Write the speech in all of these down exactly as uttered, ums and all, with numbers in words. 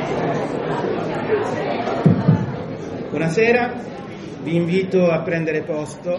Buonasera, vi invito a prendere posto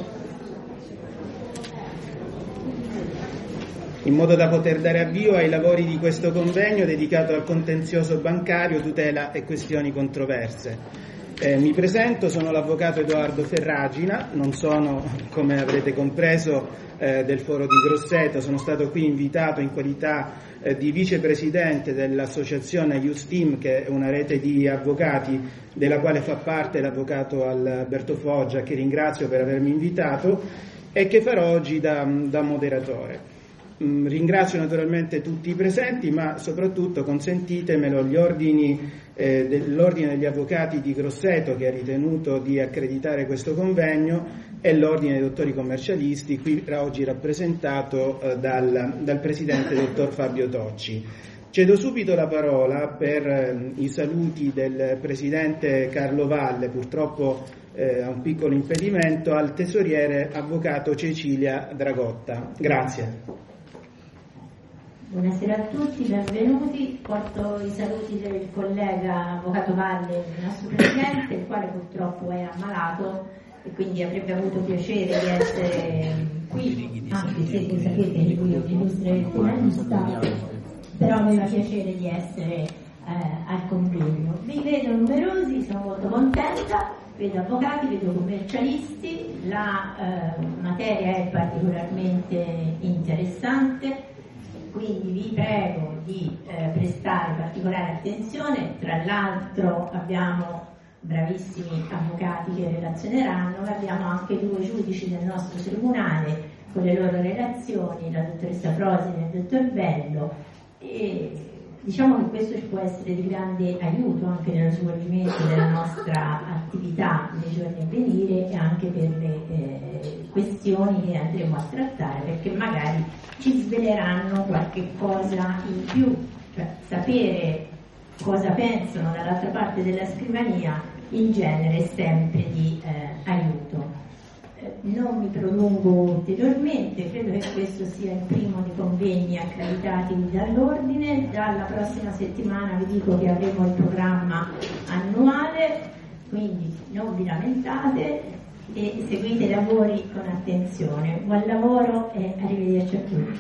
in modo da poter dare avvio ai lavori di questo convegno dedicato al contenzioso bancario, tutela e questioni controverse. Eh, mi presento, sono l'avvocato Edoardo Ferragina, non sono, come avrete compreso, eh, del Foro di Grosseto, sono stato qui invitato in qualità eh, di vicepresidente dell'associazione Iusteam, che è una rete di avvocati della quale fa parte l'avvocato Alberto Foggia, che ringrazio per avermi invitato e che farò oggi da, da moderatore. Mm, ringrazio naturalmente tutti i presenti, ma soprattutto consentitemelo gli ordini eh, dell'Ordine degli Avvocati di Grosseto, che ha ritenuto di accreditare questo convegno, e l'Ordine dei Dottori Commercialisti, qui oggi rappresentato eh, dal, dal Presidente dottor Fabio Tocci. Cedo subito la parola per eh, i saluti del Presidente Carlo Valle, purtroppo eh, ha un piccolo impedimento, al Tesoriere Avvocato Cecilia Dragotta. Grazie. Buonasera a tutti, benvenuti. Porto i saluti del collega Avvocato Valle, il nostro Presidente, il quale purtroppo è ammalato e quindi avrebbe avuto piacere di essere qui, anche se voi sapete che lui è un illustre finalista, però aveva piacere di essere eh, al convegno. Vi vedo numerosi, sono molto contenta, vedo avvocati, vedo commercialisti, la eh, materia è particolarmente interessante. Quindi vi prego di eh, prestare particolare attenzione. Tra l'altro abbiamo bravissimi avvocati che relazioneranno, abbiamo anche due giudici del nostro tribunale con le loro relazioni, la dottoressa Frosine e il dottor Bello, e diciamo che questo ci può essere di grande aiuto anche nello svolgimento della nostra attività nei giorni a venire e anche per le eh, questioni che andremo a trattare, perché magari ci sveleranno qualche cosa in più, cioè sapere cosa pensano dall'altra parte della scrivania in genere è sempre di eh, aiuto. Eh, non mi prolungo ulteriormente, credo che questo sia il primo dei convegni accreditati dall'Ordine. Dalla prossima settimana vi dico che avremo il programma annuale, quindi non vi lamentate e seguite i lavori con attenzione. Buon lavoro e arrivederci a tutti.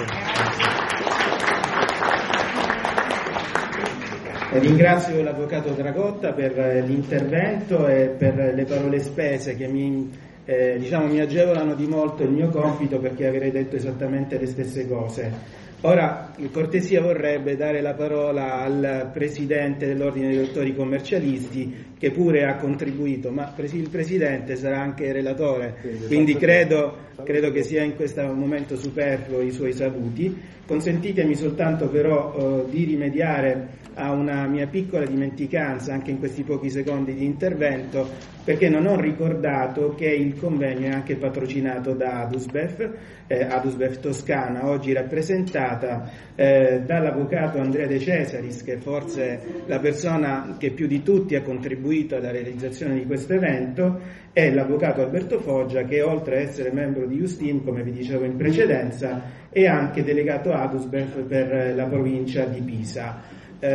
Ringrazio l'avvocato Dragotta per l'intervento e per le parole spese che mi, eh, diciamo, mi agevolano di molto il mio compito, perché avrei detto esattamente le stesse cose. Ora, in cortesia, vorrebbe dare la parola al Presidente dell'Ordine dei Dottori Commercialisti, che pure ha contribuito, ma il Presidente sarà anche relatore, quindi credo, credo che sia in questo momento superfluo i suoi saluti. Consentitemi soltanto però eh, di rimediare a una mia piccola dimenticanza anche in questi pochi secondi di intervento, perché non ho ricordato che il convegno è anche patrocinato da Adusbef, eh, Adusbef Toscana, oggi rappresentata eh, dall'avvocato Andrea De Cesaris, che forse è la persona che più di tutti ha contribuito alla realizzazione di questo evento, e l'avvocato Alberto Foggia, che oltre a essere membro di Iusteam, come vi dicevo in precedenza, è anche delegato Adusbef per la provincia di Pisa.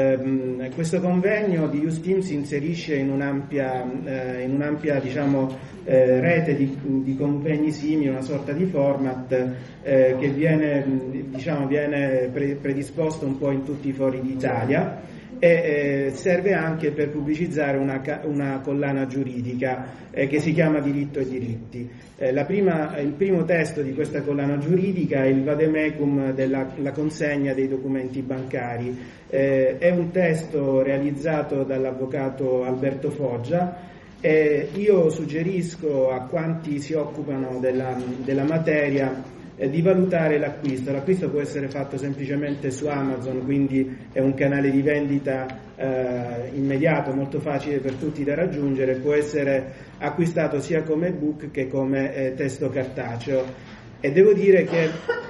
Eh, questo convegno di Iusteam si inserisce in un'ampia, eh, in un'ampia diciamo, eh, rete di, di convegni simili, una sorta di format eh, che viene, diciamo, viene pre- predisposto un po' in tutti i fori d'Italia e eh, serve anche per pubblicizzare una, una collana giuridica eh, che si chiama Diritto e Diritti. Eh, la prima, il primo testo di questa collana giuridica è il vademecum della la consegna dei documenti bancari. Eh, è un testo realizzato dall'avvocato Alberto Foggia. Eh, io suggerisco a quanti si occupano della, della materia eh, di valutare l'acquisto. L'acquisto può essere fatto semplicemente su Amazon, quindi è un canale di vendita eh, immediato, molto facile per tutti da raggiungere, può essere acquistato sia come ebook che come eh, testo cartaceo. E devo dire che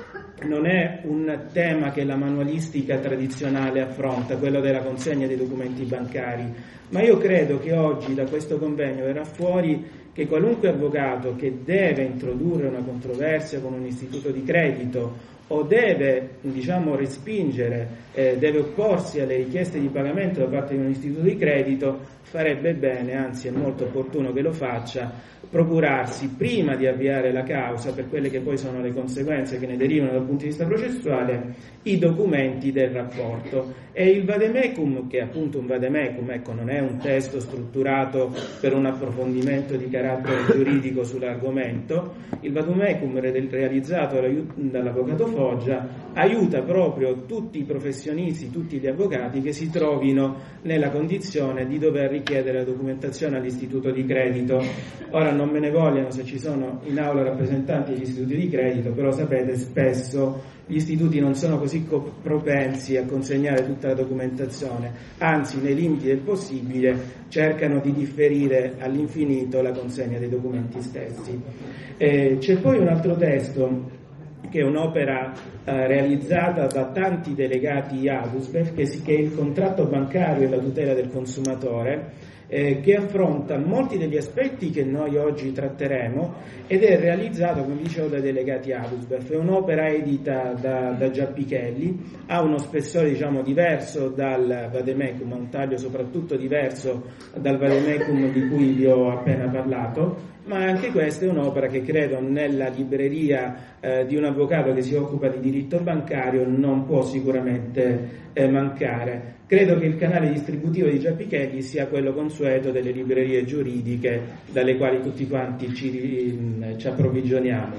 non è un tema che la manualistica tradizionale affronta, quello della consegna dei documenti bancari, ma io credo che oggi da questo convegno verrà fuori che qualunque avvocato che deve introdurre una controversia con un istituto di credito o deve, diciamo, respingere, eh, deve opporsi alle richieste di pagamento da parte di un istituto di credito, farebbe bene, anzi è molto opportuno che lo faccia, procurarsi, prima di avviare la causa, per quelle che poi sono le conseguenze che ne derivano dal punto di vista processuale, i documenti del rapporto. E il vademecum, che è appunto un vademecum, ecco, non è un testo strutturato per un approfondimento di carattere giuridico sull'argomento, il vademecum realizzato dall'avvocato Foggia aiuta proprio tutti i professionisti, tutti gli avvocati che si trovino nella condizione di dover richiedere la documentazione all'istituto di credito. Ora non me ne vogliano se ci sono in aula rappresentanti degli istituti di credito, però sapete, spesso gli istituti non sono così co- propensi a consegnare tutta la documentazione, anzi nei limiti del possibile cercano di differire all'infinito la consegna dei documenti stessi. Eh, c'è poi un altro testo che è un'opera eh, realizzata da tanti delegati ADUSBEF, che, si, che è il contratto bancario e la tutela del consumatore, eh, che affronta molti degli aspetti che noi oggi tratteremo ed è realizzato, come dicevo, dai delegati ADUSBEF. È un'opera edita da, da Giappichelli, ha uno spessore, diciamo, diverso dal vademecum, ha un taglio soprattutto diverso dal vademecum di cui vi ho appena parlato, ma anche questa è un'opera che credo nella libreria eh, di un avvocato che si occupa di diritto bancario non può sicuramente eh, mancare. Credo che il canale distributivo di Giappichelli sia quello consueto delle librerie giuridiche dalle quali tutti quanti ci, ci approvvigioniamo.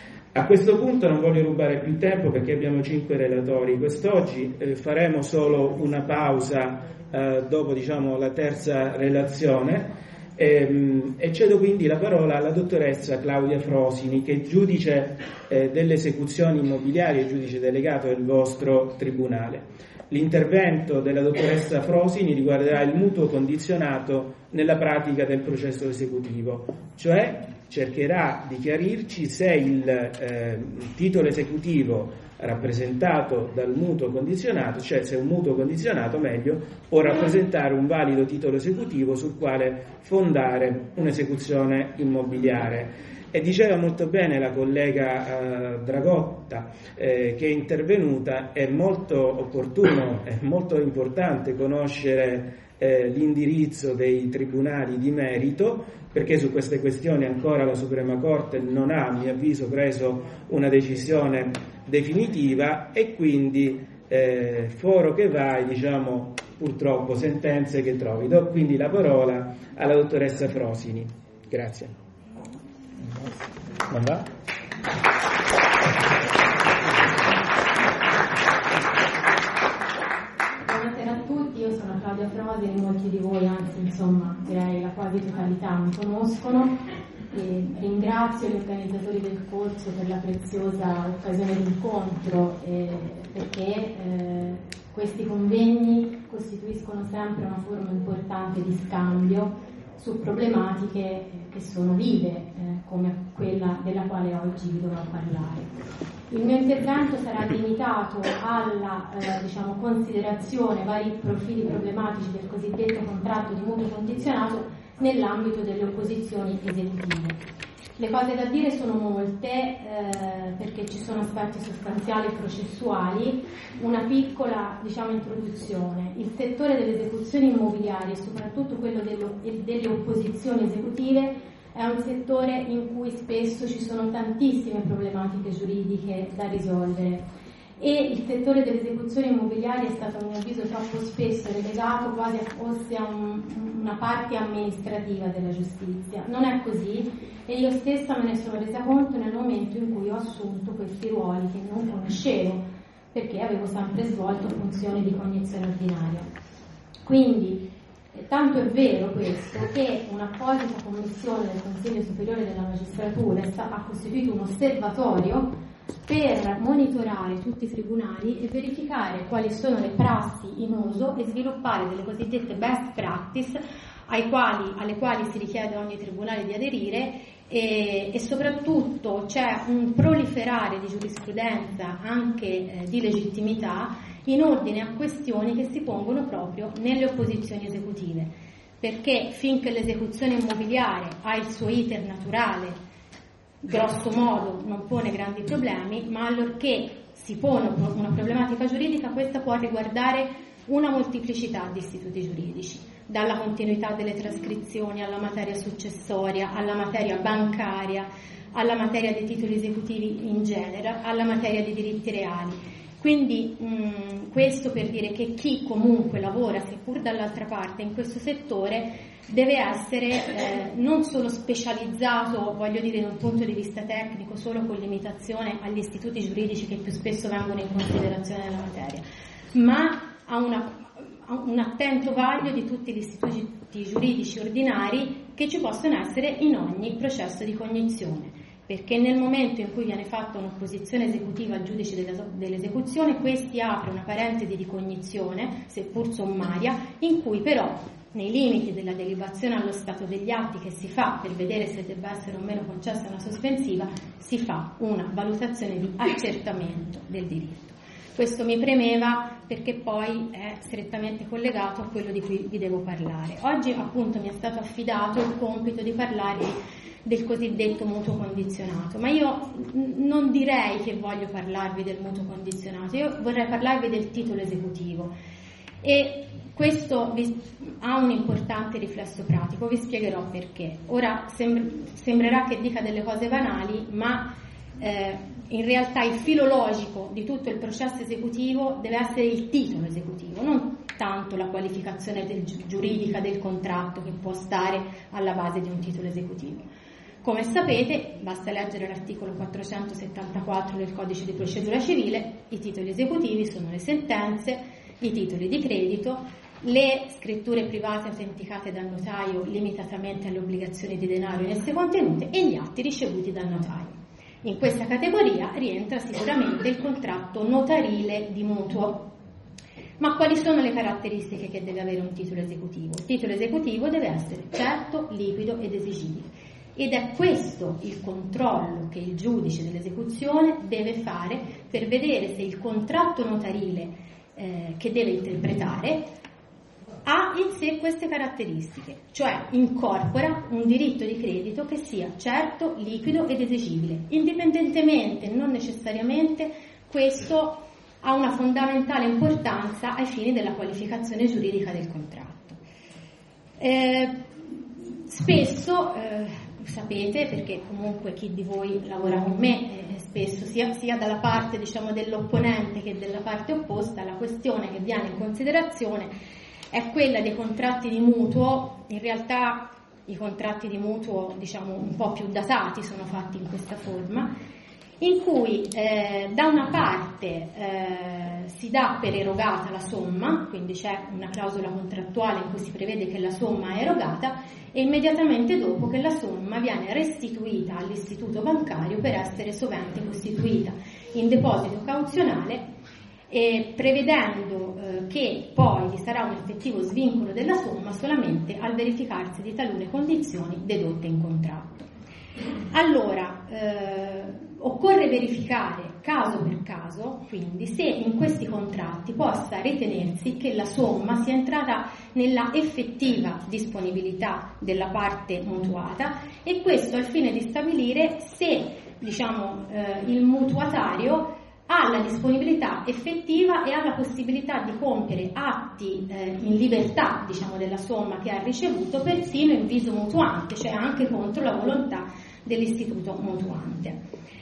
A questo punto non voglio rubare più tempo perché abbiamo cinque relatori quest'oggi, eh, faremo solo una pausa eh, dopo, diciamo, la terza relazione. E, e cedo quindi la parola alla dottoressa Claudia Frosini, che è giudice eh, delle esecuzioni immobiliari e giudice delegato del vostro tribunale. L'intervento della dottoressa Frosini riguarderà il mutuo condizionato nella pratica del processo esecutivo, cioè cercherà di chiarirci se il eh, titolo esecutivo rappresentato dal mutuo condizionato, cioè se un mutuo condizionato, meglio, può rappresentare un valido titolo esecutivo sul quale fondare un'esecuzione immobiliare. E diceva molto bene la collega eh, Dragotta eh, che è intervenuta, è molto opportuno, è molto importante conoscere eh, l'indirizzo dei tribunali di merito, perché su queste questioni ancora la Suprema Corte non ha, a mio avviso, preso una decisione definitiva e quindi eh, foro che vai, diciamo, purtroppo sentenze che trovi. Do quindi la parola alla dottoressa Frosini. Grazie. Buonasera a tutti, io sono Claudia Frosini, molti di voi, anzi insomma direi la quasi totalità mi conoscono, e ringrazio gli organizzatori del corso per la preziosa occasione di incontro eh, perché eh, questi convegni costituiscono sempre una forma importante di scambio su problematiche che sono vive, eh, come quella della quale oggi vi dovrò parlare. Il mio intervento sarà limitato alla eh, diciamo, considerazione vari profili problematici del cosiddetto contratto di mutuo condizionato nell'ambito delle opposizioni esecutive. Le cose da dire sono molte eh, perché ci sono aspetti sostanziali e processuali. Una piccola, diciamo, introduzione. Il settore delle esecuzioni immobiliari e soprattutto quello dello, delle opposizioni esecutive è un settore in cui spesso ci sono tantissime problematiche giuridiche da risolvere e il settore delle esecuzioni immobiliari è stato, a mio avviso, troppo spesso relegato quasi a fosse un, una parte amministrativa della giustizia. Non è così e io stessa me ne sono resa conto nel momento in cui ho assunto questi ruoli che non conoscevo perché avevo sempre svolto funzioni di cognizione ordinaria. Quindi tanto è vero questo che un'apposita commissione del Consiglio Superiore della Magistratura ha costituito un osservatorio per monitorare tutti i tribunali e verificare quali sono le prassi in uso e sviluppare delle cosiddette best practice ai quali, alle quali si richiede a ogni tribunale di aderire e, e soprattutto c'è un proliferare di giurisprudenza anche eh, di legittimità in ordine a questioni che si pongono proprio nelle opposizioni esecutive, perché finché l'esecuzione immobiliare ha il suo iter naturale, grosso modo non pone grandi problemi, ma allorché si pone una problematica giuridica, questa può riguardare una molteplicità di istituti giuridici, dalla continuità delle trascrizioni alla materia successoria, alla materia bancaria, alla materia dei titoli esecutivi in genere, alla materia dei diritti reali. Quindi mh, questo per dire che chi comunque lavora, seppur dall'altra parte, in questo settore deve essere eh, non solo specializzato, voglio dire, da un punto di vista tecnico, solo con limitazione agli istituti giuridici che più spesso vengono in considerazione nella materia, ma ha una un attento vaglio di tutti gli istituti giuridici ordinari che ci possono essere in ogni processo di cognizione, perché nel momento in cui viene fatta un'opposizione esecutiva al giudice dell'esecuzione, questi apre una parentesi di cognizione, seppur sommaria, in cui però, nei limiti della delibazione allo stato degli atti che si fa per vedere se debba essere o meno concessa una sospensiva, si fa una valutazione di accertamento del diritto. Questo mi premeva perché poi è strettamente collegato a quello di cui vi devo parlare. Oggi appunto mi è stato affidato il compito di parlare del cosiddetto mutuo condizionato, ma io non direi che voglio parlarvi del mutuo condizionato, io vorrei parlarvi del titolo esecutivo e questo vi, ha un importante riflesso pratico, vi spiegherò perché. Ora sem- sembrerà che dica delle cose banali, ma eh, in realtà il filo logico di tutto il processo esecutivo deve essere il titolo esecutivo, non tanto la qualificazione del, giuridica del contratto che può stare alla base di un titolo esecutivo. Come sapete, basta leggere l'articolo quattrocentosettantaquattro del Codice di Procedura Civile, i titoli esecutivi sono le sentenze, i titoli di credito, le scritture private autenticate dal notaio limitatamente alle obbligazioni di denaro in esse contenute e gli atti ricevuti dal notaio. In questa categoria rientra sicuramente il contratto notarile di mutuo. Ma quali sono le caratteristiche che deve avere un titolo esecutivo? Il titolo esecutivo deve essere certo, liquido ed esigibile. Ed è questo il controllo che il giudice dell'esecuzione deve fare per vedere se il contratto notarile eh, che deve interpretare ha in sé queste caratteristiche, cioè incorpora un diritto di credito che sia certo, liquido ed esigibile. Indipendentemente, non necessariamente, questo ha una fondamentale importanza ai fini della qualificazione giuridica del contratto. Eh, spesso, eh, sapete, perché comunque chi di voi lavora con me, eh, spesso sia, sia dalla parte diciamo, dell'opponente che della parte opposta, la questione che viene in considerazione è quella dei contratti di mutuo. In realtà i contratti di mutuo diciamo un po' più datati sono fatti in questa forma, in cui eh, da una parte eh, si dà per erogata la somma, quindi c'è una clausola contrattuale in cui si prevede che la somma è erogata e immediatamente dopo che la somma viene restituita all'istituto bancario per essere sovente costituita in deposito cauzionale, e prevedendo eh, che poi vi sarà un effettivo svincolo della somma solamente al verificarsi di talune condizioni dedotte in contratto. Allora, eh, occorre verificare caso per caso, quindi, se in questi contratti possa ritenersi che la somma sia entrata nella effettiva disponibilità della parte mutuata, e questo al fine di stabilire se, diciamo, eh, il mutuatario ha la disponibilità effettiva e ha la possibilità di compiere atti eh, in libertà, diciamo, della somma che ha ricevuto, persino in viso mutuante, cioè anche contro la volontà dell'istituto mutuante.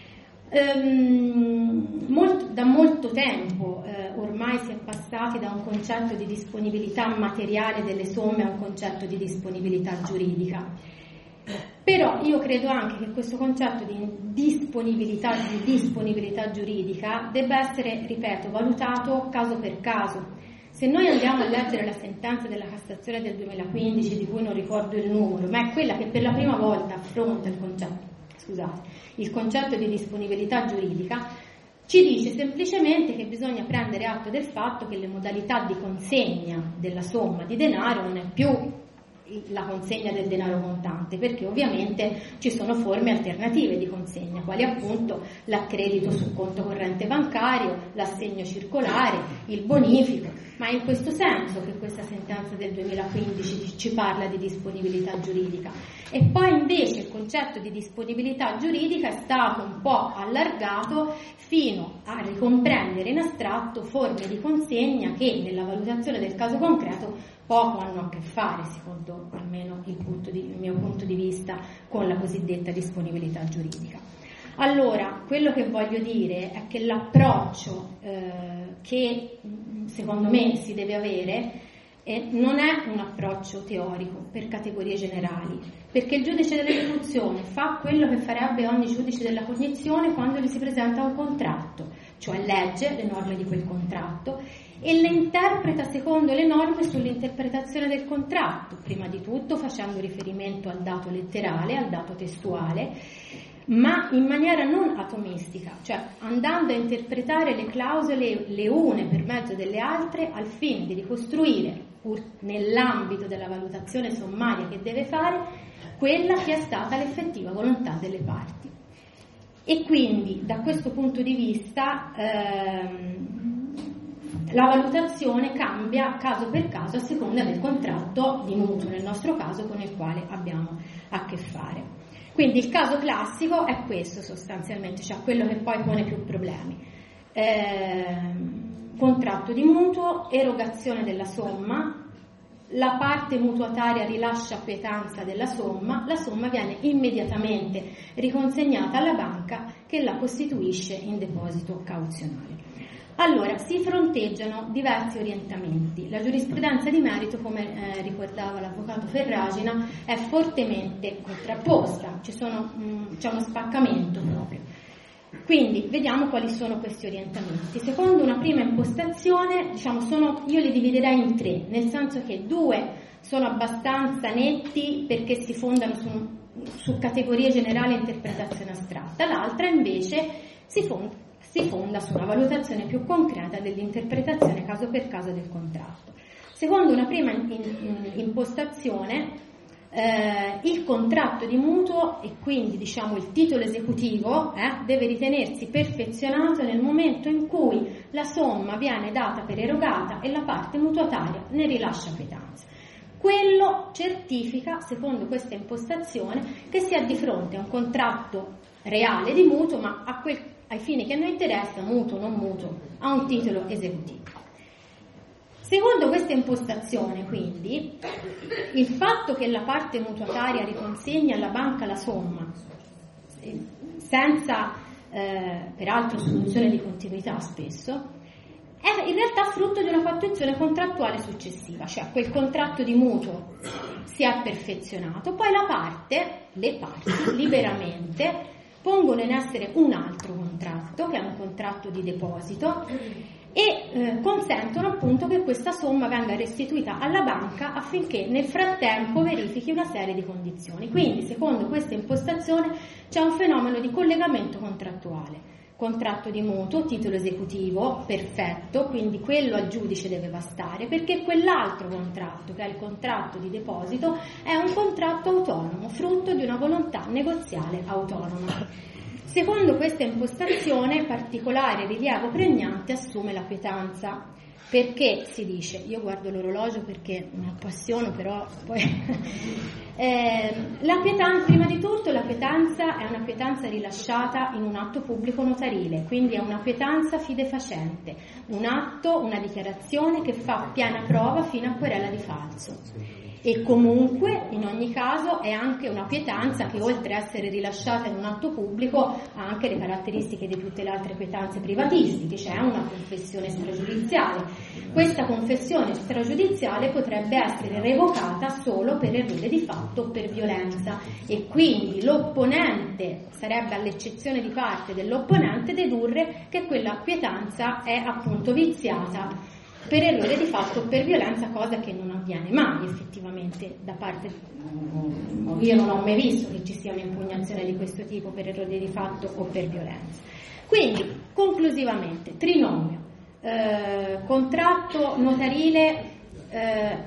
Ehm, molto, da molto tempo eh, ormai si è passati da un concetto di disponibilità materiale delle somme a un concetto di disponibilità giuridica. Però io credo anche che questo concetto di disponibilità, di disponibilità giuridica debba essere, ripeto, valutato caso per caso. Se noi andiamo a leggere la sentenza della Cassazione del duemilaquindici, di cui non ricordo il numero, ma è quella che per la prima volta affronta il concetto, scusate, il concetto di disponibilità giuridica, ci dice semplicemente che bisogna prendere atto del fatto che le modalità di consegna della somma di denaro non è più la consegna del denaro contante, perché ovviamente ci sono forme alternative di consegna, quali appunto l'accredito sul conto corrente bancario, l'assegno circolare, il bonifico, ma è in questo senso che questa sentenza del duemilaquindici ci parla di disponibilità giuridica. E poi invece il concetto di disponibilità giuridica è stato un po' allargato fino a ricomprendere in astratto forme di consegna che nella valutazione del caso concreto poco hanno a che fare, secondo almeno il, punto di, il mio punto di vista, con la cosiddetta disponibilità giuridica. Allora, quello che voglio dire è che l'approccio eh, che secondo me si deve avere eh, non è un approccio teorico per categorie generali, perché il giudice dell'esecuzione fa quello che farebbe ogni giudice della cognizione quando gli si presenta un contratto, cioè legge le norme di quel contratto e le interpreta secondo le norme sull'interpretazione del contratto, prima di tutto facendo riferimento al dato letterale, al dato testuale, ma in maniera non atomistica, cioè andando a interpretare le clausole le une per mezzo delle altre al fine di ricostruire, pur nell'ambito della valutazione sommaria che deve fare, quella che è stata l'effettiva volontà delle parti. E quindi da questo punto di vista ehm, la valutazione cambia caso per caso a seconda del contratto di mutuo, nel nostro caso, con il quale abbiamo a che fare. Quindi il caso classico è questo sostanzialmente, cioè quello che poi pone più problemi. Eh, contratto di mutuo, erogazione della somma, la parte mutuataria rilascia quietanza della somma, la somma viene immediatamente riconsegnata alla banca che la costituisce in deposito cauzionale. Allora, si fronteggiano diversi orientamenti. La giurisprudenza di merito, come eh, ricordava l'avvocato Ferragina, è fortemente contrapposta, ci sono, mh, c'è uno spaccamento proprio. Quindi, vediamo quali sono questi orientamenti. Secondo una prima impostazione, diciamo, sono, io li dividerei in tre, nel senso che due sono abbastanza netti perché si fondano su, su categorie generali e interpretazione astratta, l'altra invece si fonda si fonda su una valutazione più concreta dell'interpretazione caso per caso del contratto. Secondo una prima in, in, impostazione, eh, il contratto di mutuo e quindi diciamo il titolo esecutivo eh, deve ritenersi perfezionato nel momento in cui la somma viene data per erogata e la parte mutuataria ne rilascia quietanza. Quello certifica, secondo questa impostazione, che si è di fronte a un contratto reale di mutuo, ma a quel ai fini che a noi interessa, mutuo o non mutuo, ha un titolo esecutivo. Secondo questa impostazione, quindi, il fatto che la parte mutuataria riconsegni alla banca la somma, senza eh, peraltro soluzione di continuità spesso, è in realtà frutto di una fattuazione contrattuale successiva, cioè quel contratto di mutuo si è perfezionato, poi la parte, le parti, liberamente pongono in essere un altro contratto, che è un contratto di deposito, e eh, consentono appunto che questa somma venga restituita alla banca affinché nel frattempo verifichi una serie di condizioni. Quindi, secondo questa impostazione, c'è un fenomeno di collegamento contrattuale. Contratto di mutuo, titolo esecutivo, perfetto, quindi quello al giudice deve bastare, perché quell'altro contratto, che è il contratto di deposito, è un contratto autonomo, frutto di una volontà negoziale autonoma. Secondo questa impostazione, particolare rilievo pregnante assume la quietanza. Perché si dice, io guardo l'orologio perché mi appassiono, però poi eh, la quietanza, prima di tutto la quietanza è una quietanza rilasciata in un atto pubblico notarile, quindi è una quietanza fidefacente, un atto, una dichiarazione che fa piena prova fino a querela di falso. E comunque, in ogni caso, è anche una quietanza che, oltre a essere rilasciata in un atto pubblico, ha anche le caratteristiche di tutte le altre quietanze privatistiche, cioè una confessione stragiudiziale. Questa confessione stragiudiziale potrebbe essere revocata solo per errore di fatto o per violenza, e quindi l'opponente, sarebbe all'eccezione di parte dell'opponente, dedurre che quella quietanza è appunto viziata per errore di fatto o per violenza, cosa che non avviene mai effettivamente da parte, io non ho mai visto che ci sia un'impugnazione di questo tipo per errore di fatto o per violenza. Quindi, conclusivamente, trinomio, eh, contratto notarile, eh,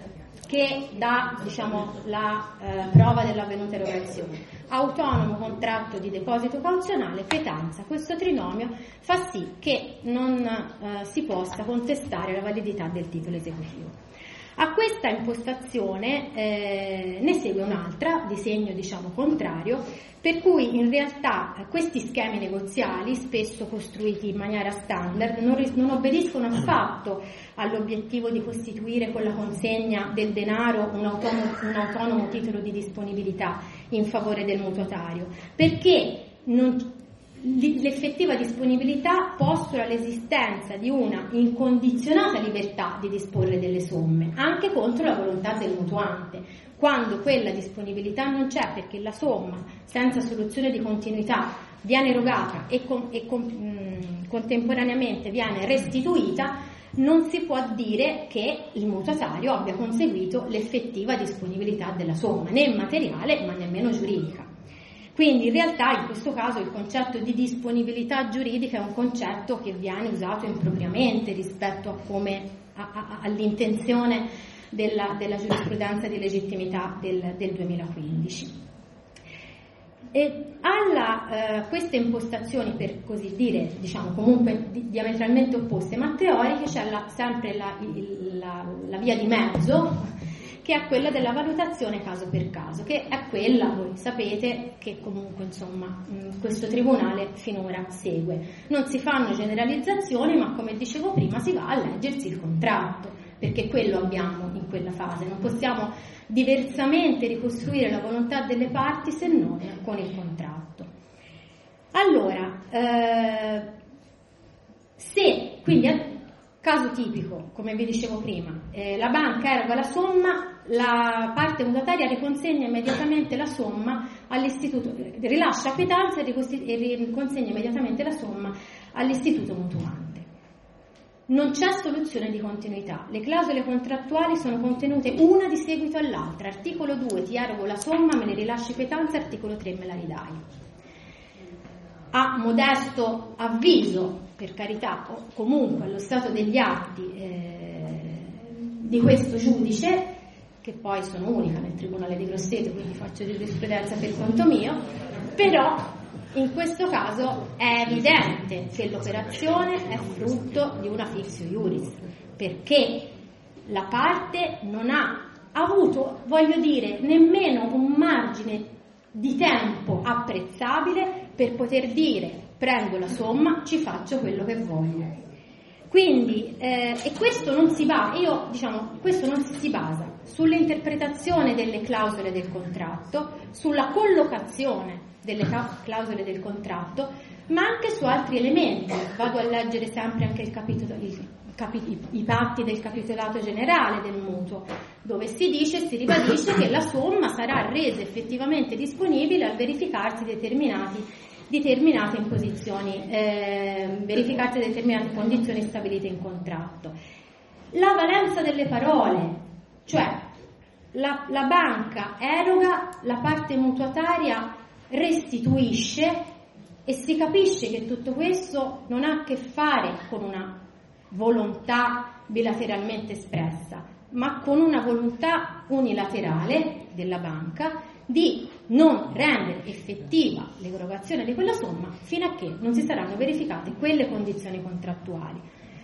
che dà, diciamo, la eh, prova dell'avvenuta erogazione. Autonomo contratto di deposito cauzionale, quietanza. Questo trinomio fa sì che non eh, si possa contestare la validità del titolo esecutivo. A questa impostazione eh, ne segue un'altra, di segno, diciamo, contrario, per cui in realtà eh, questi schemi negoziali, spesso costruiti in maniera standard, non, ris- non obbediscono affatto all'obiettivo di costituire con la consegna del denaro un autonomo, un autonomo titolo di disponibilità in favore del mutuatario, perché non, l'effettiva disponibilità postula l'esistenza di una incondizionata libertà di disporre delle somme, anche contro la volontà del mutuante, quando quella disponibilità non c'è, perché la somma, senza soluzione di continuità, viene erogata e, con, e con, mh, contemporaneamente viene restituita, non si può dire che il mutuatario abbia conseguito l'effettiva disponibilità della somma, né materiale ma nemmeno giuridica. Quindi in realtà in questo caso il concetto di disponibilità giuridica è un concetto che viene usato impropriamente rispetto a come, a, a, all'intenzione della, della giurisprudenza di legittimità del, del duemilaquindici. E alla eh, queste impostazioni, per così dire, diciamo comunque di, diametralmente opposte ma teoriche, c'è la, sempre la, il, la, la via di mezzo, che è quella della valutazione caso per caso, che è quella, voi sapete, che comunque insomma questo tribunale finora segue. Non si fanno generalizzazioni, ma come dicevo prima si va a leggersi il contratto, perché quello abbiamo in quella fase, non possiamo diversamente ricostruire la volontà delle parti se non con il contratto. Allora, eh, se quindi caso tipico, come vi dicevo prima, eh, la banca eroga la somma, la parte mutataria riconsegna immediatamente la somma all'istituto, rilascia quietanza e, e riconsegna immediatamente la somma all'istituto mutuante. Non c'è soluzione di continuità, le clausole contrattuali sono contenute una di seguito all'altra. Articolo due, ti erogo la somma, me ne rilasci quietanza, articolo tre, me la ridai. A modesto avviso, per carità, o comunque allo stato degli atti eh, di questo giudice, che poi sono unica nel Tribunale di Grosseto, quindi faccio giurisprudenza per conto mio, però in questo caso è evidente che l'operazione è frutto di una fictio iuris, perché la parte non ha avuto, voglio dire, nemmeno un margine di tempo apprezzabile per poter dire prendo la somma, ci faccio quello che voglio. Quindi, eh, e questo non si basa, io diciamo, questo non si basa sull'interpretazione delle clausole del contratto, sulla collocazione delle clausole del contratto, ma anche su altri elementi. Vado a leggere sempre anche il capitolo, il, capi, i patti del capitolato generale del mutuo, dove si dice, si ribadisce che la somma sarà resa effettivamente disponibile al verificarsi determinati determinate imposizioni, eh, verificate determinate condizioni stabilite in contratto. La valenza delle parole, cioè la, la banca eroga, la parte mutuataria restituisce, e si capisce che tutto questo non ha a che fare con una volontà bilateralmente espressa, ma con una volontà unilaterale della banca di non rendere effettiva l'erogazione di quella somma fino a che non si saranno verificate quelle condizioni contrattuali.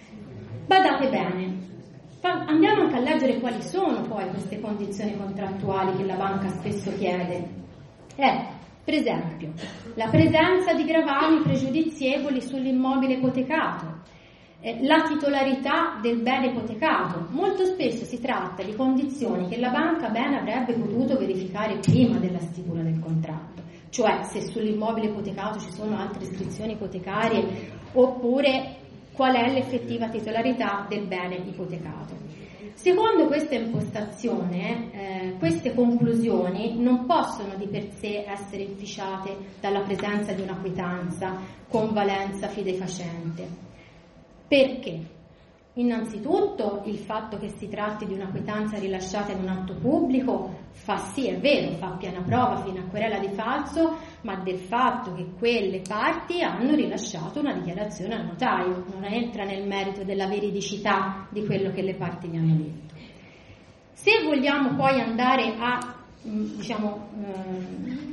Badate bene, andiamo anche a leggere quali sono poi queste condizioni contrattuali che la banca spesso chiede. Eh, per esempio, la presenza di gravami pregiudizievoli sull'immobile ipotecato, la titolarità del bene ipotecato. Molto spesso si tratta di condizioni che la banca bene avrebbe potuto verificare prima della stipula del contratto, cioè se sull'immobile ipotecato ci sono altre iscrizioni ipotecarie oppure qual è l'effettiva titolarità del bene ipotecato. Secondo questa impostazione, eh, queste conclusioni non possono di per sé essere inficiate dalla presenza di una quietanza con valenza fidefacente. Perché? Innanzitutto il fatto che si tratti di una quietanza rilasciata in un atto pubblico fa sì, è vero, fa piena prova fino a querela di falso, ma del fatto che quelle parti hanno rilasciato una dichiarazione al notaio, non entra nel merito della veridicità di quello che le parti gli hanno detto. Se vogliamo poi andare a diciamo eh,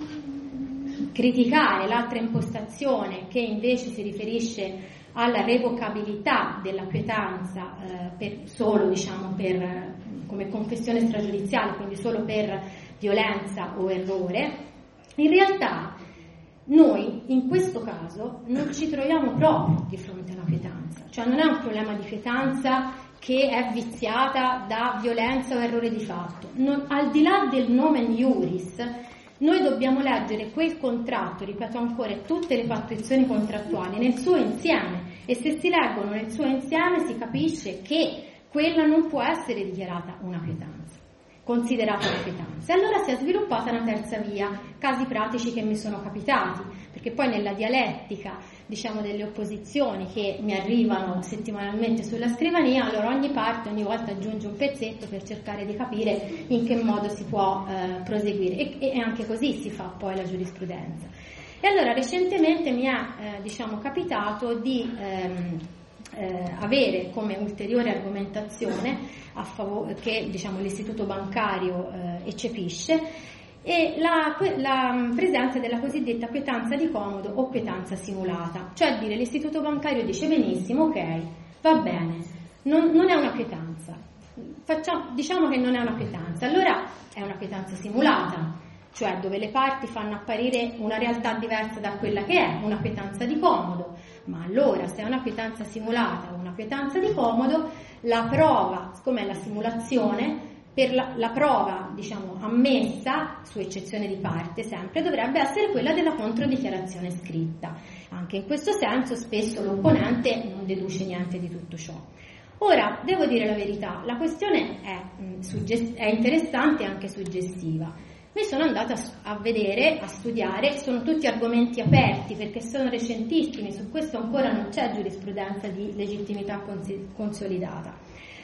criticare l'altra impostazione, che invece si riferisce alla revocabilità della quietanza eh, per, solo diciamo per, come confessione stragiudiziale, quindi solo per violenza o errore, in realtà noi in questo caso non ci troviamo proprio di fronte a una quietanza, cioè non è un problema di quietanza che è viziata da violenza o errore di fatto. Non, al di là del nomen iuris, noi dobbiamo leggere quel contratto, ripeto ancora, tutte le pattuizioni contrattuali nel suo insieme, e se si leggono nel suo insieme si capisce che quella non può essere dichiarata una quietanza, considerata una quietanza. E allora si è sviluppata una terza via, casi pratici che mi sono capitati, perché poi nella dialettica, diciamo, delle opposizioni che mi arrivano settimanalmente sulla scrivania, allora ogni parte ogni volta aggiunge un pezzetto per cercare di capire in che modo si può eh, proseguire, e, e anche così si fa poi la giurisprudenza. E allora recentemente mi è eh, diciamo capitato di ehm, eh, avere come ulteriore argomentazione a favore, che diciamo l'istituto bancario eh, eccepisce, e la, la presenza della cosiddetta quietanza di comodo o quietanza simulata, cioè dire l'istituto bancario dice benissimo, ok, va bene, non, non è una quietanza, facciamo, diciamo che non è una quietanza, allora è una quietanza simulata, cioè dove le parti fanno apparire una realtà diversa da quella che è, una quietanza di comodo. Ma allora, se è una quietanza simulata o una quietanza di comodo, la prova, siccome è la simulazione, per la, la prova, diciamo, ammessa, su eccezione di parte sempre, dovrebbe essere quella della controdichiarazione scritta. Anche in questo senso spesso l'opponente non deduce niente di tutto ciò. Ora, devo dire la verità, la questione è, mh, suggest- è interessante e anche suggestiva. Mi sono andata a vedere, a studiare, sono tutti argomenti aperti perché sono recentissimi, su questo ancora non c'è giurisprudenza di legittimità cons- consolidata.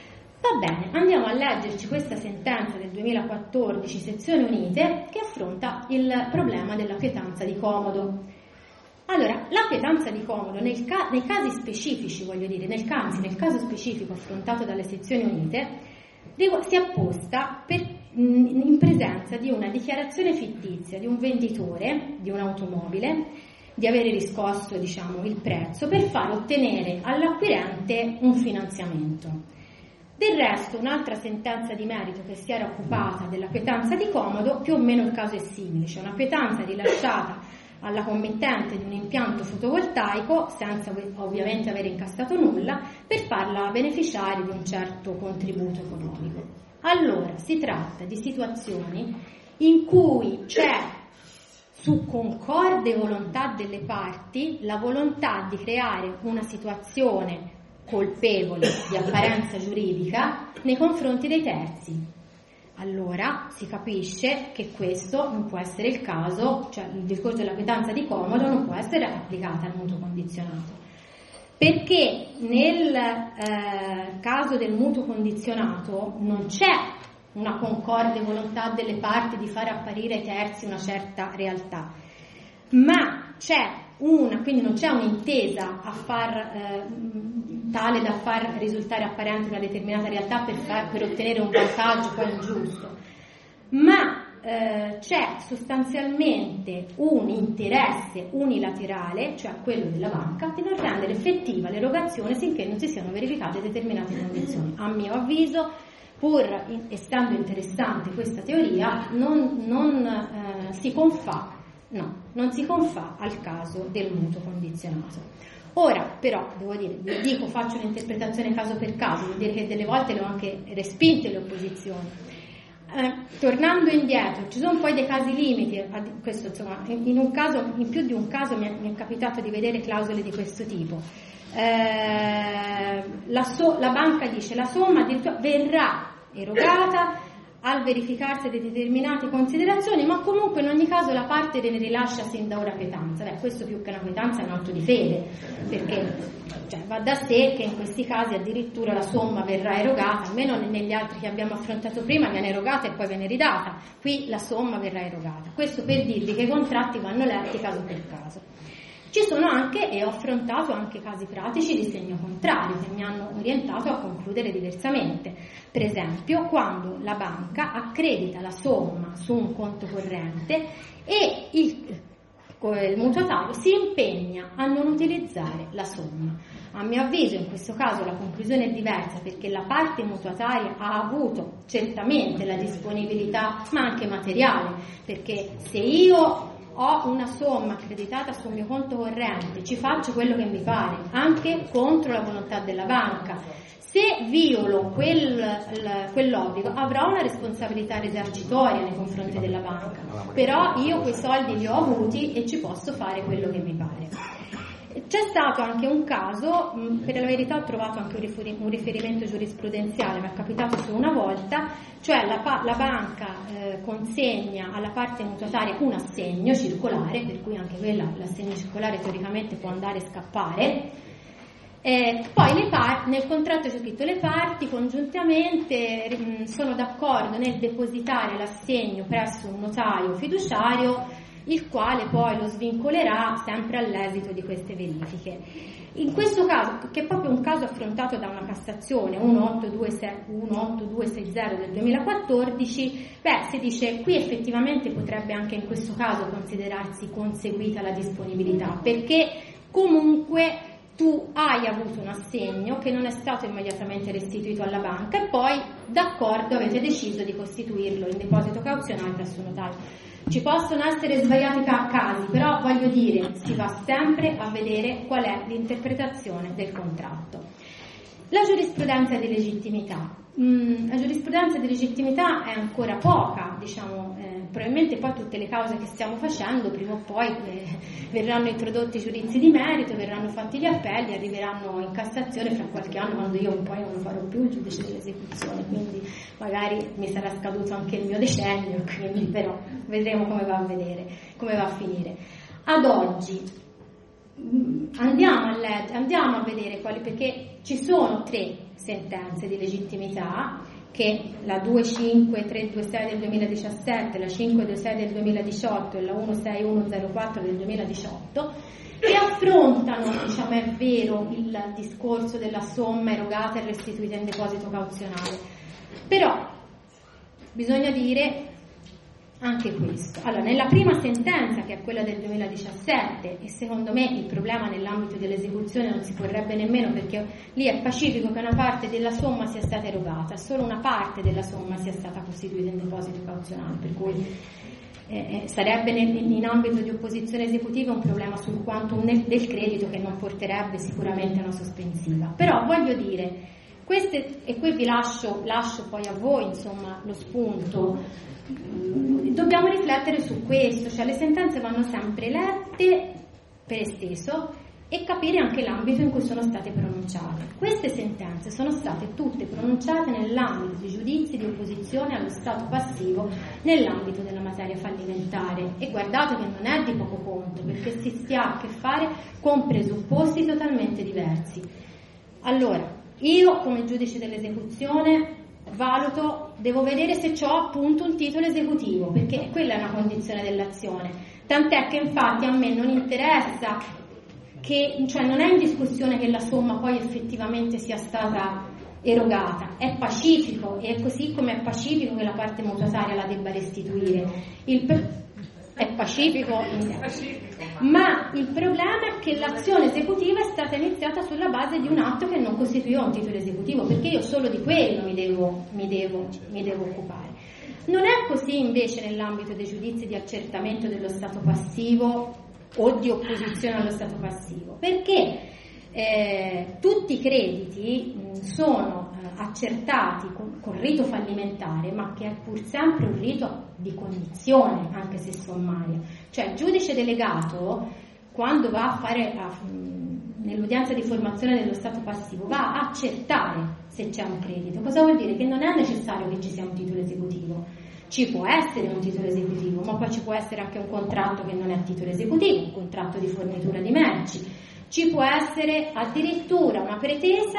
Va bene, andiamo a leggerci questa sentenza del duemilaquattordici, sezioni unite, che affronta il problema della quietanza di comodo. Allora, la quietanza di comodo nel ca- nei casi specifici, voglio dire, nel, anzi nel caso specifico affrontato dalle sezioni unite, si è posta per, in presenza di una dichiarazione fittizia di un venditore di un'automobile di avere riscosso, diciamo, il prezzo per far ottenere all'acquirente un finanziamento. Del resto, un'altra sentenza di merito che si era occupata della quietanza di comodo, più o meno il caso è simile, cioè una quietanza rilasciata alla committente di un impianto fotovoltaico senza ovviamente aver incassato nulla per farla beneficiare di un certo contributo economico. Allora, si tratta di situazioni in cui c'è, su concorde volontà delle parti, la volontà di creare una situazione colpevole di apparenza giuridica nei confronti dei terzi. Allora si capisce che questo non può essere il caso, cioè il discorso della quietanza di comodo non può essere applicata al mutuo condizionato, perché nel eh, caso del mutuo condizionato non c'è una concorde volontà delle parti di fare apparire ai terzi una certa realtà, ma c'è una, quindi non c'è un'intesa a far eh, tale da far risultare apparente una determinata realtà per, far, per ottenere un vantaggio poi ingiusto, ma eh, c'è sostanzialmente un interesse unilaterale, cioè quello della banca, di non rendere effettiva l'erogazione finché non si siano verificate determinate condizioni. A mio avviso, pur in, essendo interessante questa teoria, non, non eh, si confà No, non si confà al caso del mutuo condizionato. Ora, però, devo dire, vi dico, faccio un'interpretazione caso per caso, vuol dire che delle volte le ho anche respinte le opposizioni. Eh, tornando indietro, ci sono poi dei casi limiti, questo insomma, in un caso, in più di un caso mi è, mi è capitato di vedere clausole di questo tipo. Eh, la, so, la banca dice la somma addirittura verrà erogata al verificarsi di determinate considerazioni, ma comunque in ogni caso la parte ne rilascia sin da ora quietanza. Beh, questo più che una quietanza è un atto di fede, perché cioè, va da sé che in questi casi addirittura la somma verrà erogata, almeno negli altri che abbiamo affrontato prima viene erogata e poi viene ridata, qui la somma verrà erogata. Questo per dirvi che i contratti vanno letti caso per caso. Ci sono anche, e ho affrontato anche casi pratici di segno contrario che mi hanno orientato a concludere diversamente. Per esempio, quando la banca accredita la somma su un conto corrente e il, il mutuatario si impegna a non utilizzare la somma. A mio avviso in questo caso la conclusione è diversa, perché la parte mutuataria ha avuto certamente la disponibilità, ma anche materiale, perché se io ho una somma accreditata sul mio conto corrente, ci faccio quello che mi pare, anche contro la volontà della banca. Se violo quel, l, quell'obbligo avrò una responsabilità risarcitoria nei confronti della banca, però io quei soldi li ho avuti e ci posso fare quello che mi pare. C'è stato anche un caso, per la verità ho trovato anche un riferimento giurisprudenziale, mi è capitato solo una volta, cioè la, la banca eh, consegna alla parte mutuataria un assegno circolare, per cui anche quella, l'assegno circolare teoricamente può andare e scappare. Eh, poi le par- nel contratto c'è scritto le parti congiuntamente mh, sono d'accordo nel depositare l'assegno presso un notaio fiduciario, il quale poi lo svincolerà sempre all'esito di queste verifiche. In questo caso, che è proprio un caso affrontato da una Cassazione uno otto due sei zero del duemilaquattordici, beh, si dice qui effettivamente potrebbe anche in questo caso considerarsi conseguita la disponibilità, perché comunque tu hai avuto un assegno che non è stato immediatamente restituito alla banca e poi d'accordo avete deciso di costituirlo in deposito cauzionale presso un notaio. Ci possono essere svariati casi, però voglio dire, si va sempre a vedere qual è l'interpretazione del contratto. La giurisprudenza di legittimità. Mm, la giurisprudenza di legittimità è ancora poca, diciamo, eh, probabilmente poi tutte le cause che stiamo facendo prima o poi eh, verranno introdotti giudizi di merito, verranno fatti gli appelli, arriveranno in Cassazione fra qualche anno, quando io poi non farò più il giudice dell'esecuzione, quindi magari mi sarà scaduto anche il mio decennio, quindi però vedremo come va a vedere, come va a finire. Ad oggi andiamo a, leg- andiamo a vedere quali, perché ci sono tre sentenze di legittimità, che la due cinque tre due sei del duemiladiciassette, la cinque due sei del duemiladiciotto e la uno sei uno zero quattro del duemiladiciotto, che affrontano, diciamo, è vero, il discorso della somma erogata e restituita in deposito cauzionale, però bisogna dire anche questo. Allora, nella prima sentenza, che è quella del duemiladiciassette, e secondo me il problema nell'ambito dell'esecuzione non si porrebbe nemmeno, perché lì è pacifico che una parte della somma sia stata erogata, solo una parte della somma sia stata costituita in deposito cauzionale, per cui eh, sarebbe nel, in ambito di opposizione esecutiva un problema sul quantum del credito che non porterebbe sicuramente a una sospensiva. Però voglio dire, queste, e qui vi lascio, lascio poi a voi insomma lo spunto, dobbiamo riflettere su questo, cioè le sentenze vanno sempre lette per esteso e capire anche l'ambito in cui sono state pronunciate. Queste sentenze sono state tutte pronunciate nell'ambito di giudizi di opposizione allo stato passivo nell'ambito della materia fallimentare, e guardate che non è di poco conto, perché si ha a che fare con presupposti totalmente diversi. Allora, io come giudice dell'esecuzione valuto, devo vedere se ho appunto un titolo esecutivo, perché quella è una condizione dell'azione, tant'è che infatti a me non interessa che, cioè non è in discussione che la somma poi effettivamente sia stata erogata, è pacifico, e così come è pacifico che la parte mutuataria la debba restituire, il è pacifico, ma il problema è che l'azione esecutiva è stata iniziata sulla base di un atto che non costituiva un titolo esecutivo, perché io solo di quello mi devo, mi devo, mi devo occupare. Non è così invece nell'ambito dei giudizi di accertamento dello stato passivo o di opposizione allo stato passivo, perché eh, tutti i crediti mh, sono eh, accertati con, con rito fallimentare, ma che è pur sempre un rito di cognizione, anche se sommario. Cioè il giudice delegato, quando va a fare a, mh, nell'udienza di formazione dello stato passivo, va a accertare se c'è un credito. Cosa vuol dire? Che non è necessario che ci sia un titolo esecutivo. Ci può essere un titolo esecutivo, ma poi ci può essere anche un contratto che non è titolo esecutivo, un contratto di fornitura di merci. Ci può essere addirittura una pretesa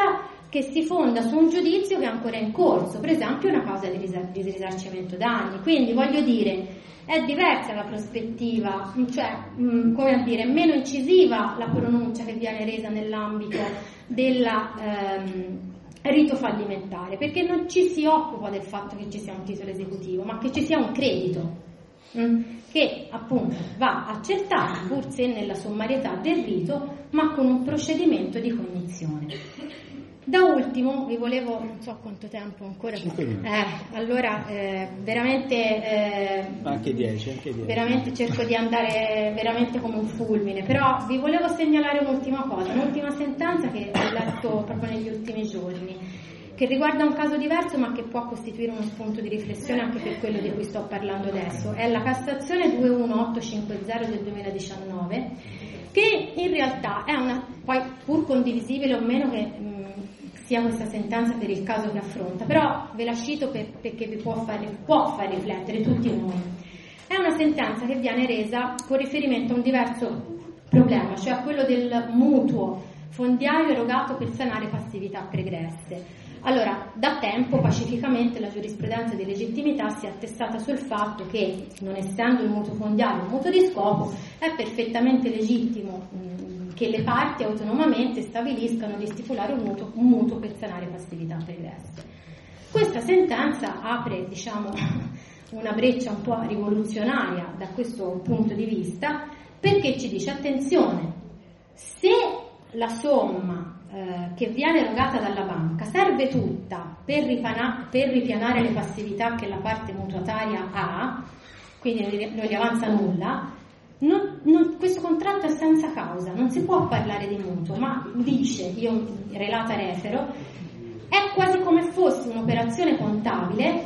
che si fonda su un giudizio che è ancora in corso, per esempio una causa di risarcimento danni. Quindi voglio dire, è diversa la prospettiva, cioè mh, come a dire, è meno incisiva la pronuncia che viene resa nell'ambito della ehm, rito fallimentare, perché non ci si occupa del fatto che ci sia un titolo esecutivo, ma che ci sia un credito mh, che appunto va accertato pur se nella sommarietà del rito, ma con un procedimento di cognizione. Da ultimo vi volevo, non so quanto tempo ancora, eh, allora eh, veramente, eh, anche dieci, anche dieci. Veramente cerco di andare veramente come un fulmine, però vi volevo segnalare un'ultima cosa, un'ultima sentenza che ho letto proprio negli ultimi giorni, che riguarda un caso diverso ma che può costituire uno spunto di riflessione anche per quello di cui sto parlando adesso. È la Cassazione due uno otto cinque zero del duemiladiciannove, che in realtà è una, poi pur condivisibile o meno che mh, sia questa sentenza per il caso che affronta, però ve la cito per, perché vi può far, può far riflettere tutti noi. È una sentenza che viene resa con riferimento a un diverso problema, cioè a quello del mutuo fondiario erogato per sanare passività pregresse. Allora, da tempo pacificamente la giurisprudenza di legittimità si è attestata sul fatto che, non essendo il mutuo fondiario un mutuo di scopo, è perfettamente legittimo mh, che le parti autonomamente stabiliscano di stipulare un mutuo, un mutuo per sanare passività pregresse. Questa sentenza apre, diciamo, una breccia un po' rivoluzionaria da questo punto di vista, perché ci dice, attenzione, se la somma eh, che viene erogata dalla banca serve tutta per, ripana- per ripianare le passività che la parte mutuataria ha, quindi non gli avanza nulla, non, non, questo contratto è senza causa, non si può parlare di mutuo, ma dice, io relata refero, è quasi come fosse un'operazione contabile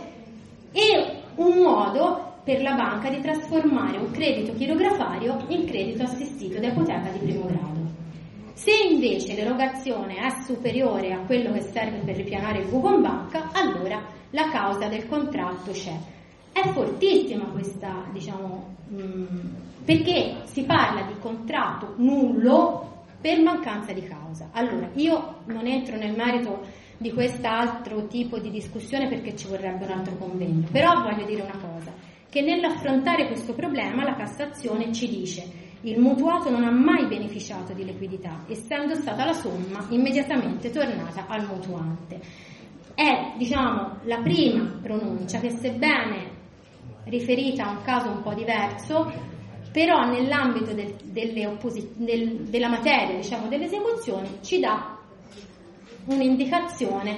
e un modo per la banca di trasformare un credito chirografario in credito assistito da ipoteca di primo grado. Se invece l'erogazione è superiore a quello che serve per ripianare il buco in banca, allora la causa del contratto c'è. È fortissima questa, diciamo, mh, perché si parla di contratto nullo per mancanza di causa. Allora, io non entro nel merito di quest'altro tipo di discussione perché ci vorrebbe un altro convegno, però voglio dire una cosa, che nell'affrontare questo problema la Cassazione ci dice: il mutuato non ha mai beneficiato di liquidità, essendo stata la somma immediatamente tornata al mutuante. È, diciamo, la prima pronuncia che, sebbene riferita a un caso un po' diverso, però nell'ambito del, delle opposi- del, della materia, diciamo, dell'esecuzione, ci dà un'indicazione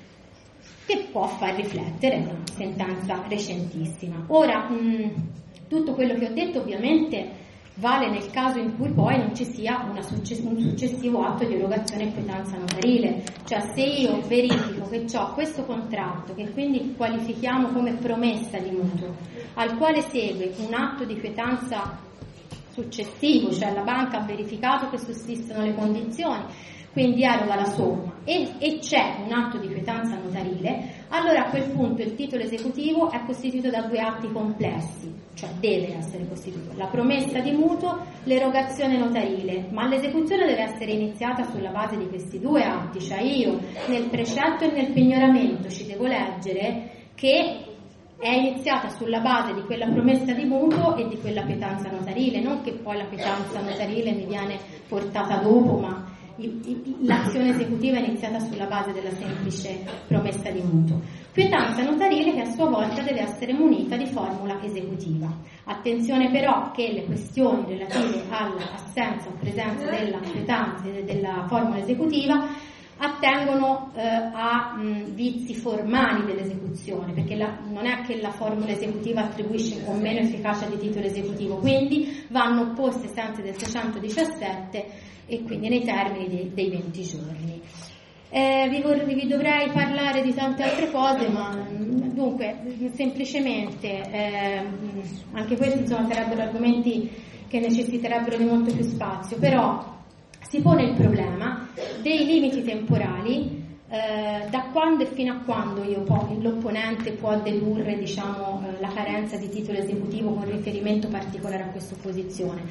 che può far riflettere, una sentenza recentissima. Ora, mh, tutto quello che ho detto ovviamente vale nel caso in cui poi non ci sia una succe- un successivo atto di erogazione e quietanza notarile, cioè se io verifico che ho questo contratto, che quindi qualifichiamo come promessa di mutuo, al quale segue un atto di quietanza successivo, cioè la banca ha verificato che sussistono le condizioni, quindi eroga la somma e, e c'è un atto di quietanza notarile, allora a quel punto il titolo esecutivo è costituito da due atti complessi, cioè deve essere costituito la promessa di mutuo, l'erogazione notarile, ma l'esecuzione deve essere iniziata sulla base di questi due atti, cioè io nel precetto e nel pignoramento ci devo leggere che è iniziata sulla base di quella promessa di mutuo e di quella quietanza notarile, non che poi la quietanza notarile mi viene portata dopo, ma l'azione esecutiva è iniziata sulla base della semplice promessa di mutuo. Quietanza notarile che a sua volta deve essere munita di formula esecutiva. Attenzione però che le questioni relative all'assenza o presenza della quietanza e della formula esecutiva attengono eh, a mh, vizi formali dell'esecuzione, perché la, non è che la formula esecutiva attribuisce con meno efficacia di titolo esecutivo, quindi vanno opposte ai sensi del seicentodiciassette e quindi nei termini dei, dei venti giorni. Eh, vi, vor, vi dovrei parlare di tante altre cose, ma dunque semplicemente eh, anche questi insomma sarebbero argomenti che necessiterebbero di molto più spazio, però si pone il problema dei limiti temporali, eh, da quando e fino a quando io poi, l'opponente può dedurre, diciamo, eh, la carenza di titolo esecutivo con riferimento particolare a questa opposizione.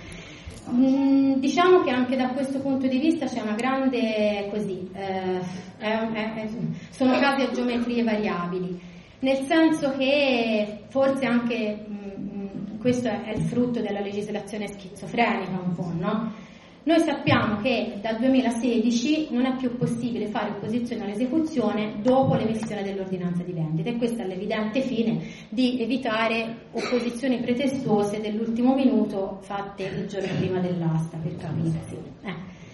Mm, diciamo che anche da questo punto di vista c'è una grande così, eh, è, è, è, sono casi a geometrie variabili, nel senso che forse anche mm, questo è, è il frutto della legislazione schizofrenica un po', no? Noi sappiamo che dal duemilasedici non è più possibile fare opposizione all'esecuzione dopo l'emissione dell'ordinanza di vendita, e questo è l'evidente fine di evitare opposizioni pretestuose dell'ultimo minuto fatte il giorno prima dell'asta, per capirsi. Eh.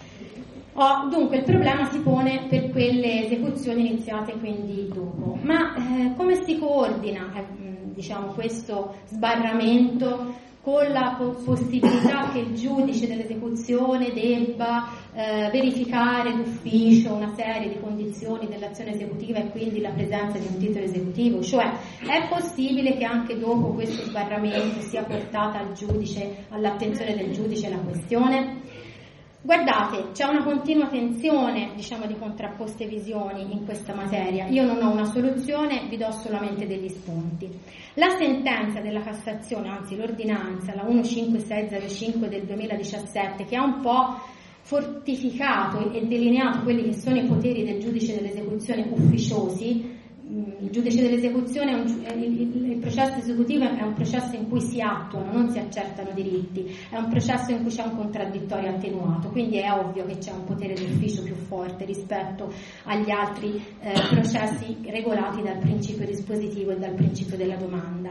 Oh, dunque il problema si pone per quelle esecuzioni iniziate quindi dopo. Ma eh, come si coordina eh, diciamo, questo sbarramento con la possibilità che il giudice dell'esecuzione debba eh, verificare d'ufficio una serie di condizioni dell'azione esecutiva e quindi la presenza di un titolo esecutivo? Cioè, è possibile che anche dopo questo sbarramento sia portata al giudice, all'attenzione del giudice la questione? Guardate, c'è una continua tensione, diciamo, di contrapposte visioni in questa materia. Io non ho una soluzione, vi do solamente degli spunti. La sentenza della Cassazione, anzi l'ordinanza, la uno cinque sei zero cinque del duemiladiciassette, che ha un po' fortificato e delineato quelli che sono i poteri del giudice dell'esecuzione ufficiosi. Il giudice dell'esecuzione, è un, il, il, il processo esecutivo è un processo in cui si attuano, non si accertano diritti, è un processo in cui c'è un contraddittorio attenuato, quindi è ovvio che c'è un potere d'ufficio più forte rispetto agli altri eh, processi regolati dal principio dispositivo e dal principio della domanda.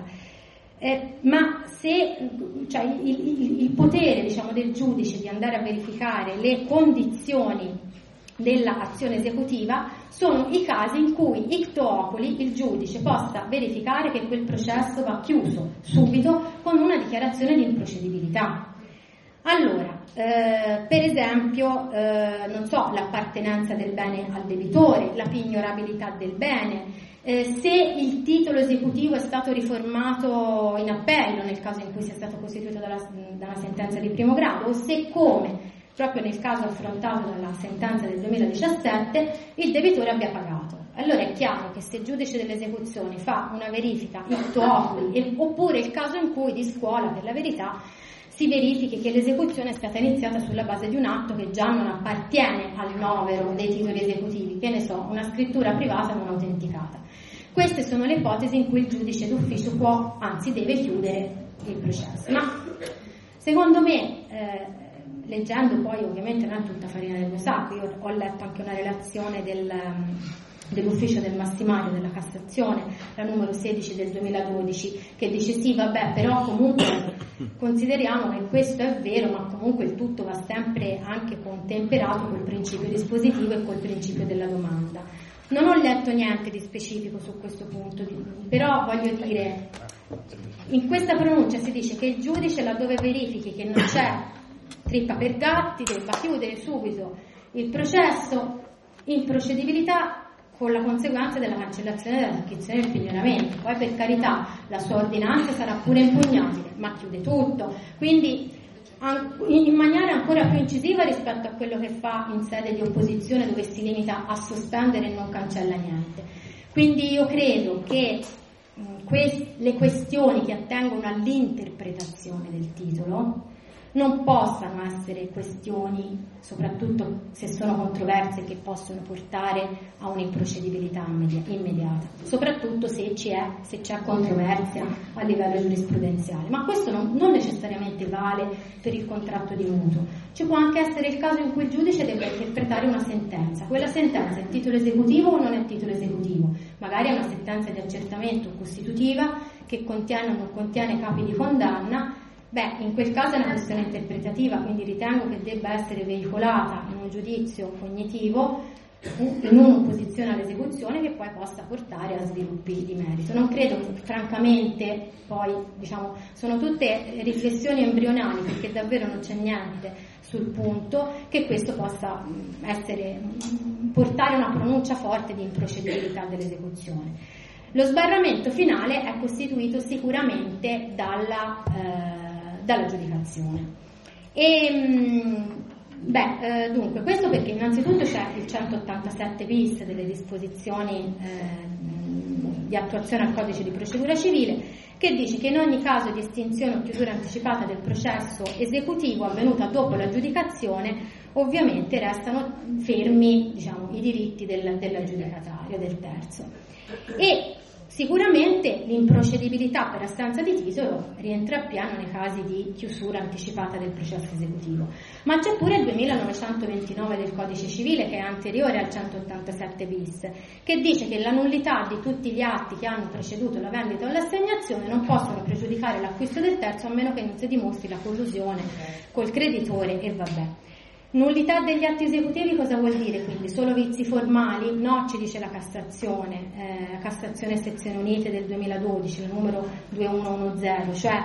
Eh, ma se cioè, il, il, il potere, diciamo, del giudice di andare a verificare le condizioni dell'azione esecutiva sono i casi in cui icto oculi il giudice possa verificare che quel processo va chiuso subito con una dichiarazione di improcedibilità. Allora, eh, per esempio, eh, non so, l'appartenenza del bene al debitore, la pignorabilità del bene, eh, se il titolo esecutivo è stato riformato in appello nel caso in cui sia stato costituito dalla, da una sentenza di primo grado, o se, come proprio nel caso affrontato dalla sentenza del duemiladiciassette, il debitore abbia pagato. Allora è chiaro che se il giudice dell'esecuzione fa una verifica icto oculi, oppure il caso in cui di scuola, per la verità, si verifichi che l'esecuzione è stata iniziata sulla base di un atto che già non appartiene al novero dei titoli esecutivi, che ne so, una scrittura privata non autenticata. Queste sono le ipotesi in cui il giudice d'ufficio può, anzi deve chiudere il processo. Ma secondo me, eh, leggendo poi, ovviamente non è tutta farina del mio sacco, io ho letto anche una relazione del, dell'ufficio del Massimario della Cassazione, la numero sedici del duemiladodici, che dice sì, vabbè, però comunque consideriamo che questo è vero, ma comunque il tutto va sempre anche contemperato col principio dispositivo e col principio della domanda. Non ho letto niente di specifico su questo punto, però voglio dire, in questa pronuncia si dice che il giudice, laddove verifichi che non c'è trippa per gatti, debba chiudere subito il processo in procedibilità, con la conseguenza della cancellazione della descrizione del pignoramento. Poi, per carità, la sua ordinanza sarà pure impugnabile, ma chiude tutto, quindi in maniera ancora più incisiva rispetto a quello che fa in sede di opposizione, dove si limita a sospendere e non cancella niente. Quindi io credo che mh, le questioni che attengono all'interpretazione del titolo non possano essere questioni, soprattutto se sono controverse, che possono portare a un'improcedibilità immediata, soprattutto se c'è, se c'è controversia a livello giurisprudenziale. Ma questo non, non necessariamente vale per il contratto di mutuo. Ci può anche essere il caso in cui il giudice debba interpretare una sentenza. Quella sentenza è titolo esecutivo o non è titolo esecutivo? Magari è una sentenza di accertamento costitutiva che contiene o non contiene capi di condanna. Beh, in quel caso è una questione interpretativa, quindi ritengo che debba essere veicolata in un giudizio cognitivo, in un'opposizione all'esecuzione che poi possa portare a sviluppi di merito. Non credo che, francamente, poi diciamo, sono tutte riflessioni embrionali, perché davvero non c'è niente sul punto che questo possa essere, portare una pronuncia forte di improcedibilità dell'esecuzione. Lo sbarramento finale è costituito sicuramente dalla eh, dalla giudicazione. E, beh, eh, dunque, questo perché innanzitutto c'è il centottantasette bis delle disposizioni eh, di attuazione al codice di procedura civile, che dice che in ogni caso di estinzione o chiusura anticipata del processo esecutivo avvenuta dopo l'aggiudicazione, ovviamente restano fermi, diciamo, i diritti del, dell'aggiudicatario, del terzo. E sicuramente l'improcedibilità per assenza di titolo rientra appieno nei casi di chiusura anticipata del processo esecutivo. Ma c'è pure il duemilanovecentoventinove del Codice Civile, che è anteriore al centottantasette bis, che dice che la nullità di tutti gli atti che hanno preceduto la vendita o l'assegnazione non possono pregiudicare l'acquisto del terzo a meno che non si dimostri la collusione col creditore e vabbè. Nullità degli atti esecutivi cosa vuol dire? Quindi solo vizi formali? No, ci dice la Cassazione, eh, Cassazione Sezioni Unite del duemiladodici, il numero duemilacentodieci, cioè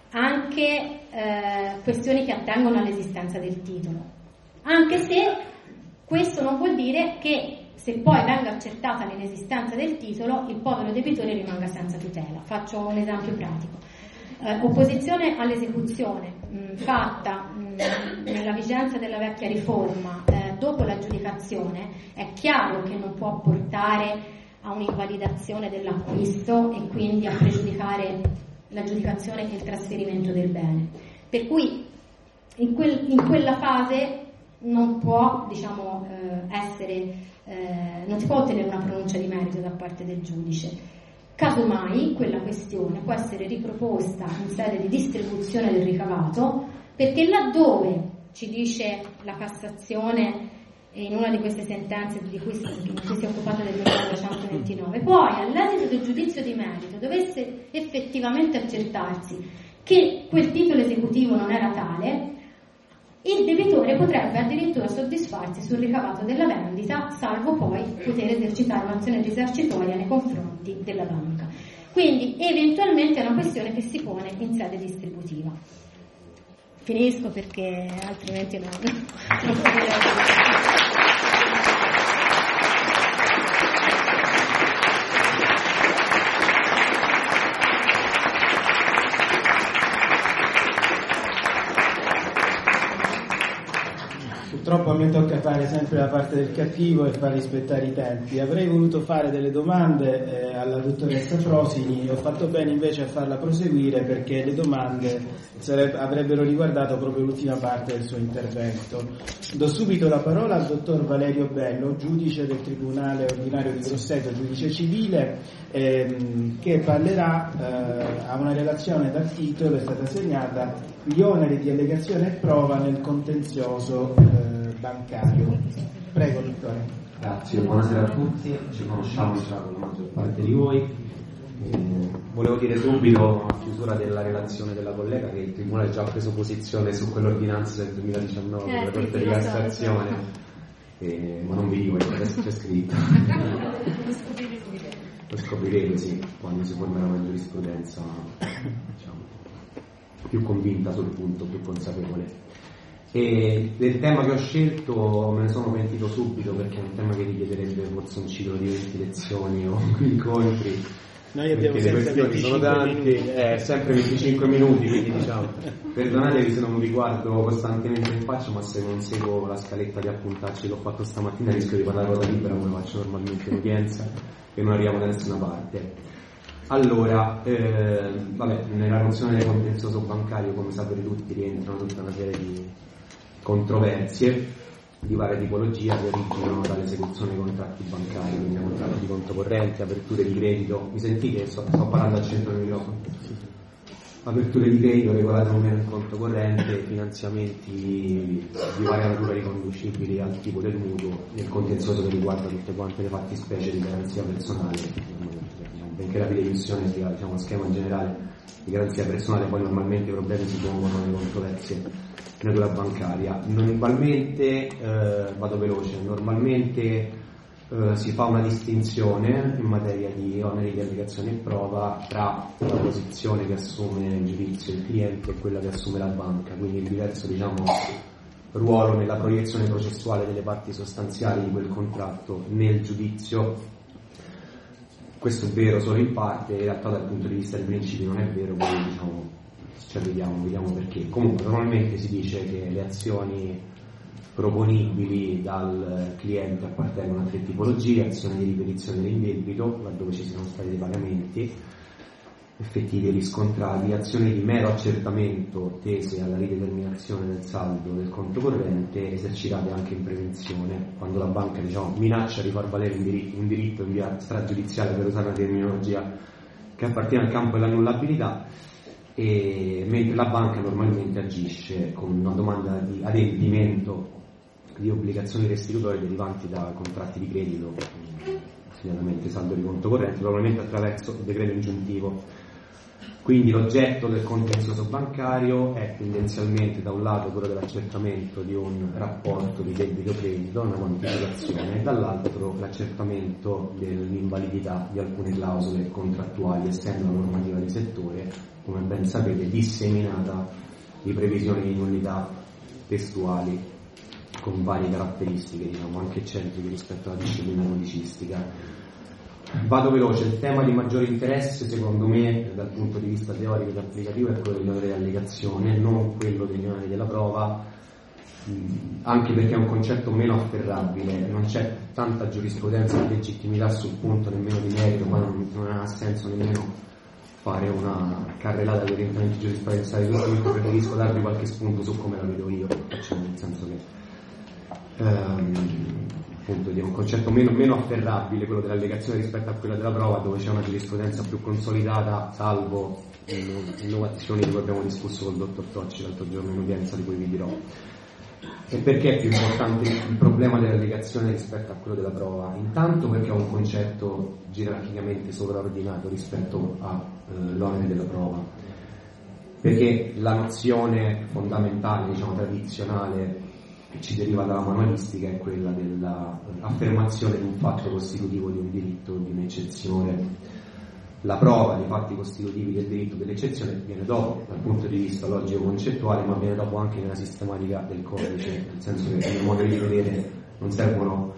anche eh, questioni che attengono all'esistenza del titolo. Anche se questo non vuol dire che se poi venga accertata l'inesistenza del titolo, il povero debitore rimanga senza tutela. Faccio un esempio pratico. Eh, opposizione all'esecuzione mh, fatta mh, nella vigenza della vecchia riforma eh, dopo l'aggiudicazione è chiaro che non può portare a un'invalidazione dell'acquisto e quindi a pregiudicare l'aggiudicazione e il trasferimento del bene, per cui in, quel, in quella fase non può, diciamo, eh, essere eh, non si può ottenere una pronuncia di merito da parte del giudice. Casomai quella questione può essere riproposta in sede di distribuzione del ricavato, perché laddove, ci dice la Cassazione in una di queste sentenze di cui si, di cui si è occupata del millenovecentoventinove, poi all'esito del giudizio di merito dovesse effettivamente accertarsi che quel titolo esecutivo non era tale, il debitore potrebbe addirittura soddisfarsi sul ricavato della vendita, salvo poi poter esercitare un'azione risarcitoria nei confronti della banca. Quindi eventualmente è una questione che si pone in sede distributiva. Finisco perché altrimenti non, non potrei. Purtroppo a me tocca fare sempre la parte del cattivo e far rispettare i tempi. Avrei voluto fare delle domande eh, alla dottoressa Frosini, ho fatto bene invece a farla proseguire perché le domande sareb- avrebbero riguardato proprio l'ultima parte del suo intervento. Do subito la parola al dottor Valerio Bello, giudice del Tribunale Ordinario di Grosseto, giudice civile, ehm, che parlerà, eh, a una relazione dal titolo, è stata assegnata gli oneri di allegazione e prova nel contenzioso eh, bancario. Prego, dottore. Grazie, buonasera a tutti, ci conosciamo già con la maggior parte di voi. Eh, volevo dire subito, a chiusura della relazione della collega, che il Tribunale ha già preso posizione su quell'ordinanza del duemiladiciannove eh, della Corte di Cassazione, eh, ma non vi dico che adesso c'è scritto. Lo scoprirete, sì, quando si formerà una giurisprudenza, diciamo, più convinta sul punto, più consapevole. E del tema che ho scelto me ne sono pentito subito, perché è un tema che richiederebbe forse un ciclo di venti lezioni o incontri. Noi abbiamo sempre sono tanti, eh, sempre venticinque minuti, quindi diciamo, perdonatevi se non mi riguardo costantemente in faccia, ma se non seguo la scaletta di appuntacci che ho fatto stamattina rischio di parlare a ruota libera come faccio normalmente in udienza e non arriviamo da nessuna parte. Allora, eh, vabbè, nella nozione del contenzioso bancario, come sapete tutti, rientrano tutta una serie di controversie di varia tipologia che originano dall'esecuzione dei contratti bancari, quindi contratti di conto corrente, aperture di credito. Mi sentite? Sto, sto parlando al centro del microfono. Aperture di credito regolate o meno in conto corrente, finanziamenti di varia natura riconducibili al tipo del mutuo, nel contenzioso che riguarda tutte quante le fattispecie di garanzia personale, benché la emissione sia, diciamo, uno schema generale di garanzia personale, poi normalmente i problemi si pongono nelle controversie di natura bancaria. Normalmente, eh, vado veloce, normalmente eh, si fa una distinzione in materia di oneri di allegazione e prova tra la posizione che assume in giudizio il cliente e quella che assume la banca, quindi il diverso, diciamo, ruolo nella proiezione processuale delle parti sostanziali di quel contratto nel giudizio. Questo è vero solo in parte, in realtà dal punto di vista dei principi non è vero, quindi diciamo ci arriviamo, vediamo perché. Comunque normalmente si dice che le azioni proponibili dal cliente appartengono a tre tipologie: azioni di ripetizione dell'indebito, laddove ci siano stati dei pagamenti effettivi e riscontrati, azioni di mero accertamento tese alla rideterminazione del saldo del conto corrente, esercitate anche in prevenzione, quando la banca, diciamo, minaccia di far valere un diritto, un diritto in via stragiudiziale, per usare una terminologia che appartiene al campo dell'annullabilità, e mentre la banca normalmente agisce con una domanda di adempimento di obbligazioni restitutorie derivanti da contratti di credito, segnatamente saldo di conto corrente, probabilmente attraverso il decreto ingiuntivo. Quindi l'oggetto del contenzioso bancario è tendenzialmente da un lato quello dell'accertamento di un rapporto di debito-credito, una quantificazione, e dall'altro l'accertamento dell'invalidità di alcune clausole contrattuali, essendo una normativa di settore, come ben sapete, disseminata di previsioni di nullità testuali con varie caratteristiche, diciamo, anche eccentriche rispetto alla disciplina codicistica. Vado veloce. Il tema di maggiore interesse, secondo me, dal punto di vista teorico ed applicativo, è quello dell'onere di allegazione, non quello degli oneri della prova, anche perché è un concetto meno afferrabile, non c'è tanta giurisprudenza di legittimità sul punto, nemmeno di merito, ma non, non ha senso nemmeno fare una carrellata di orientamenti giurisprudenziali. Questo preferisco darvi qualche spunto su come la vedo io, cioè, nel senso che ehm, appunto di un concetto meno, meno afferrabile, quello dell'allegazione, rispetto a quella della prova, dove c'è una giurisprudenza più consolidata, salvo innovazioni di cui abbiamo discusso col dottor Tocci l'altro giorno in udienza, di cui vi dirò. E perché è più importante il problema dell'allegazione rispetto a quello della prova? Intanto perché è un concetto gerarchicamente sovraordinato rispetto all'onere della prova, perché la nozione fondamentale, diciamo tradizionale, che ci deriva dalla manualistica, è quella dell'affermazione di un fatto costitutivo di un diritto di un'eccezione. La prova dei fatti costitutivi del diritto dell'eccezione viene dopo dal punto di vista logico-concettuale, ma viene dopo anche nella sistematica del codice, nel senso che, a mio modo di vedere, non servono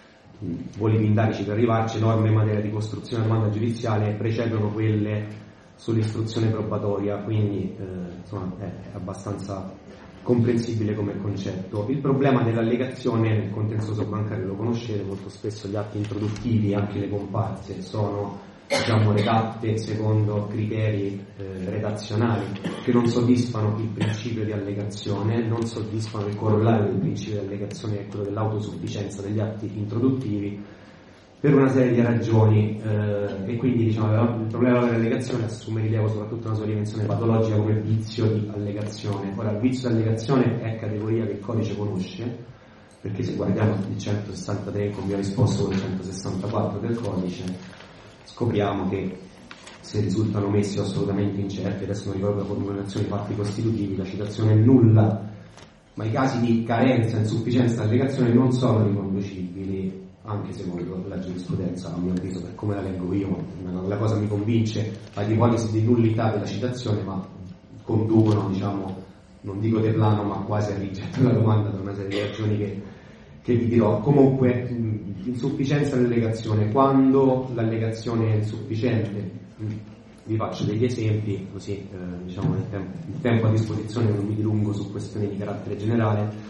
voli pindarici per arrivarci. Norme in materia di costruzione e domanda giudiziale precedono quelle sull'istruzione probatoria, quindi eh, insomma, è abbastanza comprensibile come concetto. Il problema dell'allegazione nel contenzioso bancario lo conoscete, molto spesso gli atti introduttivi, anche le comparse, sono, diciamo, redatte secondo criteri eh, redazionali che non soddisfano il principio di allegazione, non soddisfano il corollario del principio di allegazione, che è quello dell'autosufficienza degli atti introduttivi, per una serie di ragioni, eh, e quindi, diciamo, il problema dell'allegazione assume rilievo soprattutto una sua dimensione patologica come vizio di allegazione. Ora, il vizio di allegazione è categoria che il codice conosce, perché se guardiamo il centosessantatré come vi ho risposto con il centosessantaquattro del codice, scopriamo che se risultano messi o assolutamente incerti, adesso non ricordo la formulazione, fatti costitutivi, la citazione è nulla, ma i casi di carenza, insufficienza e allegazione non sono riconducibili, anche secondo la giurisprudenza, a mio avviso, per come la leggo io. La cosa mi convince ad ipotesi di nullità della citazione, ma conducono, diciamo, non dico de plano, ma quasi a rigetto della domanda per una serie di ragioni che, che vi dirò. Comunque, mh, insufficienza dell'allegazione. Quando l'allegazione è insufficiente, mh, vi faccio degli esempi, così eh, diciamo il tempo, il tempo a disposizione non mi dilungo su questioni di carattere generale.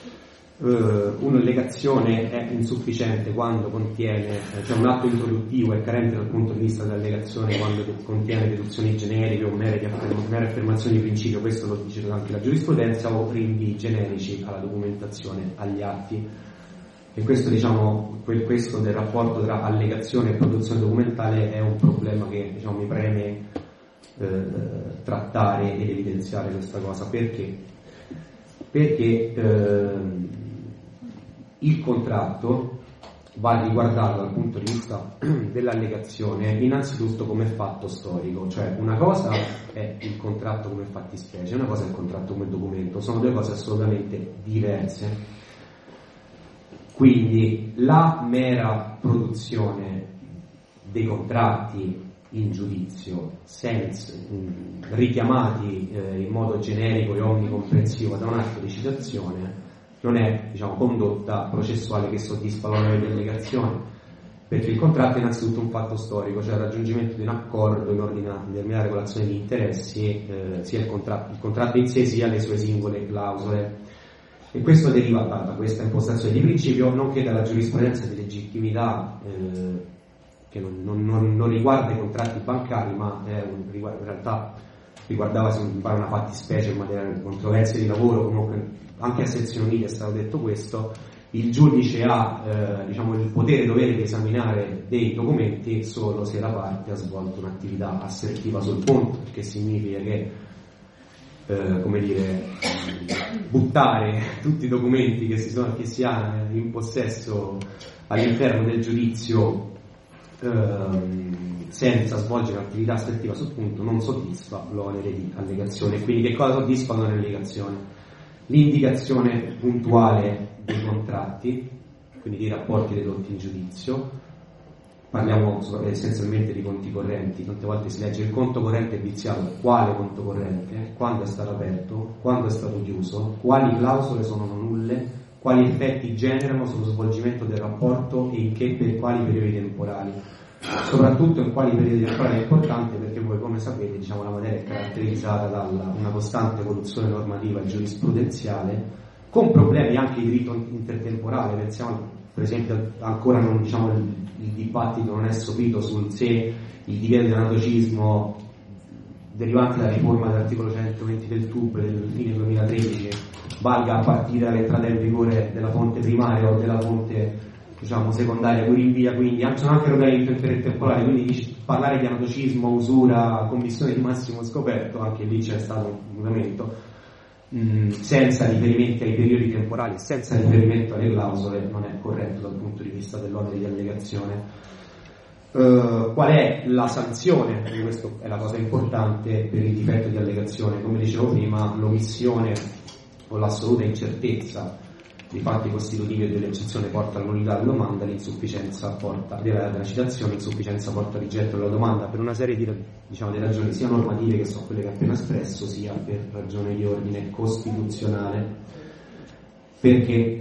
Uh, un'allegazione è insufficiente quando contiene, cioè un atto introduttivo è carente dal punto di vista dell'allegazione quando contiene deduzioni generiche o mere, afferm- mere affermazioni di principio, questo lo dice anche la giurisprudenza, o rinvii generici alla documentazione, agli atti. E questo, diciamo, questo del rapporto tra allegazione e produzione documentale è un problema che, diciamo, mi preme eh, trattare ed evidenziare questa cosa. Perché? Perché eh, il contratto va riguardato dal punto di vista dell'allegazione innanzitutto come fatto storico, cioè una cosa è il contratto come fattispecie, una cosa è il contratto come documento, sono due cose assolutamente diverse. Quindi la mera produzione dei contratti in giudizio, senza, mh, richiamati eh, in modo generico e omnicomprensivo da un atto di citazione, non è, diciamo, condotta processuale che soddisfa l'onere di allegazione, perché il contratto è innanzitutto un fatto storico, cioè il raggiungimento di un accordo in ordine a determinata regolazione di interessi, eh, sia il contratto, il contratto in sé sia le sue singole clausole. E questo deriva da, da questa impostazione di principio, nonché dalla giurisprudenza di legittimità eh, che non, non, non, non riguarda i contratti bancari, ma è un, riguarda, in realtà riguardava se mi pare una fattispecie in materia di controversie di lavoro. Comunque anche a sezioni unite è stato detto questo. Il giudice ha eh, diciamo, il potere e dovere di esaminare dei documenti solo se la parte ha svolto un'attività assertiva sul punto, che significa che eh, come dire, buttare tutti i documenti che si, sono, che si ha in possesso all'interno del giudizio eh, senza svolgere un'attività assertiva sul punto non soddisfa l'onere di allegazione. Quindi che cosa soddisfa l'onere di allegazione? L'indicazione puntuale dei contratti, quindi dei rapporti dedotti in giudizio. Parliamo essenzialmente di conti correnti. Tante volte si legge il conto corrente è viziato. Quale conto corrente? Quando è stato aperto? Quando è stato chiuso? Quali clausole sono nulle? Quali effetti generano sullo svolgimento del rapporto e in che per quali periodi temporali? Soprattutto in quali periodi temporali è importante, perché voi come sapete, diciamo, la materia è caratterizzata da una costante evoluzione normativa e giurisprudenziale, con problemi anche di diritto intertemporale. Pensiamo per esempio, ancora non, diciamo, il, il dibattito non è sopito sul se il divieto di anatocismo derivante dalla riforma dell'articolo centoventi del T U B del fine duemilatredici valga a partire dall'entrata in vigore della fonte primaria o della fonte, diciamo, secondaria, cui rinvia. Quindi sono anche problemi intertemporali, quindi parlare di anatocismo, usura, commissione di massimo scoperto, anche lì c'è stato un mutamento. Mh, senza riferimenti ai periodi temporali, senza riferimento alle clausole, non è corretto dal punto di vista dell'onere di allegazione. Uh, qual è la sanzione? Perché questa è la cosa importante per il difetto di allegazione. Come dicevo prima, l'omissione o l'assoluta incertezza dei fatti costitutivi e dell'eccezione porta alla nullità della domanda, l'insufficienza porta della, della citazione, l'insufficienza porta al rigetto della domanda per una serie di, diciamo, di ragioni sia normative, che sono quelle che ho appena espresso, sia per ragioni di ordine costituzionale, perché,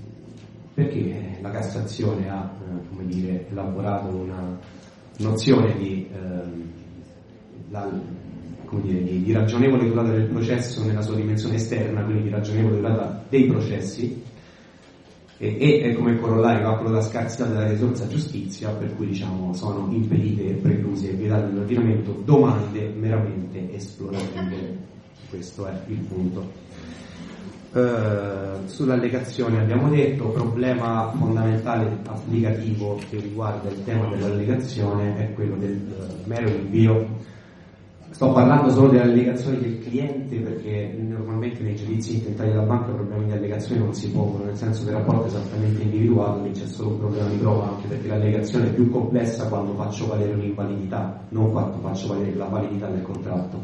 perché la Cassazione ha come dire, elaborato una nozione di, eh, la, come dire, di, di ragionevole durata del processo nella sua dimensione esterna, quindi di ragionevole durata dei processi, e, e come corollario ha quello della scarsità della risorsa giustizia, per cui, diciamo, sono impedite e precluse e vietate dall'ordinamento domande meramente esplorative. Questo è il punto. Uh, sull'allegazione abbiamo detto, problema fondamentale applicativo che riguarda il tema dell'allegazione è quello del uh, mero invio. Sto parlando solo delle allegazioni del cliente, perché normalmente nei giudizi intentati dalla banca problemi di allegazione non si pongono, nel senso che il rapporto è esattamente individuato, lì c'è solo un problema di prova, anche perché l'allegazione è più complessa quando faccio valere l'invalidità, non quando faccio valere la validità del contratto.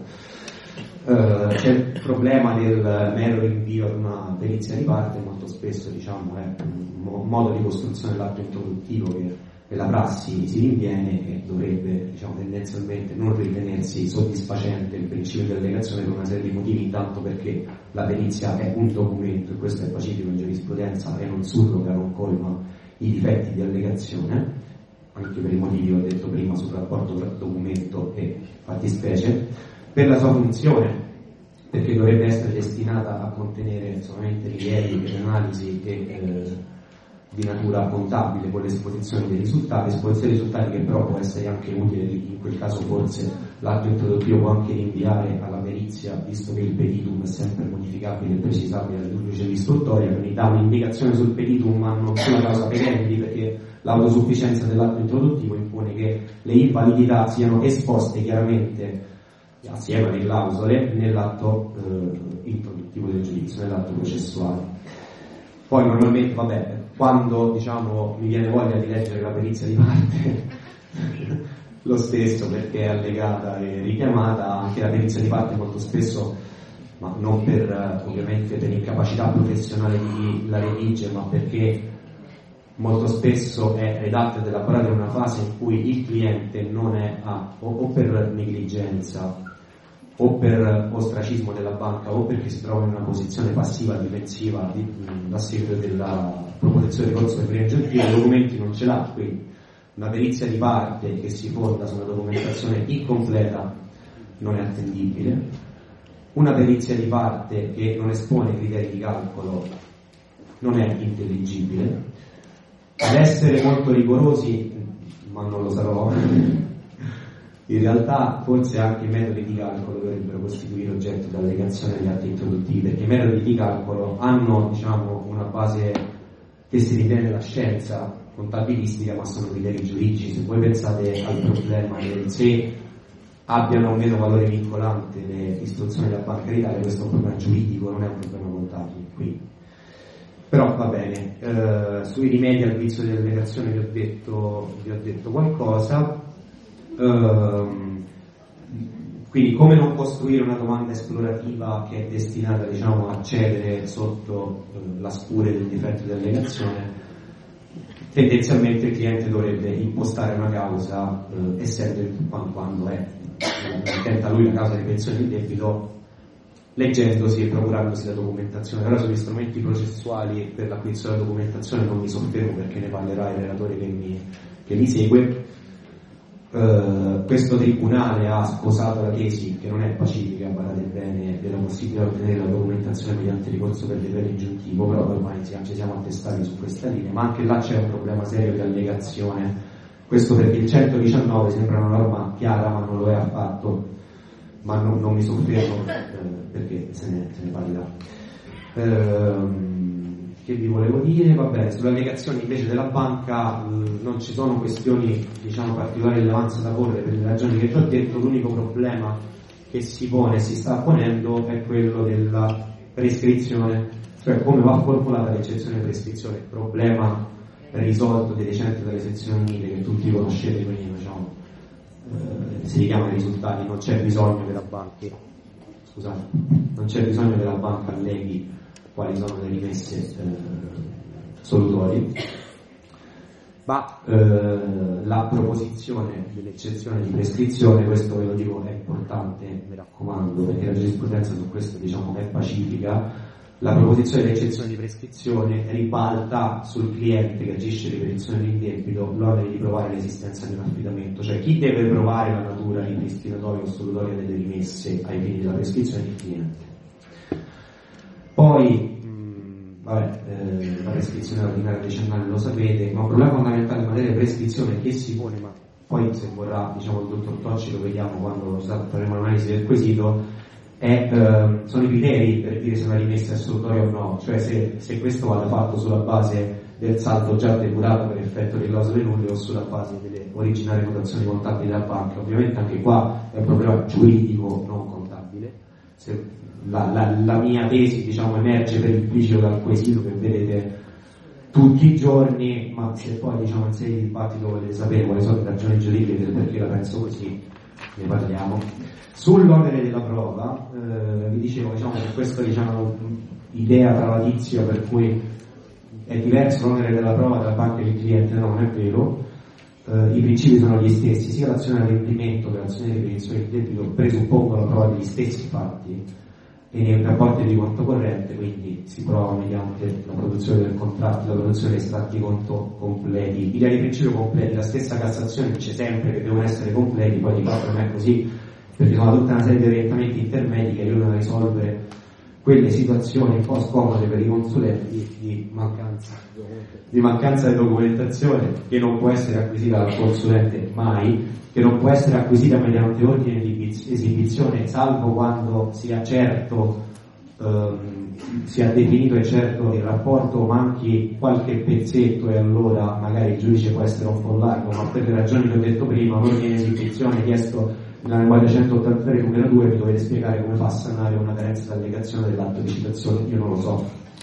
Uh, c'è il problema del mero rinvio ad una perizia di parte, molto spesso, diciamo, è un modo di costruzione dell'atto introduttivo che nella prassi si rinviene e dovrebbe, diciamo, tendenzialmente non ritenersi soddisfacente il principio di allegazione per una serie di motivi. Intanto perché la perizia è un documento, e questo è pacifico in giurisprudenza, e non surroga, non colma i difetti di allegazione, anche per i motivi che ho detto prima sul rapporto tra documento e fattispecie. Per la sua funzione, perché dovrebbe essere destinata a contenere solamente rilievi per analisi e eh, di natura contabile con l'esposizione dei risultati, esposizione dei risultati che però può essere anche utile, in quel caso forse l'atto introduttivo può anche rinviare alla perizia, visto che il petitum è sempre modificabile e precisabile dal giudice d'istruttoria, quindi dà un'indicazione sul petitum ma non sulla causa perendi, perché l'autosufficienza dell'atto introduttivo impone che le invalidità siano esposte chiaramente assieme alle clausole nell'atto eh, introduttivo del giudizio, nell'atto processuale. Poi normalmente, vabbè, quando, diciamo, mi viene voglia di leggere la perizia di parte lo stesso, perché è allegata e richiamata, anche la perizia di parte molto spesso, ma non per ovviamente per incapacità professionale di chi la redige, ma perché molto spesso è redatta ed elaborata in una fase in cui il cliente non è a, o, o per negligenza o per ostracismo della banca o perché si trova in una posizione passiva difensiva di, a seguito della proposizione di ricorso per prima ingiuntiva, i documenti non ce l'ha, quindi una perizia di parte che si fonda su una documentazione incompleta non è attendibile. Una perizia di parte che non espone criteri di calcolo non è intelligibile. Ad essere molto rigorosi, ma non lo sarò, in realtà forse anche i metodi di calcolo dovrebbero costituire oggetto d'allegazione agli atti introduttivi, perché i metodi di calcolo hanno, diciamo, una base che si ritiene la scienza contabilistica, ma sono criteri giuridici. Se voi pensate al problema che se abbiano o meno valore vincolante le istruzioni della Banca d'Italia, questo è un problema giuridico, non è un problema contabile. Quindi. Però va bene, eh, sui rimedi al vizio di allegazione vi ho detto, vi ho detto qualcosa. Uh, quindi come non costruire una domanda esplorativa che è destinata, diciamo, a cedere sotto uh, la scure del difetto di allegazione. Tendenzialmente il cliente dovrebbe impostare una causa uh, essendo quando, quando è intenta lui la causa di pensione di debito, leggendosi e procurandosi la documentazione. Però sugli strumenti processuali per l'acquisto della documentazione non mi soffermo, perché ne parlerà il relatore che mi, che mi segue. Uh, questo tribunale ha sposato la tesi, che non è pacifica, badate bene, della possibilità di ottenere la documentazione mediante ricorso per decreto ingiuntivo, però ormai ci siamo attestati su questa linea. Ma anche là c'è un problema serio di allegazione, questo perché il centodiciannove sembra una norma chiara ma non lo è affatto, ma non, non mi soffermo eh, perché se ne, se ne parlerà. Uh, che vi volevo dire? Vabbè, sulle allegazioni invece della banca mh, non ci sono questioni, diciamo, particolari rilevanza da porre per le ragioni che vi ho detto. L'unico problema che si pone e si sta ponendo è quello della prescrizione, cioè come va formulata l'eccezione di prescrizione, problema risolto dei recenti dalle sezioni unite che tutti conoscete, quindi diciamo, eh, si richiamano i risultati. Non c'è bisogno che la banca scusate, non c'è bisogno che la banca alleghi quali sono le rimesse eh, solutorie, ma eh, la proposizione dell'eccezione di prescrizione, questo ve lo dico, è importante, mi raccomando, perché la giurisprudenza su questo, diciamo, è pacifica. La proposizione dell'eccezione di prescrizione ribalta sul cliente che agisce ripetizione di indebito l'onere di provare l'esistenza di un affidamento, cioè chi deve provare la natura ripristinatoria o solutoria delle rimesse ai fini della prescrizione? Il cliente. Poi, mh, vabbè, eh, la prescrizione ordinaria decennale lo sapete, ma un problema fondamentale in materia di prescrizione che si pone, ma poi se vorrà, diciamo, il dottor Tocci lo vediamo quando faremo l'analisi del quesito, è, eh, sono i criteri per dire se una rimessa è solutoria o no, cioè se, se questo vada fatto sulla base del saldo già depurato per effetto di clausole nulle o sulla base delle originali notazioni contabili della banca. Ovviamente anche qua è un problema giuridico, non contabile. Se, La, la, la mia tesi, diciamo, emerge per implicito dal quesito che vedete tutti i giorni, ma se poi, diciamo, in sede di dibattito volete sapere quali sono le ragioni giuridiche del perché la penso così, ne parliamo. Sull'onere della prova, eh, vi dicevo, diciamo, che questa, diciamo, idea travatizia per cui è diverso l'onere della prova dalla banca del cliente, no, non è vero. Uh, i principi sono gli stessi, sia l'azione di adempimento che l'azione di ripetizione del debito presuppongono la prova degli stessi fatti e nei rapporti di conto corrente, quindi si prova mediante la produzione del contratto, la produzione dei estratti di conto completi. Direi di principio completi, la stessa Cassazione dice sempre che devono essere completi, poi di fatto non è così, perché sono tutta una serie di orientamenti intermedi che aiutano a risolvere quelle situazioni un po' scomode per i consulenti di mancanza, di mancanza di documentazione che non può essere acquisita dal consulente mai, che non può essere acquisita mediante ordine di esibizione, salvo quando sia certo, ehm, sia definito e certo il rapporto, manchi qualche pezzetto e allora magari il giudice può essere un po' largo, ma per le ragioni che ho detto prima, l'ordine di esibizione chiesto nella memoria centoottantatré numero due mi dovete spiegare come fa a sanare una carenza d'allegazione dell'atto di citazione, io non lo so,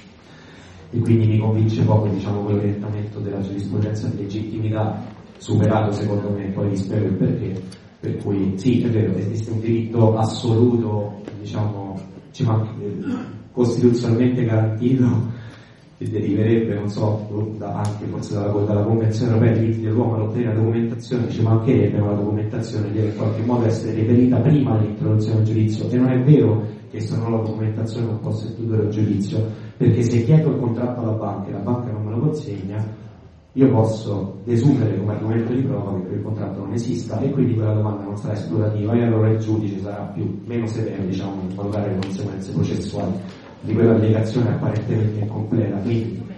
e quindi mi convince poco, diciamo, quell'orientamento della giurisprudenza di legittimità, superato secondo me, poi vi spiego il perché, per cui sì, è vero, esiste un diritto assoluto, diciamo, ci manca, costituzionalmente garantito, che deriverebbe, non so, da, anche forse dalla, dalla Convenzione Europea dei diritti dell'uomo, all'ottenere la documentazione, ci mancherebbe, ma la documentazione deve in qualche modo essere reperita prima dell'introduzione del giudizio, e non è vero che se non ho la documentazione non posso introdurre il giudizio, perché se chiedo il contratto alla banca e la banca non me lo consegna, io posso desumere come argomento di prova che quel contratto non esista e quindi quella domanda non sarà esplorativa e allora il giudice sarà più, meno severo, diciamo, nel valutare le conseguenze processuali di quella allegazione apparentemente incompleta. Quindi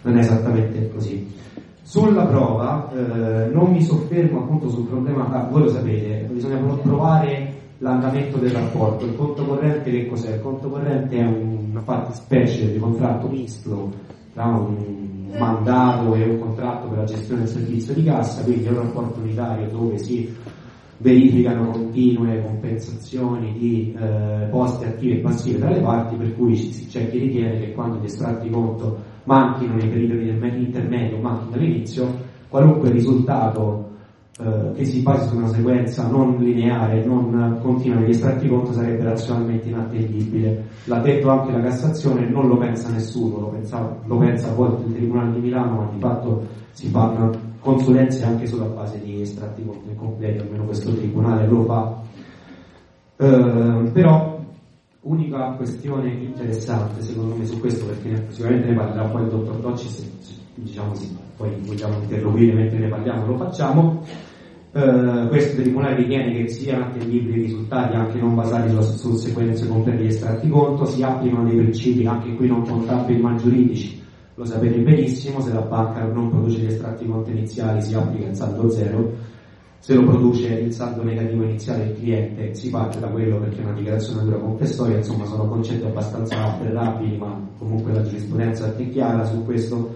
non è esattamente così. Sulla prova eh, non mi soffermo appunto sul problema, ah, voi lo sapete, bisogna provare l'andamento del rapporto. Il conto corrente che cos'è? Il conto corrente è una fattispecie di contratto misto tra un mandato e un contratto per la gestione del servizio di cassa, quindi è un rapporto unitario dove si verificano continue compensazioni di eh, poste attive e passive tra le parti, per cui c'è chi ritiene che quando gli estratti conto manchino nei periodi del intermedio, manchino all'inizio, qualunque risultato eh, che si basi su una sequenza non lineare, non continua negli estratti conto, sarebbe razionalmente inattendibile. L'ha detto anche la Cassazione, non lo pensa nessuno, lo pensa, lo pensa a volte il Tribunale di Milano, ma di fatto si fanno consulenze anche sulla base di estratti conto incompleti, almeno questo Tribunale lo fa. Eh, però unica questione interessante secondo me su questo, perché sicuramente ne parlerà poi il dottor Docci, se, se diciamo sì, poi vogliamo interloquire mentre ne parliamo, lo facciamo. Uh, questo tribunale ritiene che siano attendibili risultati anche non basati su, su sequenze complete di estratti conto, si applicano dei principi anche qui non contabili ma giuridici, lo sapete benissimo, se la banca non produce gli estratti conto iniziali si applica il saldo zero, se lo produce il saldo negativo iniziale del cliente si parte da quello perché è una dichiarazione di natura confessoria. Insomma, sono concetti abbastanza afferrabili, ma comunque la giurisprudenza è chiara su questo.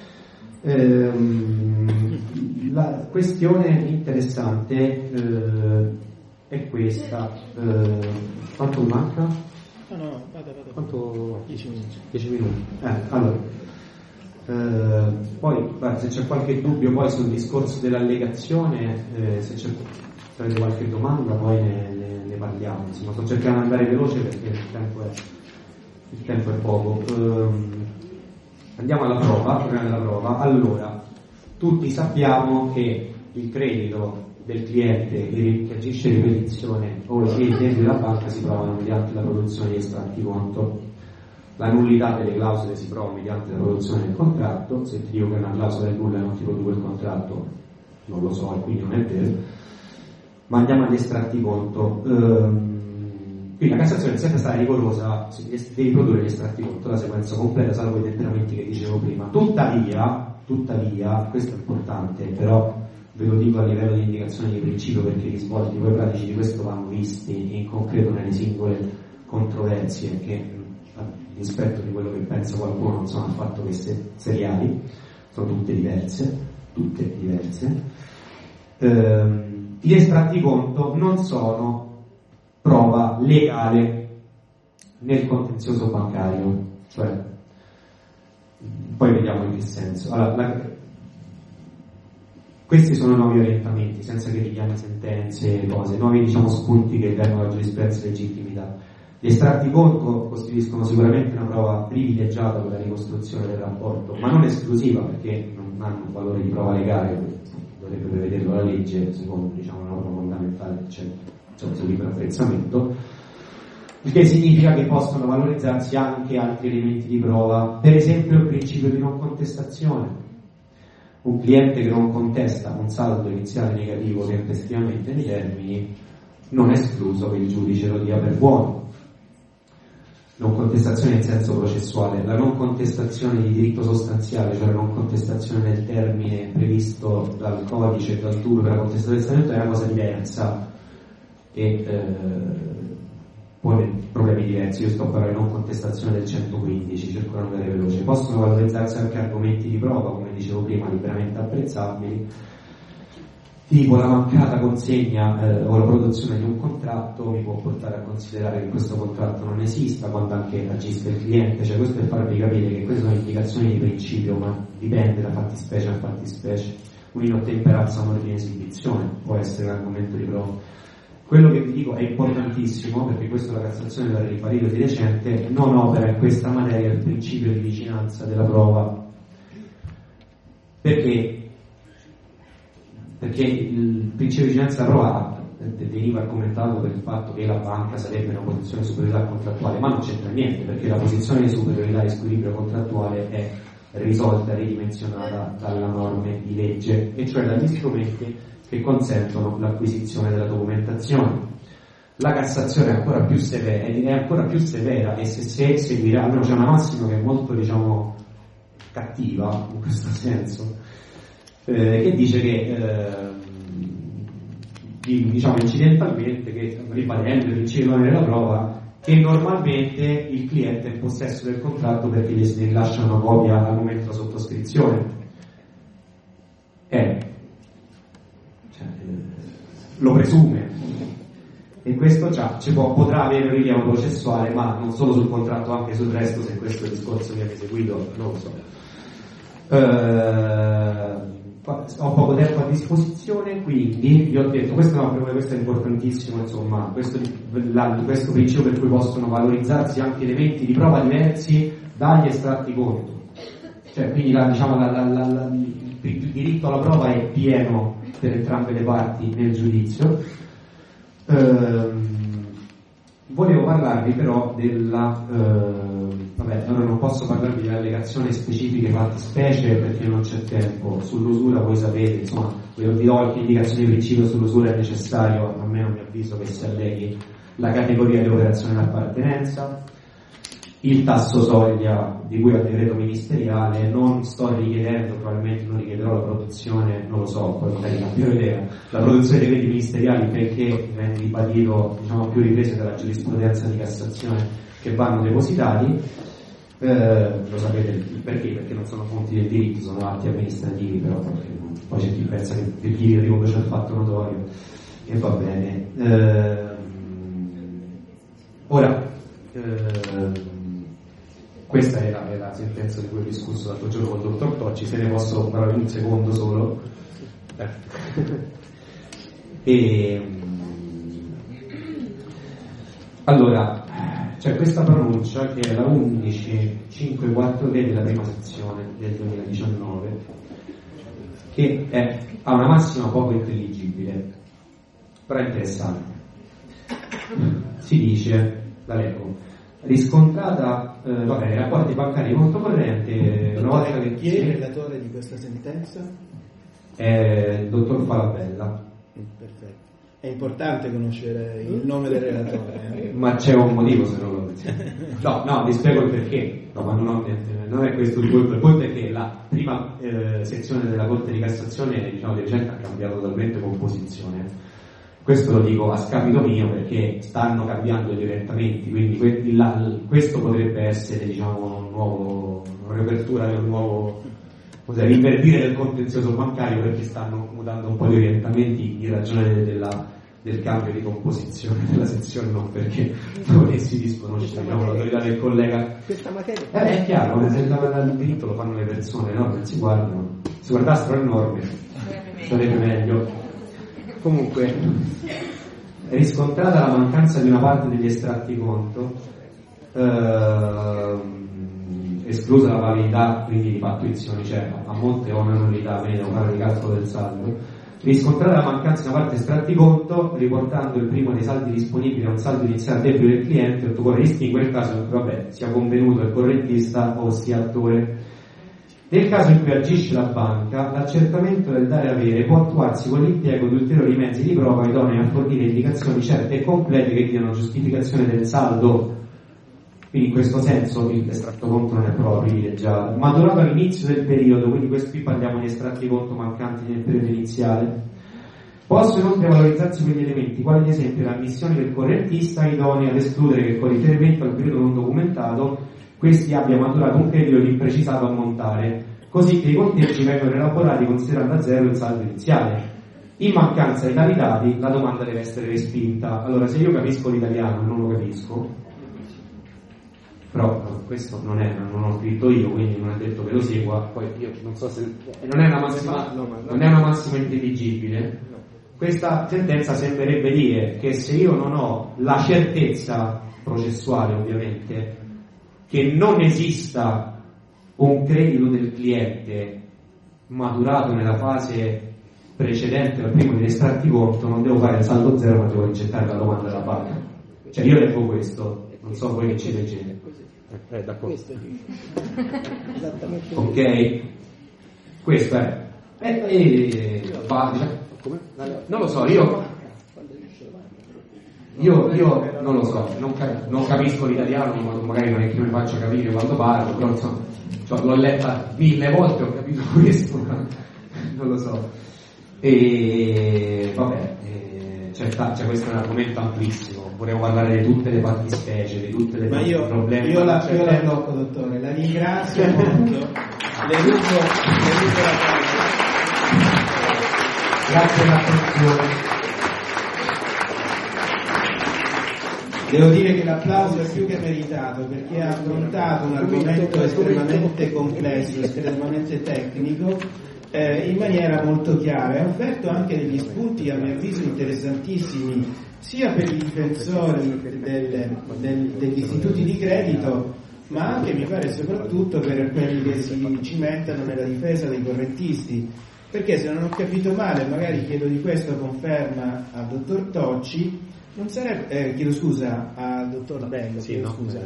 Ehm, la questione interessante eh, è questa. Eh, quanto manca? No, no, vada, vada. Quanto? dieci minuti. dieci minuti. Eh, allora. Eh, poi guarda, se c'è qualche dubbio poi sul discorso dell'allegazione, eh, se c'è, se avete qualche domanda poi ne, ne, ne parliamo. Insomma, sto cercando di andare veloce perché il tempo è, il tempo è poco. Eh, andiamo alla prova, alla prova. Allora, tutti sappiamo che il credito del cliente che agisce in ripetizione o i crediti della banca si provano mediante la produzione di estratti conto. La nullità delle clausole si prova mediante la produzione del contratto. Se ti dico che una clausola è nulla e non ti produco il contratto, non lo so e quindi non è vero. Ma andiamo agli estratti conto. Ehm, qui la Cassazione è sempre stata rigorosa, devi produrre gli estratti conto, la sequenza completa, salvo i temperamenti che dicevo prima. Tuttavia, tuttavia, questo è importante, però ve lo dico a livello di indicazione di principio perché i risvolti poi pratici di questo vanno visti in concreto nelle singole controversie che rispetto di quello che pensa qualcuno non sono affatto queste seriali, sono tutte diverse, tutte diverse. Ehm, gli estratti conto non sono prova legale nel contenzioso bancario, cioè poi vediamo in che senso. Allora, la, questi sono nuovi orientamenti, senza che richiami sentenze, cose, nuovi diciamo spunti che danno la giurisprudenza e legittimità. Gli estratti conto costituiscono sicuramente una prova privilegiata per la ricostruzione del rapporto, ma non esclusiva perché non hanno un valore di prova legale, dovrebbe prevederlo la legge, secondo diciamo, una norma fondamentale, c'è il suo libero apprezzamento, il che significa che possono valorizzarsi anche altri elementi di prova, per esempio il principio di non contestazione. Un cliente che non contesta un saldo iniziale negativo tempestivamente nei termini, non è escluso che il giudice lo dia per buono. Non contestazione in senso processuale, la non contestazione di diritto sostanziale, cioè la non contestazione del termine previsto dal codice, dal turno per la contestazione del testamento è una cosa diversa e eh, pone problemi diversi. Io sto parlando di non contestazione del centoquindici, cerco di andare veloce. Possono valorizzarsi anche argomenti di prova, come dicevo prima, liberamente apprezzabili, tipo la mancata consegna eh, o la produzione di un contratto mi può portare a considerare che questo contratto non esista quando anche agisca il cliente, cioè questo per farvi capire che queste sono indicazioni di principio, ma dipende da fattispecie a fattispecie. Un'inottemperanza a un ordine di esibizione può essere un argomento di prova. Quello che vi dico è importantissimo, perché questo la Cassazione l'ha ribadito di recente, non opera in questa materia il principio di vicinanza della prova. Perché? Perché il principio di vicinanza della prova veniva argomentato per il fatto che la banca sarebbe in una posizione di superiorità contrattuale, ma non c'entra niente, perché la posizione di superiorità e squilibrio contrattuale è risolta, ridimensionata dalle norme di legge, e cioè dagli strumenti che consentono l'acquisizione della documentazione. La Cassazione è ancora più severa, è ancora più severa e se, se seguirà, almeno c'è una massima che è molto, diciamo, cattiva in questo senso, eh, che dice che eh, diciamo incidentalmente, che ribadendo il principio della prova, che normalmente il cliente è in possesso del contratto perché gli si rilascia una copia al momento della sottoscrizione. Eh, cioè, lo presume, e questo già ci può, potrà avere un rilievo processuale, ma non solo sul contratto, anche sul resto, se questo discorso viene seguito, non lo so. Eh, ho poco tempo a disposizione, quindi vi ho detto, questo, no, per me questo è importantissimo, insomma, questo, la, questo principio per cui possono valorizzarsi anche elementi di prova diversi dagli estratti conto, cioè quindi la, diciamo, la, la, la, la, il diritto alla prova è pieno per entrambe le parti nel giudizio. Ehm, volevo parlarvi però della eh, vabbè, ora non posso parlarvi delle allegazioni specifiche fatte specie perché non c'è tempo. Sull'usura voi sapete, insomma, vi do qualche indicazione di principio sull'usura, è necessario, a me non mi avviso che si alleghi la categoria di operazione d'appartenenza, il tasso soglia di cui al decreto ministeriale. Non sto richiedendo, probabilmente non richiederò la produzione, non lo so, poi magari cambio idea, la produzione dei decreti ministeriali, perché viene ribadito, diciamo, più riprese dalla giurisprudenza di Cassazione che vanno depositati. Eh, lo sapete il perché? Perché non sono fonti del diritto, sono atti amministrativi, però poi c'è chi pensa che per chi riconosce il fatto notorio, e va bene. Eh, ora eh, questa era, era la sentenza di cui ho discusso l'altro giorno con il dottor Tocci, se ne posso parlare un secondo solo. Eh. E, allora, c'è questa pronuncia che è la undici cinquecentoquarantatré della prima sezione del duemiladiciannove, che è, ha una massima poco intelligibile, però è interessante. Si dice, la leggo: riscontrata, eh, vabbè, i rapporti bancari di conto corrente, una volta che... Chi è il relatore di questa sentenza? È il dottor Falabella. Perfetto. È importante conoscere il nome del relatore. Eh? Ma c'è un motivo se non lo No, no, vi spiego il perché. No, ma non, ho, non è questo il punto. Il punto è che la prima eh, sezione della Corte di Cassazione, diciamo, di recente ha cambiato totalmente composizione. Questo lo dico a scapito mio perché stanno cambiando gli orientamenti, quindi que- la, questo potrebbe essere, diciamo, un nuovo, una riapertura del nuovo, cos'è, l'invertire del contenzioso bancario, perché stanno mutando un po' gli orientamenti in ragione della, del cambio di composizione della sezione, non perché volessi disconoscere, diciamo, l'autorità del collega. Questa materia eh, è chiaro, se il diritto lo fanno le persone, no? Non si guardano, si guardassero le norme sarebbe meglio. Comunque, riscontrata la mancanza di una parte degli estratti conto, ehm, esclusa la validità quindi di pattuizioni, cioè a monte o una nullità, quindi devo fare il calcolo del saldo, riscontrata la mancanza di una parte estratti conto, riportando il primo dei saldi disponibili a un saldo iniziale debito del cliente, occorre distinguere il caso, vabbè, sia convenuto il correntista o sia attore. Nel caso in cui agisce la banca, l'accertamento del dare avere può attuarsi con l'impiego di ulteriori mezzi di prova idonei a fornire indicazioni certe e complete che diano giustificazione del saldo. Quindi in questo senso l'estratto conto non è proprio privilegiato. Maturato all'inizio del periodo, quindi qui parliamo di estratti conto mancanti nel periodo iniziale, possono inoltre valorizzarsi quegli elementi, quali ad esempio l'ammissione del correntista idonei ad escludere che con riferimento al periodo non documentato questi abbia maturato un credito di imprecisato ammontare, così che i conteggi vengono elaborati considerando a zero il saldo iniziale. In mancanza di tali dati, la domanda deve essere respinta. Allora, se io capisco l'italiano, non lo capisco, però no, questo non è, non ho scritto io, quindi non è detto che lo segua, poi io non so se non è una massima, non è una massima intelligibile. Questa sentenza sembrerebbe dire che se io non ho la certezza processuale, ovviamente, che non esista un credito del cliente maturato nella fase precedente al primo degli estratti conto, non devo fare il saldo zero, ma devo rigettare la domanda della banca. Cioè io leggo questo, non so voi che ci leggete. Eh, d'accordo. Ok, questo è. E, e, va, diciamo, non lo so, io Io, io non lo so, non, cap- non capisco l'italiano, ma magari non è che mi faccio capire quando parlo, però insomma, cioè, l'ho letta mille volte, ho capito questo, ma non lo so. E vabbè, eh, cioè, cioè, questo è un argomento amplissimo, vorremmo parlare di tutte le fattispecie, di tutte le ma io, problemi. Io la, io la blocco, dottore, la ringrazio molto, le rubo, le rubo la parola. Grazie per l'attenzione. Devo dire che l'applauso è più che meritato perché ha affrontato un argomento estremamente complesso, estremamente tecnico, eh, in maniera molto chiara e ha offerto anche degli spunti a mio avviso interessantissimi sia per i difensori del, del, degli istituti di credito ma anche mi pare soprattutto per quelli che si cimentano nella difesa dei correntisti, perché se non ho capito male, magari chiedo di questo conferma al dottor Tocci, non sarebbe, eh, chiedo scusa al dottor Bello, sì, chiedo no, scusa,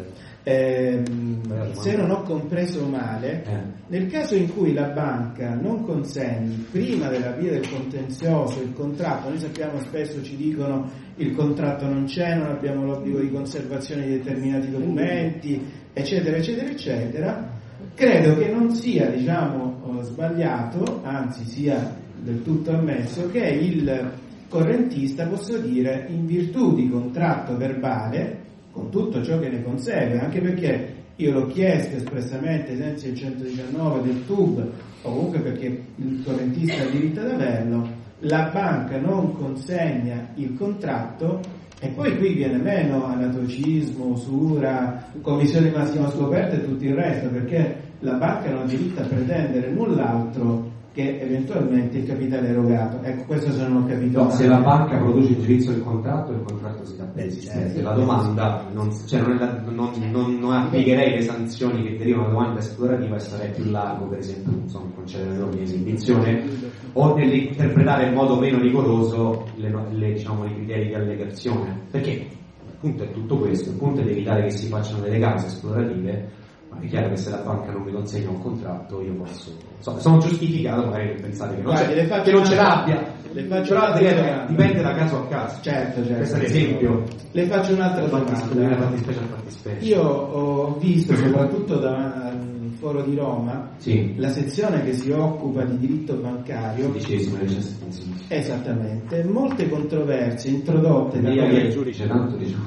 eh, eh, se non ho compreso male, eh. nel caso in cui la banca non consegni prima della via del contenzioso il contratto, noi sappiamo spesso ci dicono il contratto non c'è, non abbiamo l'obbligo di conservazione di determinati documenti, eccetera, eccetera, eccetera, credo che non sia, diciamo, sbagliato, anzi sia del tutto ammesso, che il correntista posso dire in virtù di contratto verbale con tutto ciò che ne consegue, anche perché io l'ho chiesto espressamente ai sensi del centodiciannove del T U B o comunque perché il correntista ha diritto ad averlo, la banca non consegna il contratto e poi qui viene meno anatocismo, usura, commissione massima scoperta e tutto il resto, perché la banca non ha diritto a pretendere null'altro che eventualmente il capitale erogato. Ecco, questo se non ho capito. No, se la banca produce il giudizio del contratto, il contratto si dà per esistente. La domanda, non, cioè non, è la, non, non, non applicherei le sanzioni che derivano da domanda esplorativa e sarei più largo, per esempio, insomma, concedere l'ordine di esibizione o nell'interpretare in modo meno rigoroso le, le, diciamo, i criteri di allegazione. Perché il punto è tutto questo, il punto è di evitare che si facciano delle cause esplorative. Ma è chiaro che se la banca non mi consegna un contratto io posso, insomma, sono giustificato magari per pensare che non, Guardi, c'è, le faccio che non ce una- l'abbia, le faccio però un'altra dipende, domanda. dipende da caso a caso. Certo, certo. Questo è l'esempio. Le faccio un'altra Una domanda. fattispecie a fattispecie. Io ho visto, soprattutto da- al foro di Roma, Sì, la sezione che si occupa di diritto bancario, sedicesimo e diciassettesimo. esattamente, molte controversie introdotte da Via via il giudice, tanto diciamo.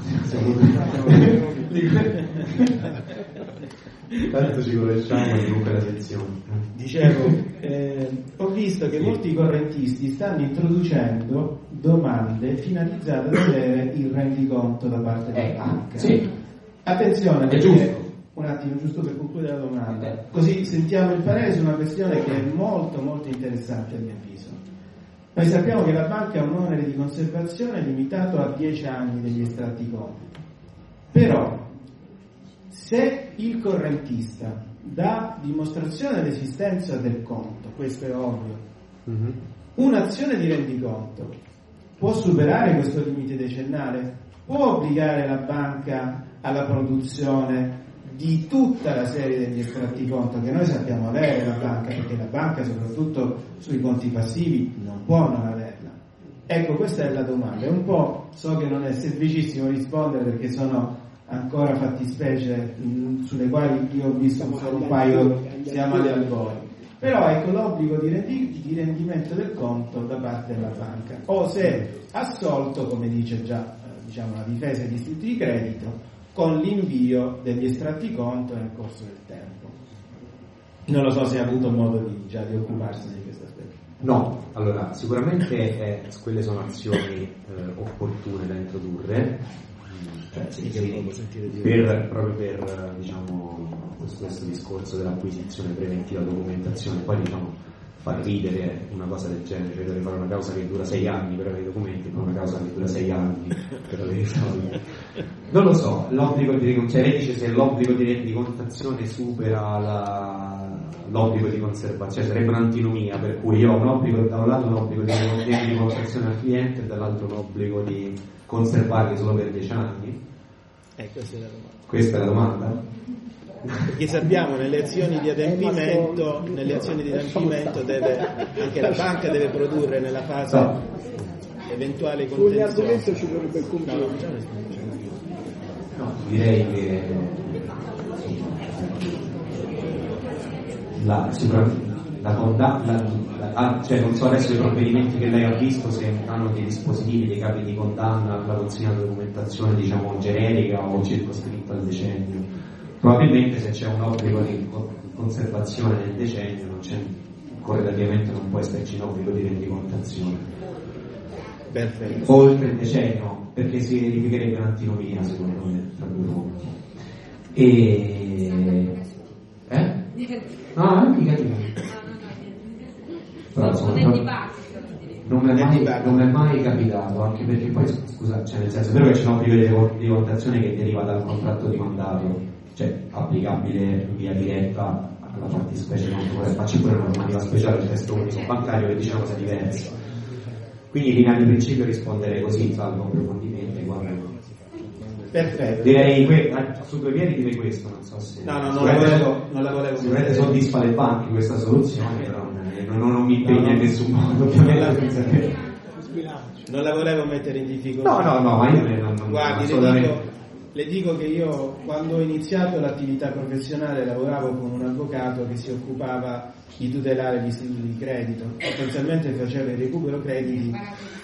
Tanto ci conosciamo di comunque la sezione. Dicevo, eh, ho visto che molti correntisti stanno introducendo domande finalizzate ad avere il rendiconto da parte della Eh, banca. sì. Attenzione, È perché- giusto. un attimo, giusto per concludere la domanda, Eh. così sentiamo il parere su una questione che è molto molto interessante a mio avviso. Noi sappiamo che la banca ha un onere di conservazione limitato a dieci anni degli estratti conto, però se il correntista dà dimostrazione dell'esistenza del conto, questo è ovvio, Mm-hmm. un'azione di rendiconto può superare questo limite decennale? Può obbligare la banca alla produzione di tutta la serie degli estratti conto che noi sappiamo avere la banca, perché la banca soprattutto sui conti passivi non può non averla? Ecco, questa è la domanda. È un po', so che non è semplicissimo rispondere perché sono ancora fattispecie mh, sulle quali io ho visto solo un paio, siamo agli albori. Però ecco l'obbligo di, rendi, di rendimento del conto da parte della banca, o se assolto, come dice già eh, diciamo, la difesa degli istituti di credito, con l'invio degli estratti conto nel corso del tempo. Non lo so se ha avuto modo di, già di occuparsi di questo aspetto. No, allora sicuramente eh, quelle sono azioni eh, opportune da introdurre, cioè, sì, sì, per, proprio per eh, diciamo questo, questo discorso dell'acquisizione preventiva documentazione. Poi diciamo far ridere una cosa del genere, cioè dovrei fare una causa che dura sei anni per avere i documenti, non una causa che dura sei anni per avere i soldi. Non lo so, l'obbligo di cioè lei dice se l'obbligo di rendicontazione supera la, l'obbligo di conservazione, sarebbe un'antinomia, per cui io ho un obbligo, da un lato un obbligo di rendicontazione al cliente e dall'altro un obbligo di conservarli solo per dieci anni? Eh, questa è la domanda. Questa è la domanda? Perché sappiamo nelle azioni di adempimento, nelle azioni di adempimento deve, anche la banca deve produrre nella fase No. eventuale Sull'argomento contenzioso. ci dovrebbe il compito. No, direi che la, sicuramente la condanna, la, la, cioè non so adesso i provvedimenti che lei ha visto se hanno dei dispositivi, dei capi di condanna, la consegna di documentazione diciamo generica o circoscritta al decennio. Probabilmente se c'è un obbligo di conservazione nel decennio non c'è, correlativamente non può esserci un obbligo di rendicontazione. Perfetto. Oltre il decennio, perché si verificherebbe un'antinomia secondo me tra due fonti. E eh? No, non mi capito. Però insomma, non, non mi è mai, non mi è mai capitato, anche perché poi scusa, cioè nel senso è vero che c'è un obbligo di contazione che deriva dal contratto di mandato, cioè applicabile in via diretta alla fattispecie non faccio pure una normativa speciale del testo unico bancario che dice una cosa diversa. Quindi in linea di principio rispondere così, salvo approfondimenti quando... Perfetto. Direi que- su due piedi direi questo, non so se no, no, non la volevo, non la volevo sicuramente soddisfa le banche questa soluzione, però non, non mi impegna no, in nessun modo ovviamente. Non la volevo mettere in difficoltà. No, no, no, ma io non, non guardi, le dico, le dico che io quando ho iniziato l'attività professionale lavoravo con un avvocato che si occupava di tutelare gli istituti di credito, sostanzialmente faceva il recupero crediti.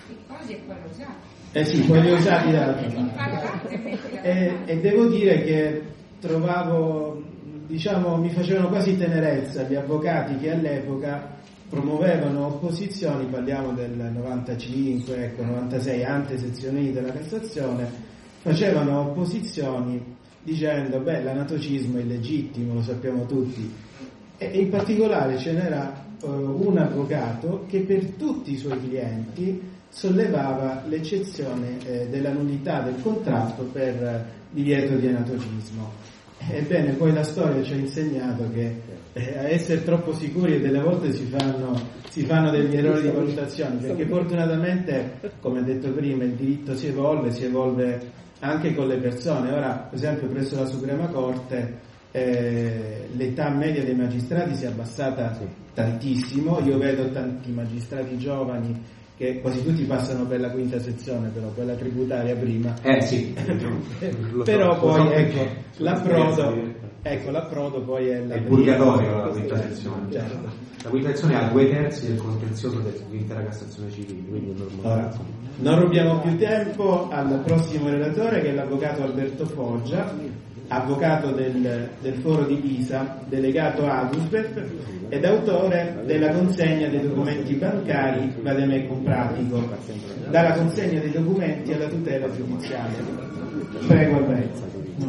Eh sì, quelli usati dall'altra parte. E, e devo dire che trovavo, diciamo, mi facevano quasi tenerezza gli avvocati che all'epoca promuovevano opposizioni, parliamo del novantacinque, ecco, novantasei, ante sezioni della Cassazione, facevano opposizioni dicendo, beh, l'anatocismo è illegittimo, lo sappiamo tutti. E in particolare ce n'era uh, un avvocato che per tutti i suoi clienti sollevava l'eccezione eh, della nullità del contratto per eh, divieto di anatocismo. Ebbene, poi la storia ci ha insegnato che eh, a essere troppo sicuri delle volte si fanno, si fanno degli errori di valutazione, perché fortunatamente, come detto prima, il diritto si evolve, si evolve anche con le persone. Ora, per esempio, presso la Suprema Corte eh, l'età media dei magistrati si è abbassata tantissimo, io vedo tanti magistrati giovani che quasi tutti passano per la quinta sezione, però quella tributaria prima. Eh sì. Però poi ecco l'approdo, ecco l'approdo poi è la il purgatorio la quinta sezione. Certo. La quinta sezione ha due terzi del contenzioso dell'intera Cassazione civile, quindi è normale. Ora, non rubiamo più tempo al prossimo relatore che è l'avvocato Alberto Foggia, avvocato del, del Foro di Pisa, delegato Adusbef ed autore della consegna dei documenti bancari Vademecum Pratico, dalla consegna dei documenti alla tutela giudiziaria. Prego Alberto.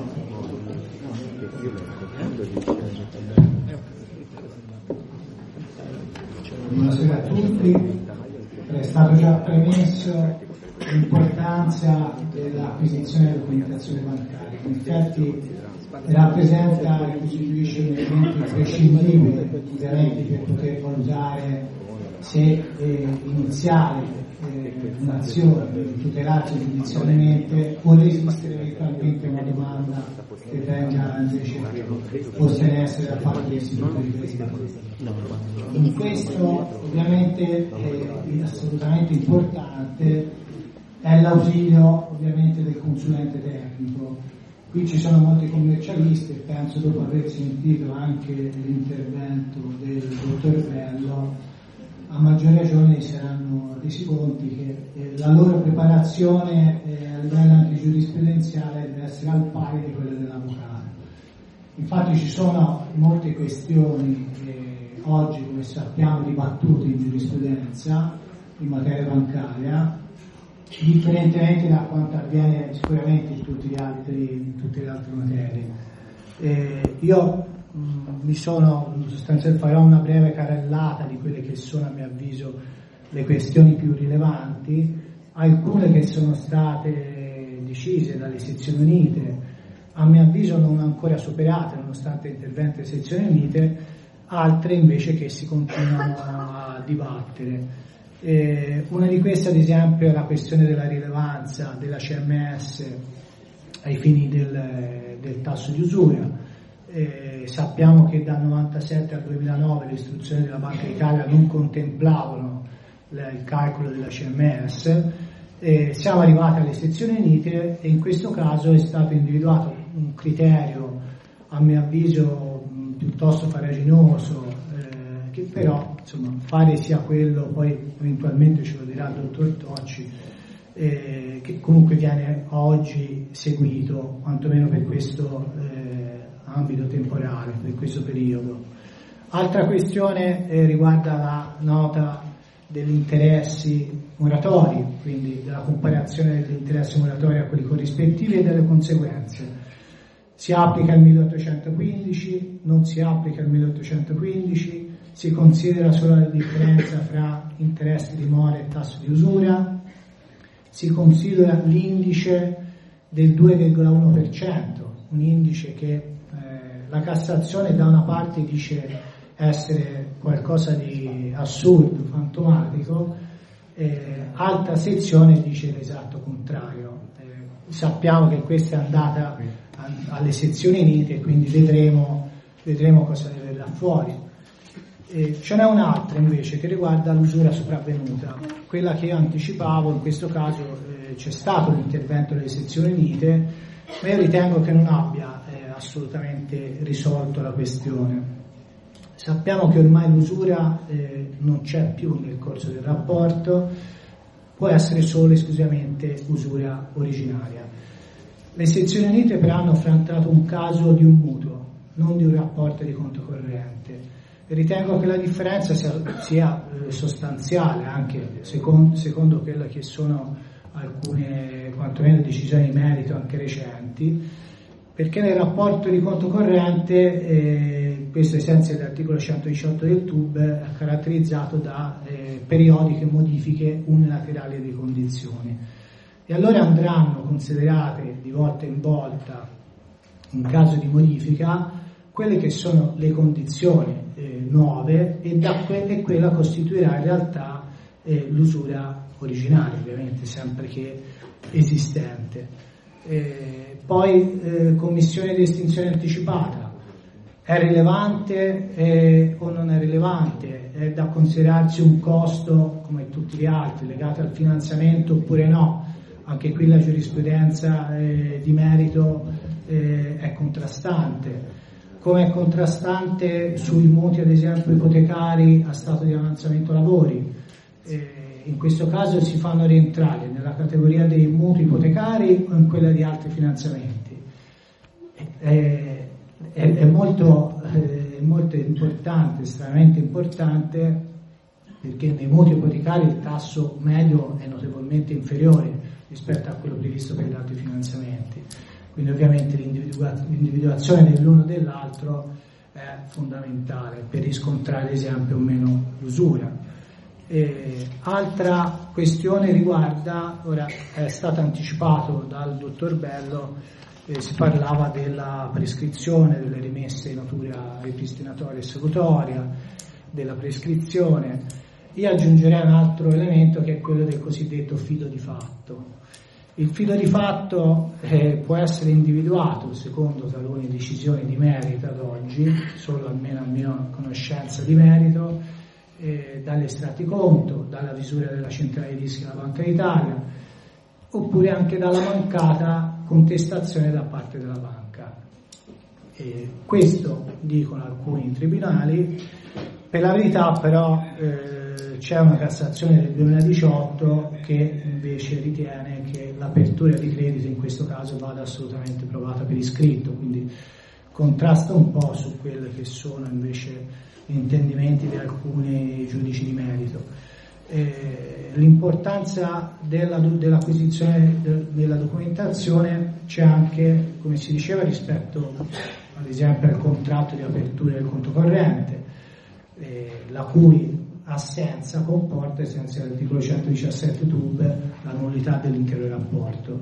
Buonasera a tutti. È stato già premesso l'importanza dell'acquisizione della documentazione bancaria. In effetti rappresenta e costituisce un elemento imprescindibile ovviamente per poter valutare se eh, iniziare eh, un'azione per tutelarsi giudiziariamente o resistere eventualmente una domanda che venga invece posta in essere da parte dell'istituto di credito. In questo ovviamente è assolutamente importante è l'ausilio ovviamente del consulente tecnico. Qui ci sono molti commercialisti e penso, dopo aver sentito anche l'intervento del dottor Bello, a maggior ragione si saranno resi conto che eh, la loro preparazione eh, a livello anche giurisprudenziale deve essere al pari di quella dell'avvocato. Infatti ci sono molte questioni eh, oggi, come sappiamo, dibattute in giurisprudenza in materia bancaria, differentemente da quanto avviene sicuramente in, tutti gli altri, in tutte le altre materie. Eh, io mh, mi sono, sostanzialmente farò una breve carrellata di quelle che sono a mio avviso le questioni più rilevanti, alcune che sono state decise dalle sezioni unite, a mio avviso non ancora superate nonostante l'intervento delle sezioni unite, altre invece che si continuano a dibattere. Eh, una di queste ad esempio è la questione della rilevanza della C M S ai fini del, del tasso di usura. Eh, sappiamo che dal novantasette al duemilanove le istruzioni della Banca d'Italia non contemplavano il calcolo della C M S Eh, siamo arrivati alle sezioni unite e in questo caso è stato individuato un criterio, a mio avviso, mh, piuttosto farraginoso, eh, che però insomma pare sia quello, poi eventualmente ce lo dirà il dottor Tocci, eh, che comunque viene oggi seguito, quantomeno per questo eh, ambito temporale, per questo periodo. Altra questione eh, riguarda la nota degli interessi moratori, quindi della comparazione degli interessi moratori a quelli corrispettivi e delle conseguenze. Si applica il milleottocentoquindici, non si applica il milleottocentoquindici, si considera solo la differenza fra interessi di mora e tasso di usura, si considera l'indice del due virgola uno per cento, un indice che eh, la Cassazione da una parte dice essere qualcosa di assurdo, fantomatico, eh, altra sezione dice l'esatto contrario. Eh, sappiamo che questa è andata a, alle sezioni unite e quindi vedremo, vedremo cosa ne verrà fuori. Eh, ce n'è un'altra invece che riguarda l'usura sopravvenuta, quella che io anticipavo. In questo caso eh, c'è stato l'intervento delle sezioni unite, ma io ritengo che non abbia eh, assolutamente risolto la questione. Sappiamo che ormai l'usura eh, non c'è più nel corso del rapporto, può essere solo esclusivamente usura originaria. Le sezioni unite però hanno affrontato un caso di un mutuo, non di un rapporto di conto corrente. E ritengo che la differenza sia, sia eh, sostanziale, anche secondo, secondo quelle che sono alcune, quantomeno, decisioni di merito anche recenti, perché nel rapporto di conto corrente eh, questo ai sensi dell'articolo centodiciotto del T U B è caratterizzato da eh, periodiche modifiche unilaterali delle condizioni, e allora andranno considerate di volta in volta, in caso di modifica, quelle che sono le condizioni eh, nuove, e da quelle quella costituirà in realtà eh, l'usura originaria, ovviamente sempre che esistente. Eh, poi eh, commissione di estinzione anticipata, è rilevante eh, o non è rilevante? È da considerarsi un costo come tutti gli altri legato al finanziamento oppure no? Anche qui la giurisprudenza eh, di merito eh, è contrastante, come è contrastante sui mutui ad esempio ipotecari a stato di avanzamento lavori. Eh, in questo caso si fanno rientrare nella categoria dei mutui ipotecari o in quella di altri finanziamenti. È, è, è, molto, è molto importante, estremamente importante, perché nei mutui ipotecari il tasso medio è notevolmente inferiore rispetto a quello previsto per gli altri finanziamenti. Quindi ovviamente l'individua- l'individuazione dell'uno e dell'altro è fondamentale per riscontrare ad esempio o meno l'usura. Eh, altra questione riguarda, ora è stato anticipato dal dottor Bello, eh, si parlava della prescrizione delle rimesse in natura ripristinatoria e esecutoria, della prescrizione. Io aggiungerei un altro elemento che è quello del cosiddetto fido di fatto. Il fido di fatto eh, può essere individuato secondo talune decisioni di merito ad oggi, solo almeno a mia conoscenza di merito, Eh, dalle estratti conto, dalla visura della centrale di rischi della Banca d'Italia, oppure anche dalla mancata contestazione da parte della banca. E questo dicono alcuni tribunali. Per la verità però eh, c'è una Cassazione del duemiladiciotto che invece ritiene che l'apertura di credito in questo caso vada assolutamente provata per iscritto, quindi contrasta un po' su quelle che sono invece intendimenti di alcuni giudici di merito. Eh, l'importanza della, dell'acquisizione de, della documentazione c'è anche, come si diceva, rispetto ad esempio al contratto di apertura del conto corrente, eh, la cui assenza comporta, ai sensi dell'articolo centodiciassette T U B, la nullità dell'intero rapporto.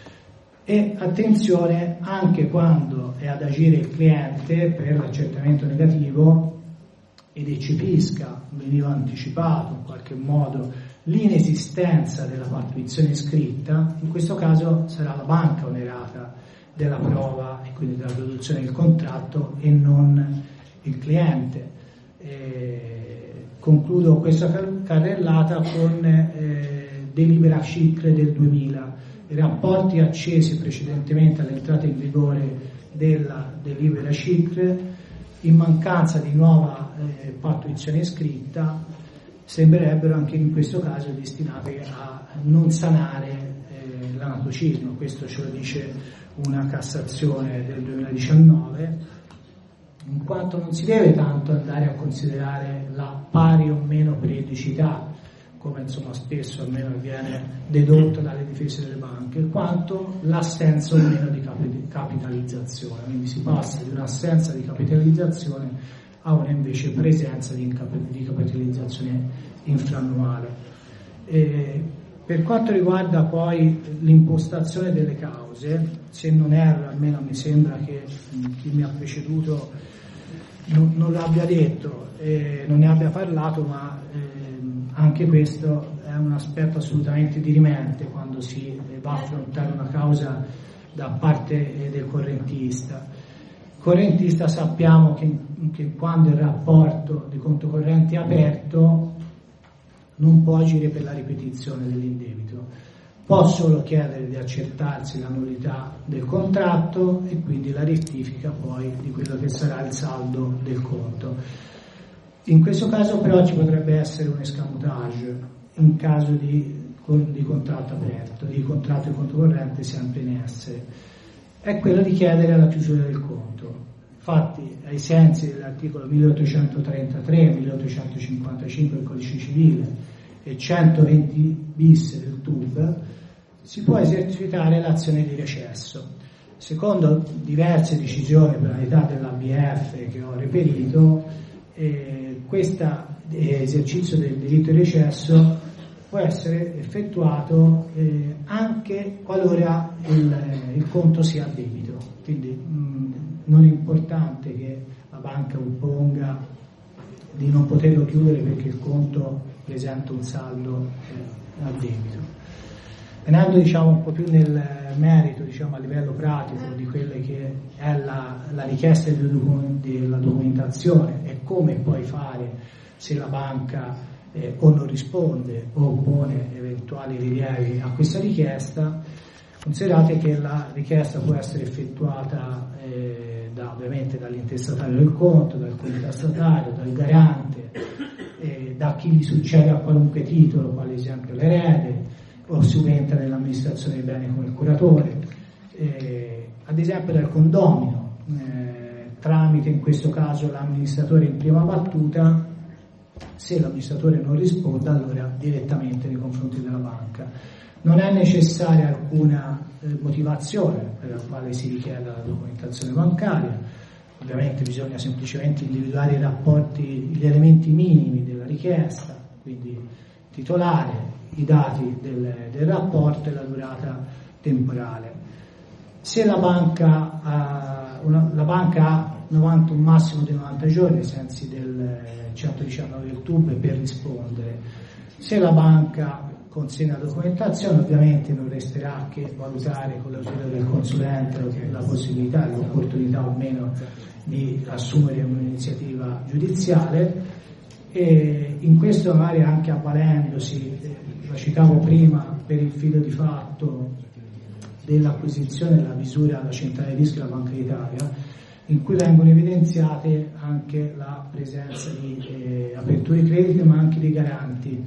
E attenzione, anche quando è ad agire il cliente per l'accertamento negativo ed eccepisca, veniva anticipato in qualche modo l'inesistenza della pattuizione scritta, in questo caso sarà la banca onerata della prova e quindi della produzione del contratto e non il cliente. Eh, concludo questa carrellata con eh, delibera C I C R E del duemila, i rapporti accesi precedentemente all'entrata in vigore della delibera C I C R E, in mancanza di nuova eh, pattuizione scritta, sembrerebbero anche in questo caso destinati a non sanare eh, l'anatocismo. Questo ce lo dice una Cassazione del duemiladiciannove, in quanto non si deve tanto andare a considerare la pari o meno periodicità, come insomma spesso almeno viene dedotto dalle difese delle banche, quanto l'assenza o meno di capitalizzazione. Quindi si passa di un'assenza di capitalizzazione a una invece presenza di, di capitalizzazione infrannuale. E per quanto riguarda poi l'impostazione delle cause, se non erro, almeno mi sembra che chi mi ha preceduto non, non l'abbia detto, eh, non ne abbia parlato, ma eh, anche questo è un aspetto assolutamente dirimente quando si va a affrontare una causa da parte del correntista. Il correntista sappiamo che, che quando il rapporto di conto corrente è aperto non può agire per la ripetizione dell'indebito, può solo chiedere di accertarsi la nullità del contratto e quindi la rettifica poi di quello che sarà il saldo del conto. In questo caso però ci potrebbe essere un escamotage in caso di, di contratto aperto, di contratto di conto corrente sempre in essere, è quello di chiedere la chiusura del conto. Infatti, ai sensi dell'articolo milleottocentotrentatré, milleottocentocinquantacinque del Codice Civile e centoventi bis del T U B, si può esercitare l'azione di recesso. Secondo diverse decisioni per l'unità dell'A B F che ho reperito, eh, questo esercizio del diritto di recesso può essere effettuato eh, anche qualora il, il conto sia a debito. Quindi mh, non è importante che la banca opponga di non poterlo chiudere perché il conto presenta un saldo eh, a debito. Venendo diciamo un po' più nel merito, diciamo a livello pratico di quelle che è la, la richiesta della documentazione e come poi fare se la banca eh, o non risponde o oppone eventuali rilievi a questa richiesta, considerate che la richiesta può essere effettuata eh, da, ovviamente dall'intestatario del conto, dal cointestatario, dal garante, eh, da chi gli succede a qualunque titolo, quale esempio l'erede, o subentra nell'amministrazione dei beni come il curatore, eh, ad esempio dal condomino, eh, tramite in questo caso l'amministratore in prima battuta. Se l'amministratore non risponde, allora direttamente nei confronti della banca. Non è necessaria alcuna eh, motivazione per la quale si richieda la documentazione bancaria, ovviamente bisogna semplicemente individuare i rapporti, gli elementi minimi della richiesta, quindi titolare, i dati del, del rapporto e la durata temporale. Se la banca ha, una, la banca ha novanta, un massimo di novanta giorni ai sensi del centodiciannove del T U B per rispondere, se la banca consegna la documentazione ovviamente non resterà che valutare con l'ausilio del consulente la possibilità e l'opportunità o meno di assumere un'iniziativa giudiziale, e in questo magari anche avvalendosi, la citavo prima, per il filo di fatto dell'acquisizione della misura della centrale rischi della Banca d'Italia, in cui vengono evidenziate anche la presenza di eh, aperture di credito ma anche di garanti.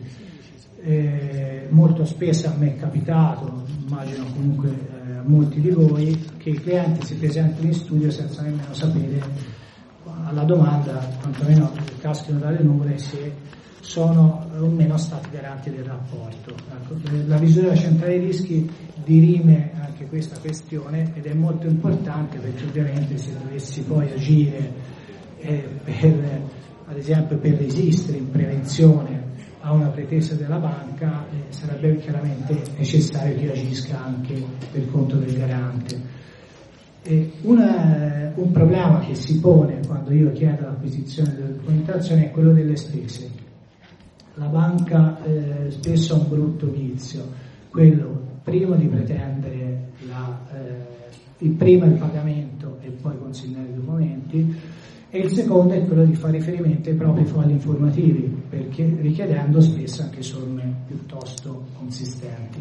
Eh, molto spesso a me è capitato, immagino comunque eh, a molti di voi, che i clienti si presentano in studio senza nemmeno sapere alla domanda, quantomeno caschino dalle nuvole, se sono o meno stati garanti del rapporto. Ecco, la misura della centrale rischi dirime anche questa questione ed è molto importante, perché ovviamente se dovessi poi agire eh, per, ad esempio per resistere in prevenzione a una pretesa della banca, eh, sarebbe chiaramente necessario che agisca anche per conto del garante. E una, un problema che si pone quando io chiedo l'acquisizione della documentazione è quello delle spese. La banca eh, spesso ha un brutto vizio, quello prima di pretendere la, eh, il prima il pagamento e poi consegnare i documenti, e il secondo è quello di fare riferimento ai propri fogli informativi, perché richiedendo spesso anche somme piuttosto consistenti.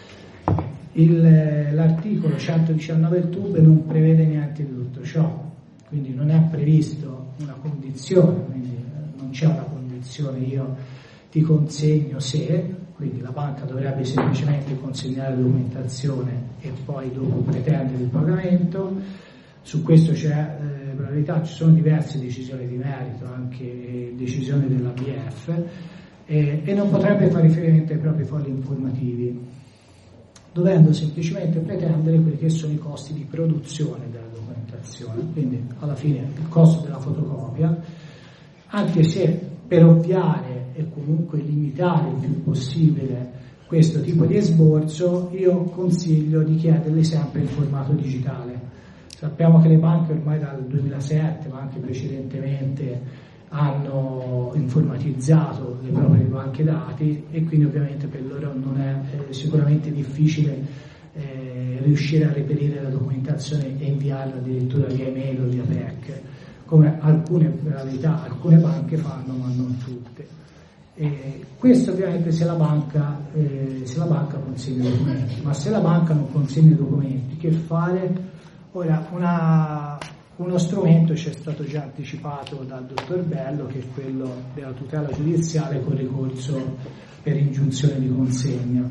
Il, l'articolo centodiciannove del T U B non prevede niente di tutto ciò, quindi non è previsto una condizione, quindi non c'è una condizione io ti consegno se, quindi la banca dovrebbe semplicemente consegnare la documentazione e poi dopo pretendere il pagamento. Su questo c'è, eh, per la verità ci sono diverse decisioni di merito, anche decisioni della B F, eh, e non potrebbe fare riferimento ai propri fogli informativi, dovendo semplicemente pretendere quelli che sono i costi di produzione della documentazione, quindi alla fine il costo della fotocopia, anche se per ovviare e comunque limitare il più possibile questo tipo di esborso, io consiglio di chiederli sempre in formato digitale. Sappiamo che le banche ormai dal duemilasette, ma anche precedentemente, hanno informatizzato le proprie banche dati e quindi ovviamente per loro non è eh, sicuramente difficile eh, riuscire a reperire la documentazione e inviarla addirittura via email o via P E C, come alcune, per la verità, alcune banche fanno, ma non tutte. E questo ovviamente se la banca eh, se la banca consegna i documenti, ma se la banca non consegna i documenti, che fare? Ora, una, uno strumento ci è stato già anticipato dal dottor Bello, che è quello della tutela giudiziale con ricorso per ingiunzione di consegna,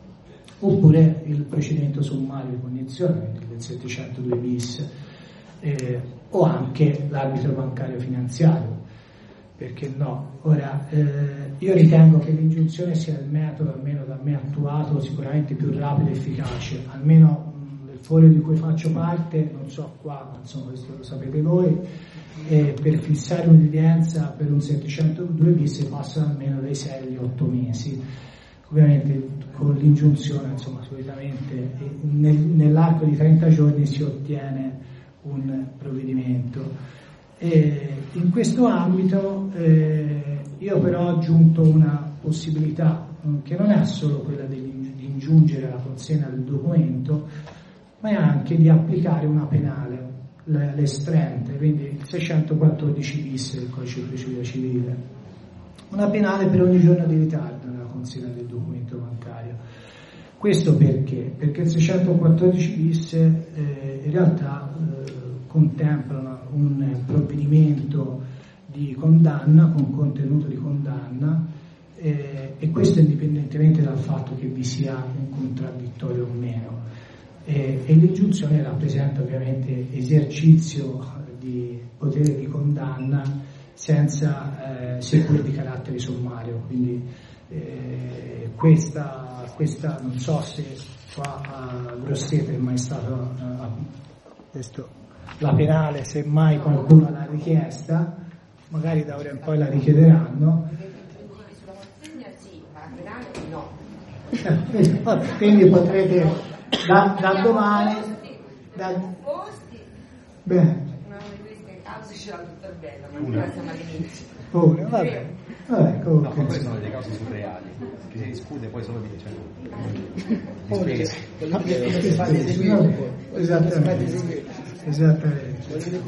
oppure il procedimento sommario di cognizione, del settecentodue bis, eh, o anche l'arbitro bancario finanziario. Perché no? Ora, eh, io ritengo che l'ingiunzione sia il metodo, almeno da me attuato, sicuramente più rapido e efficace, almeno nel foglio di cui faccio parte, non so qua, ma insomma questo lo sapete voi, eh, per fissare un'udienza per un settecentodue bis passano almeno dai sei agli otto mesi. Ovviamente con l'ingiunzione, insomma, solitamente nel, nell'arco di trenta giorni si ottiene un provvedimento. E in questo ambito eh, io però ho aggiunto una possibilità che non è solo quella di, di ingiungere la consegna del documento, ma è anche di applicare una penale, l'estrente, quindi il seicentoquattordici bis del codice di procedura civile, una penale per ogni giorno di ritardo nella consegna del documento bancario. Questo perché? Perché il seicentoquattordici bis eh, in realtà eh, contempla un provvedimento di condanna con contenuto di condanna eh, e questo indipendentemente dal fatto che vi sia un contraddittorio o meno, eh, e l'ingiunzione rappresenta ovviamente esercizio di potere di condanna senza eh, seppur di carattere sommario, quindi eh, questa, questa non so se qua a Grosseto è mai stato uh, questo la penale, se mai qualcuno l'ha richiesta, magari da ora in poi la richiederanno. Sulla consegna sì, ma la penale no. Quindi potrete da, da domani da, beh, una di queste cause ce l'ha il dottor Bello, ma noi siamo all'inizio. Oh, vabbè, vabbè, comunque, no, ma poi sono delle cause surreali che si discute poi solo di cioè, esattamente, esattamente.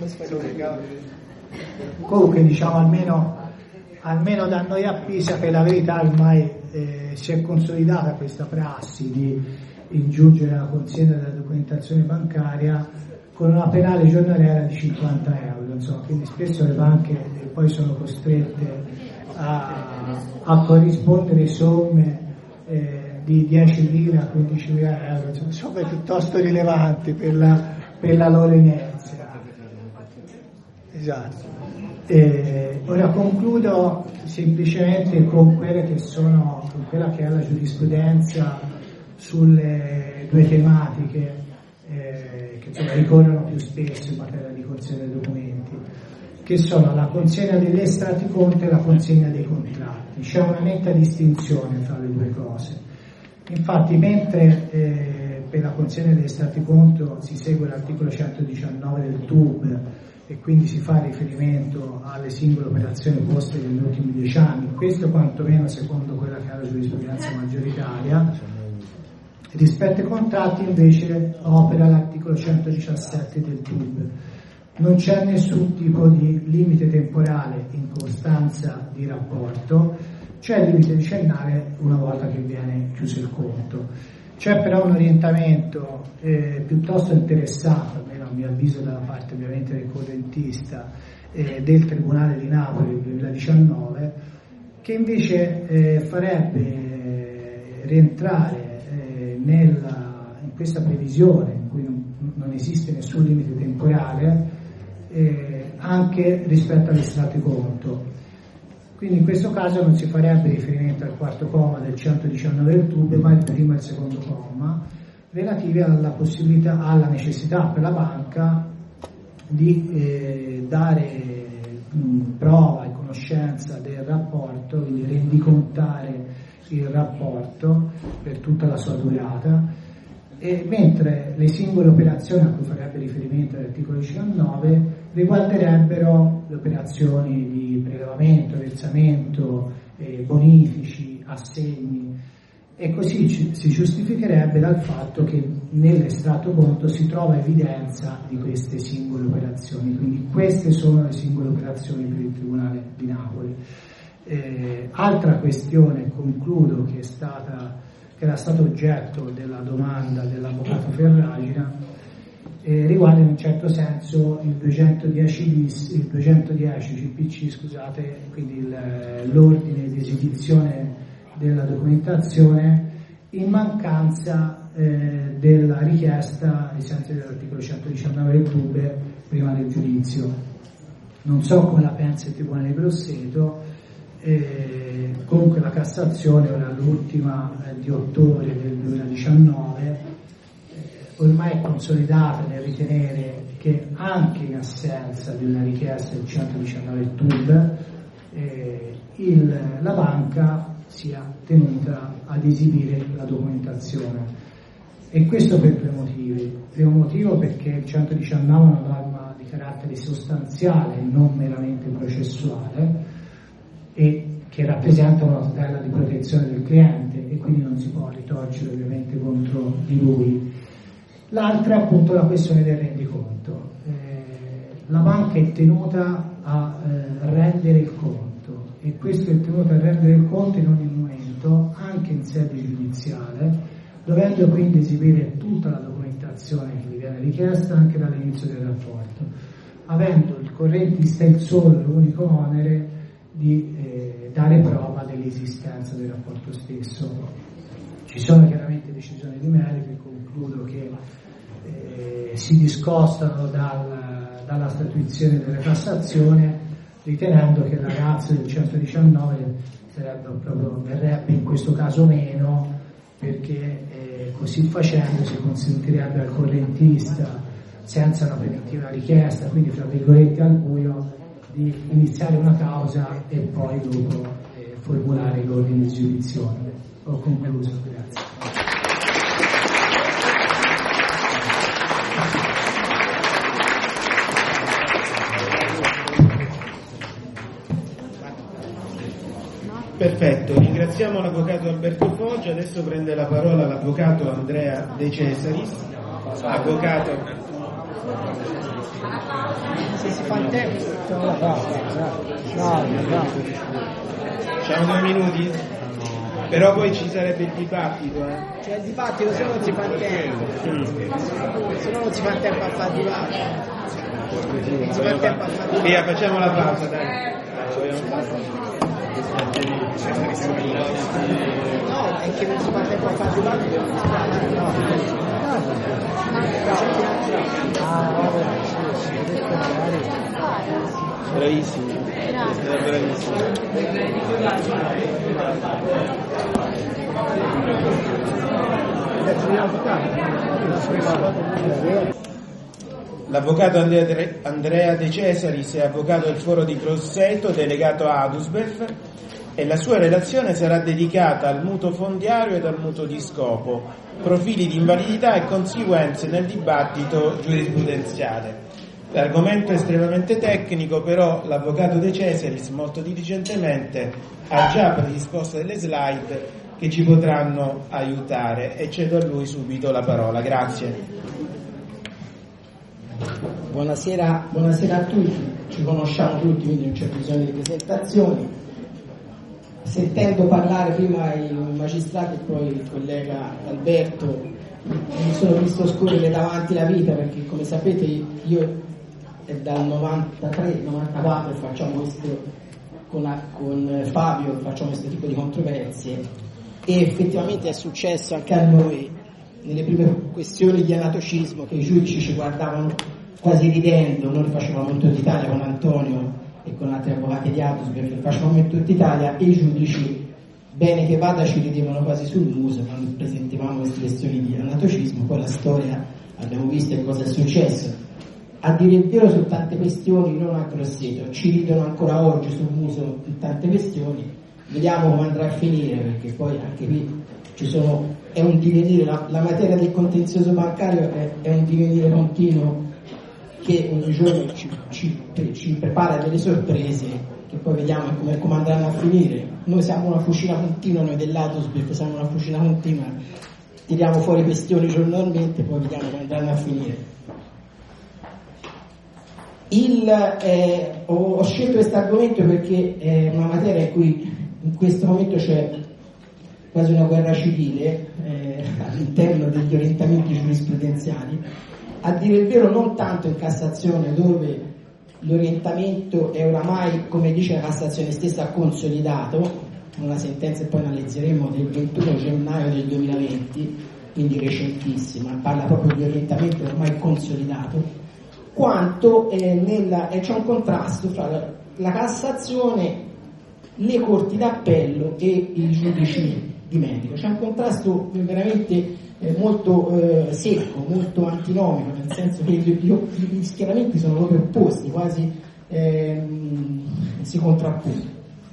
Comunque diciamo almeno almeno da noi a Pisa, per la verità ormai eh, si è consolidata questa prassi di ingiungere la consegna della documentazione bancaria con una penale giornaliera di cinquanta euro, insomma, quindi spesso le banche poi sono costrette a, a corrispondere somme eh, di dieci lire a quindicimila euro, insomma, somme piuttosto rilevanti per la, per la loro inerzia. Esatto. Eh, ora concludo semplicemente con quelle che sono, con quella che è la giurisprudenza sulle due tematiche eh, che insomma, ricorrono più spesso in materia di consegna dei documenti, che sono la consegna degli estratti conto e la consegna dei contratti. C'è una netta distinzione tra le due cose. Infatti, mentre eh, per la consegna degli estratti conto si segue l'articolo centodiciannove del T U B e quindi si fa riferimento alle singole operazioni poste negli ultimi dieci anni, questo quantomeno secondo quella che è la giurisprudenza maggioritaria. Rispetto ai contratti invece opera l'articolo centodiciassette del T U B, non c'è nessun tipo di limite temporale in costanza di rapporto, c'è il limite decennale una volta che viene chiuso il conto. C'è però un orientamento eh, piuttosto interessato, almeno a mio avviso dalla parte ovviamente del correntista, eh, del Tribunale di Napoli del duemiladiciannove, che invece eh, farebbe eh, rientrare eh, nella, in questa previsione in cui non, non esiste nessun limite temporale eh, anche rispetto all'estratto conto. Quindi in questo caso non si farebbe riferimento al quarto comma del centodiciannove del T U B, ma il primo e il secondo comma, relativi alla possibilità, alla necessità per la banca di eh, dare mh, prova e conoscenza del rapporto, quindi rendicontare il rapporto per tutta la sua durata, e mentre le singole operazioni a cui farebbe riferimento l'articolo diciannove riguarderebbero le operazioni di prelevamento, versamento, eh, bonifici, assegni, e così ci, si giustificherebbe dal fatto che nell'estratto conto si trova evidenza di queste singole operazioni. Quindi queste sono le singole operazioni per il Tribunale di Napoli. Eh, altra questione, concludo, che è stata che era stato oggetto della domanda dell'avvocato Ferragina, eh, riguarda in un certo senso il duecentodieci bis, il duecentodieci C P C, scusate, quindi il, l'ordine di esibizione della documentazione in mancanza eh, della richiesta ai sensi dell'articolo centodiciannove del T U B prima del giudizio. Non so come la pensa il Tribunale di Grosseto. Eh, comunque la Cassazione, ora l'ultima eh, di ottobre del duemiladiciannove, eh, ormai è consolidata nel ritenere che anche in assenza di una richiesta del centodiciannove T U B eh, il, la banca sia tenuta ad esibire la documentazione, e questo per due motivi. Primo motivo, perché il centodiciannove è una norma di carattere sostanziale e non meramente processuale, e che rappresenta una tutela di protezione del cliente, e quindi non si può ritorcere ovviamente contro di lui. L'altra è appunto la questione del rendiconto. Eh, la banca è tenuta a eh, rendere il conto, e questo è tenuto a rendere il conto in ogni momento, anche in sede giudiziale, dovendo quindi esibire tutta la documentazione che gli viene richiesta anche dall'inizio del rapporto, avendo il correntista il solo e l'unico onere di eh, dare prova dell'esistenza del rapporto stesso. Ci sono chiaramente decisioni di merito, e concludo che eh, si discostano dal, dalla statuizione della Cassazione, ritenendo che la ratio del centodiciannove sarebbe proprio, verrebbe in questo caso meno, perché eh, così facendo si consentirebbe al correntista, senza una preventiva richiesta, quindi fra virgolette al buio, di iniziare una causa e poi dopo eh, formulare l'ordine di giudizione. Ho concluso, grazie. Perfetto, ringraziamo l'avvocato Alberto Foggia. Adesso prende la parola l'avvocato Andrea De Cesaris, avvocato. Se si fa il tempo, no, no, no. Facciamo due minuti? Però poi ci sarebbe il dibattito, eh? C'è il dibattito, se no non si fa il tempo. Mm. Se no non si fa il tempo a fare dibattito. Non si fa il tempo a fare dibattito. Via, facciamo la pausa, dai. No, è che non si fa il tempo a fare dibattito. No. Bravissimo. Bravissimo. L'avvocato Andrea De Cesaris è avvocato del Foro di Grosseto, delegato a Adusbef, e la sua relazione sarà dedicata al mutuo fondiario ed al mutuo di scopo, profili di invalidità e conseguenze nel dibattito giurisprudenziale. L'argomento è estremamente tecnico, però l'avvocato De Cesaris molto diligentemente ha già predisposto delle slide che ci potranno aiutare, e cedo a lui subito la parola. Grazie. buonasera, buonasera a tutti, ci conosciamo tutti, quindi non c'è bisogno di presentazioni. Sentendo parlare prima i magistrati e poi il collega Alberto, mi sono visto scorrere davanti la vita, perché come sapete io è dal novantatré novantaquattro facciamo questo con, con Fabio, facciamo questo tipo di controversie, e effettivamente è successo anche a noi nelle prime questioni di anatocismo che i giudici ci guardavano quasi ridendo. Noi facevamo in tutta Italia con Antonio e con altri avvocati di Atos, perché facevamo in tutta Italia, e i giudici, bene che vada, ci ridevano quasi sul muso quando presentavamo queste questioni di anatocismo. Poi la storia abbiamo visto che cosa è successo. A dire il vero, su tante questioni non a Grosseto ci ridono ancora oggi sul muso in tante questioni. Vediamo come andrà a finire, perché poi anche qui ci sono, è un divenire, la, la materia del contenzioso bancario è, è un divenire continuo che ogni giorno ci, ci, ci prepara delle sorprese che poi vediamo come, come andranno a finire. Noi siamo una fucina continua, noi dell'Autosbird siamo una fucina continua, tiriamo fuori questioni giornalmente, poi vediamo come andranno a finire. Il, eh, ho, ho scelto questo argomento perché è una materia in cui in questo momento c'è quasi una guerra civile eh, all'interno degli orientamenti giurisprudenziali. A dire il vero non tanto in Cassazione, dove l'orientamento è oramai, come dice la Cassazione stessa, consolidato, una sentenza che poi analizzeremo del ventuno gennaio del duemilaventi, quindi recentissima, parla proprio di orientamento ormai consolidato, quanto eh, nella, eh, c'è un contrasto fra la, la Cassazione, le corti d'appello e i giudici di merito. C'è un contrasto veramente eh, molto eh, secco, molto antinomico, nel senso che gli, gli, gli schieramenti sono proprio opposti, quasi ehm, si contrappongono.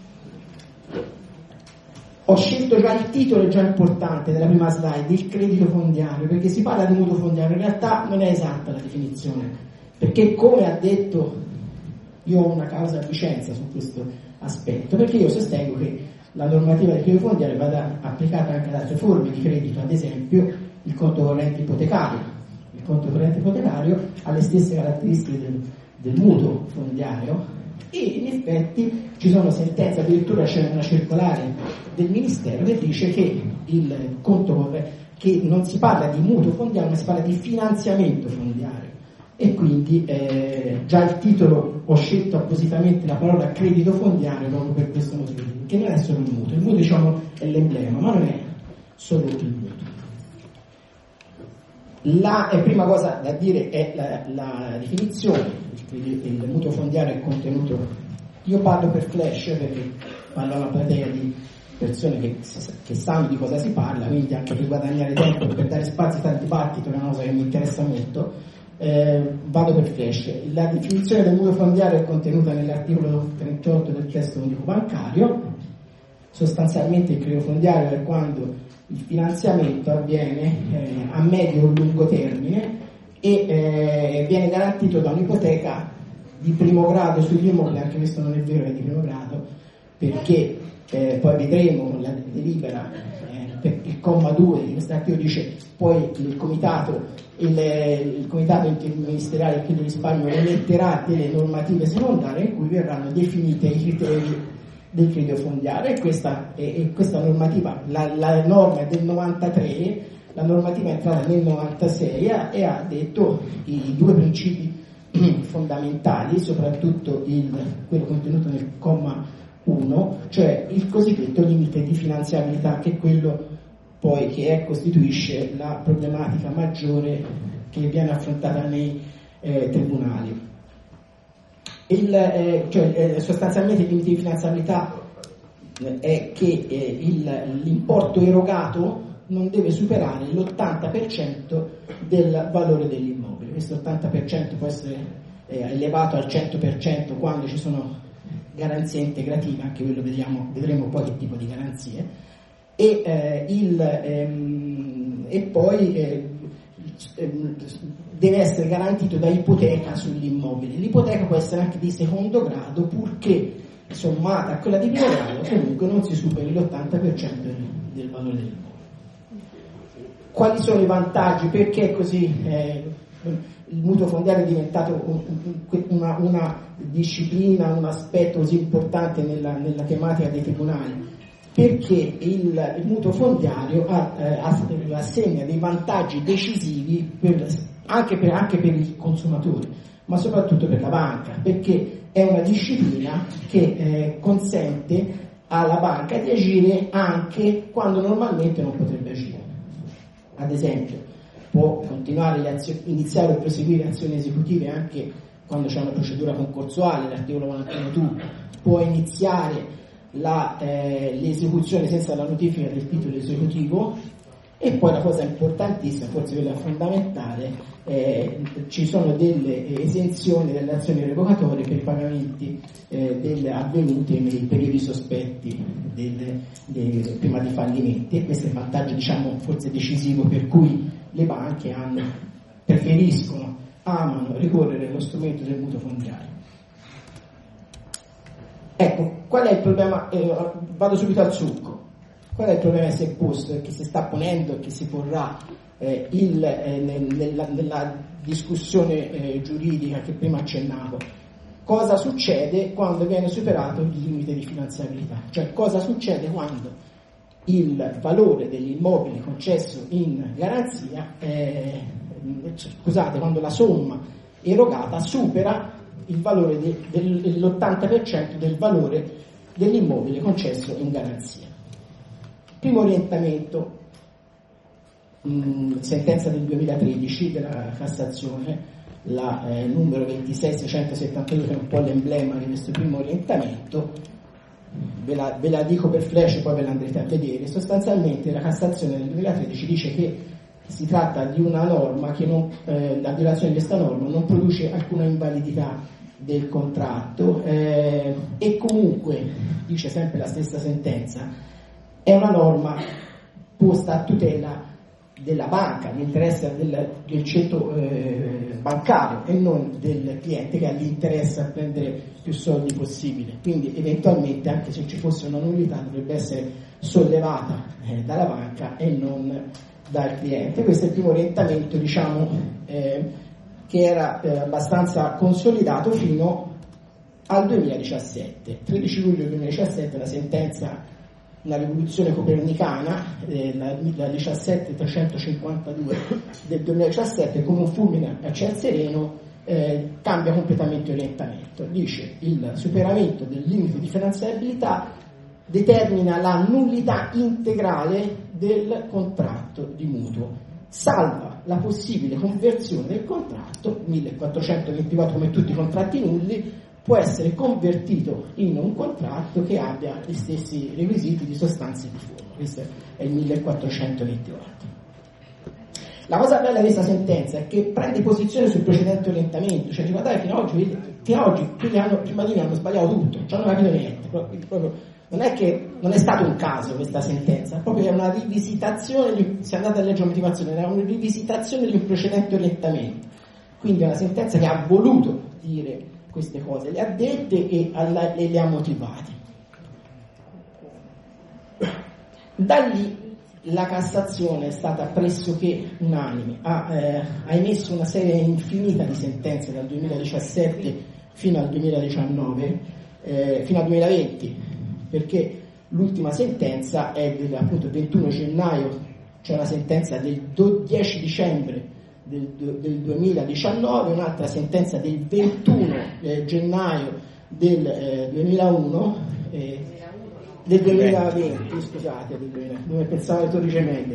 Ho scelto già il titolo, è già importante, della prima slide, il credito fondiario, perché si parla di mutuo fondiario, in realtà non è esatta la definizione, perché come ha detto, io ho una causa a Vicenza su questo aspetto, perché io sostengo che la normativa del credito fondiario vada applicata anche ad altre forme di credito, ad esempio il conto corrente ipotecario. Il conto corrente ipotecario ha le stesse caratteristiche del, del mutuo fondiario, e in effetti ci sono sentenze, addirittura c'è una circolare del Ministero che dice che il conto corrente, che non si parla di mutuo fondiario ma si parla di finanziamento fondiario. E quindi eh, già il titolo, ho scelto appositamente la parola credito fondiario proprio per questo motivo, che non è solo il mutuo, il mutuo diciamo è l'emblema, ma non è solo il mutuo. La eh, prima cosa da dire è la, la definizione, il, il mutuo fondiario è contenuto, io parlo per flash perché parlo alla platea di persone che, che sanno di cosa si parla, quindi anche per guadagnare tempo, per dare spazio al dibattito, che è una cosa che mi interessa molto. Eh, vado per flash. La definizione del mutuo fondiario è contenuta nell'articolo trentotto del testo unico bancario. Sostanzialmente il credito fondiario è quando il finanziamento avviene eh, a medio o lungo termine e eh, viene garantito da un'ipoteca di primo grado sugli immobili. Anche questo non è vero, è di primo grado, perché eh, poi vedremo con la delibera eh, il comma due di questo articolo dice poi il comitato Il, il comitato interministeriale del credito risparmio emetterà delle normative secondarie in cui verranno definite i criteri del credito fondiario, e questa, e, e questa normativa, la, la norma è del novantatré, la normativa è entrata nel novantasei e ha detto i due principi fondamentali, soprattutto il, quello contenuto nel comma uno, cioè il cosiddetto limite di finanziabilità, che è quello poi che è, costituisce la problematica maggiore che viene affrontata nei eh, tribunali. Il, eh, cioè, eh, sostanzialmente il limite di finanziabilità eh, è che eh, il, l'importo erogato non deve superare l'ottanta per cento del valore dell'immobile. Questo ottanta per cento può essere eh, elevato al cento per cento quando ci sono garanzie integrative, anche quello vediamo, vedremo poi che tipo di garanzie. E, eh, il, ehm, e poi eh, deve essere garantito da ipoteca sull'immobile. L'ipoteca può essere anche di secondo grado, purché sommata a quella di primo grado comunque non si superi l'ottanta per cento del, del valore dell'immobile. Quali sono i vantaggi? Perché è così eh, il mutuo fondiario è diventato un, un, una, una disciplina, un aspetto così importante nella, nella tematica dei tribunali? Perché il, il mutuo fondiario ha, eh, assegna dei vantaggi decisivi per, anche, per, anche per i consumatori, ma soprattutto per la banca, perché è una disciplina che eh, consente alla banca di agire anche quando normalmente non potrebbe agire. Ad esempio, può continuare le azioni, iniziare o proseguire azioni esecutive anche quando c'è una procedura concorsuale, l'articolo quarantuno due, può iniziare la, eh, l'esecuzione senza la notifica del titolo esecutivo, e poi la cosa importantissima, forse quella fondamentale, eh, ci sono delle esenzioni delle azioni revocatorie per i pagamenti eh, delle avvenute nei periodi sospetti delle, delle, prima di fallimenti, e questo è il vantaggio, diciamo, forse decisivo per cui le banche hanno, preferiscono, amano ricorrere allo strumento del mutuo fondiario. Ecco, qual è il problema? Eh, vado subito al succo. Qual è il problema che si è posto e che si sta ponendo e che si porrà eh, il, eh, nel, nella, nella discussione eh, giuridica che prima accennavo? Cosa succede quando viene superato il limite di finanziabilità? Cioè, cosa succede quando il valore degli immobili concesso in garanzia, eh, scusate, quando la somma erogata supera il valore de, del, dell'ottanta per cento del valore dell'immobile concesso in garanzia. Primo orientamento, mh, sentenza del duemilatredici della Cassazione, la eh, numero ventisei seicentosettantadue, che è un po' l'emblema di questo primo orientamento. Ve la, ve la dico per flash, poi ve la andrete a vedere. Sostanzialmente la Cassazione del duemilatredici dice che si tratta di una norma che non, eh, la violazione di questa norma non produce alcuna invalidità del contratto, eh, e comunque, dice sempre la stessa sentenza, è una norma posta a tutela della banca, l'interesse del, del ceto eh, bancario, e non del cliente che ha l'interesse a prendere più soldi possibile. Quindi eventualmente, anche se ci fosse una nullità, dovrebbe essere sollevata eh, dalla banca e non dal cliente. Questo è il primo orientamento, diciamo, eh, che era eh, abbastanza consolidato fino al duemiladiciassette. tredici luglio duemiladiciassette la sentenza, la rivoluzione copernicana, eh, la, la diciassette trecentocinquantadue del duemiladiciassette, come un fulmine a ciel sereno, eh, cambia completamente orientamento. Dice: il superamento del limite di finanziabilità determina la nullità integrale del contratto di mutuo, salva la possibile conversione del contratto. millequattrocentoventiquattro, come tutti i contratti nulli, può essere convertito in un contratto che abbia gli stessi requisiti di sostanza e di forma. Questo è il millequattrocentoventiquattro. La cosa bella di questa sentenza è che prende posizione sul precedente orientamento, cioè guardate, fino ad oggi, fino ad oggi quelli hanno, prima di noi hanno sbagliato tutto, non hanno capito niente. Proprio, proprio, non è che non è stato un caso questa sentenza, proprio è una rivisitazione, di, se andate a leggere la motivazione, era una rivisitazione di un precedente orientamento. Quindi è una sentenza che ha voluto dire queste cose, le ha dette e, alla, e le ha motivate. Da lì la Cassazione è stata pressoché unanime, ha, eh, ha emesso una serie infinita di sentenze dal duemiladiciassette fino al duemiladiciannove, eh, fino al duemilaventi, perché l'ultima sentenza è del appunto ventuno gennaio, cioè una sentenza del dieci dicembre del, del duemiladiciannove, un'altra sentenza del ventuno eh, gennaio del eh, duemilauno, eh, del duemilaventi, scusate, del duemila, dove pensavo alle Torri Gemelle,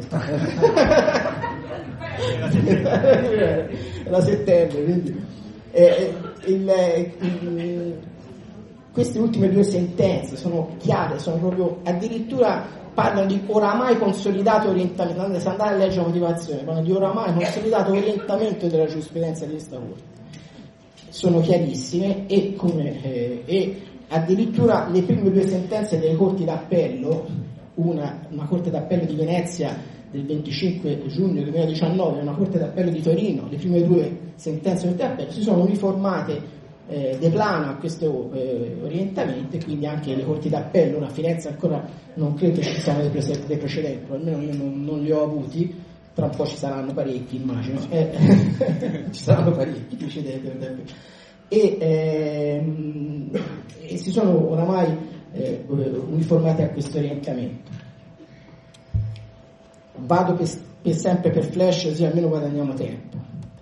era settembre, quindi eh, il, il, queste ultime due sentenze sono chiare, sono proprio, addirittura parlano di oramai consolidato orientamento, se andare a leggere la motivazione, parlano di oramai consolidato orientamento della giurisprudenza di questa Corte, sono chiarissime, e come eh, e addirittura le prime due sentenze delle corti d'appello, una, una corte d'appello di Venezia del venticinque giugno duemiladiciannove e una corte d'appello di Torino, le prime due sentenze di appello si sono uniformate eh, de plano a questo eh, orientamento, e quindi anche le corti d'appello. Ora a Firenze ancora non credo ci siano dei, pre- dei precedenti, almeno io non, non li ho avuti, tra un po' ci saranno parecchi, immagino, eh, ci saranno parecchi precedenti, e, ehm, e si sono oramai eh, uniformati a questo orientamento. Vado per, per sempre per flash, così almeno guadagniamo tempo.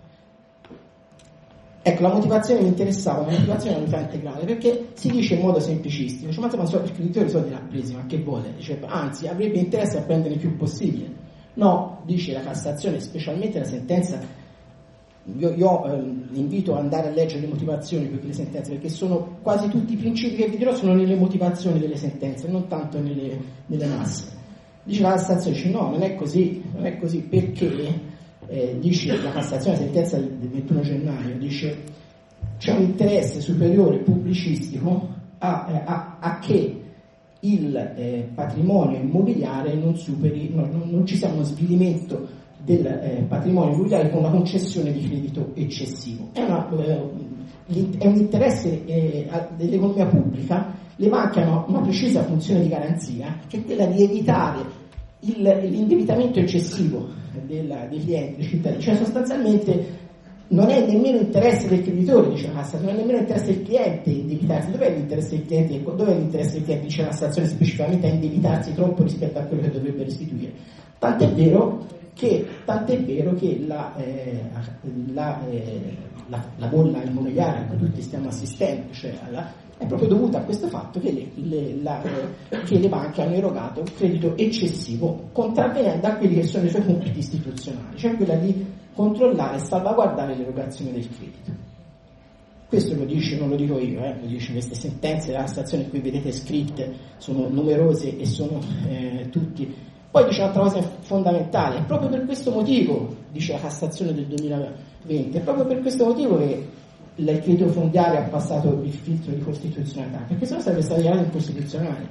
Ecco, la motivazione mi interessava, la motivazione dell'unità integrale, perché si dice in modo semplicistico, dice, ma insomma, so, il creditore i soldi l'ha presi, ma che vuole? Dice, anzi, avrebbe interesse a prendere il più possibile. No, dice la Cassazione, specialmente la sentenza, io, io eh, invito ad andare a leggere le motivazioni per le sentenze, perché sono quasi tutti i principi che vi dirò sono nelle motivazioni delle sentenze, non tanto nelle, nelle masse. Dice la Cassazione, dice no, non è così, non è così perché... Eh, dice la Cassazione, la sentenza del ventuno gennaio, dice c'è un interesse superiore pubblicistico a, a, a che il eh, patrimonio immobiliare non superi, no, non, non ci sia uno svilimento del eh, patrimonio immobiliare con una concessione di credito eccessivo. È, una, eh, è un interesse eh, dell'economia pubblica. Le banche hanno una precisa funzione di garanzia, che è quella di evitare il, l'indebitamento eccessivo della, dei clienti, dei cittadini, cioè sostanzialmente non è nemmeno interesse del creditore, dice la Cassazione, non è nemmeno interesse del cliente indebitarsi. Dov'è l'interesse del cliente? Dov'è l'interesse del cliente? Dice la Cassazione specificamente a indebitarsi troppo rispetto a quello che dovrebbe restituire. Tant'è vero che, tant'è vero che la, eh, la, eh, la, la bolla immobiliare a cui tutti stiamo assistendo, cioè alla, è proprio dovuta a questo fatto che le, le, la, eh, che le banche hanno erogato un credito eccessivo, contravvenendo a quelli che sono i suoi compiti istituzionali, cioè quella di controllare e salvaguardare l'erogazione del credito. Questo lo dice, non lo dico io, eh, lo dice queste sentenze della Cassazione, qui vedete scritte, sono numerose e sono eh, tutti. Poi dice un'altra cosa fondamentale, proprio per questo motivo, dice la Cassazione del duemilaventi, è proprio per questo motivo che il credito fondiario ha passato il filtro di costituzionalità, perché se no sarebbe stato dichiarato incostituzionale.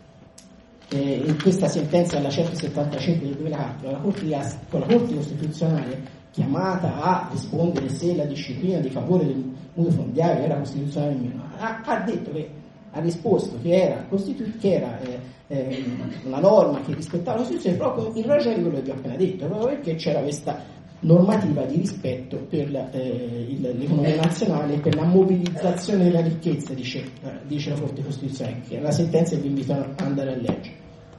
Eh, in questa sentenza della centosettantacinque del duemilaquattro, la Corte, con la Corte Costituzionale, chiamata a rispondere se la disciplina di favore del mutuo fondiario era costituzionale o meno, ha, ha detto che ha risposto che era, costitu- che era eh, eh, una norma che rispettava la Costituzione proprio in ragione di quello che vi ho appena detto, proprio perché c'era questa normativa di rispetto per la, eh, il, l'economia nazionale e per la mobilizzazione della ricchezza, dice, eh, dice la Corte Costituzionale, che è la sentenza che vi invito ad andare a leggere.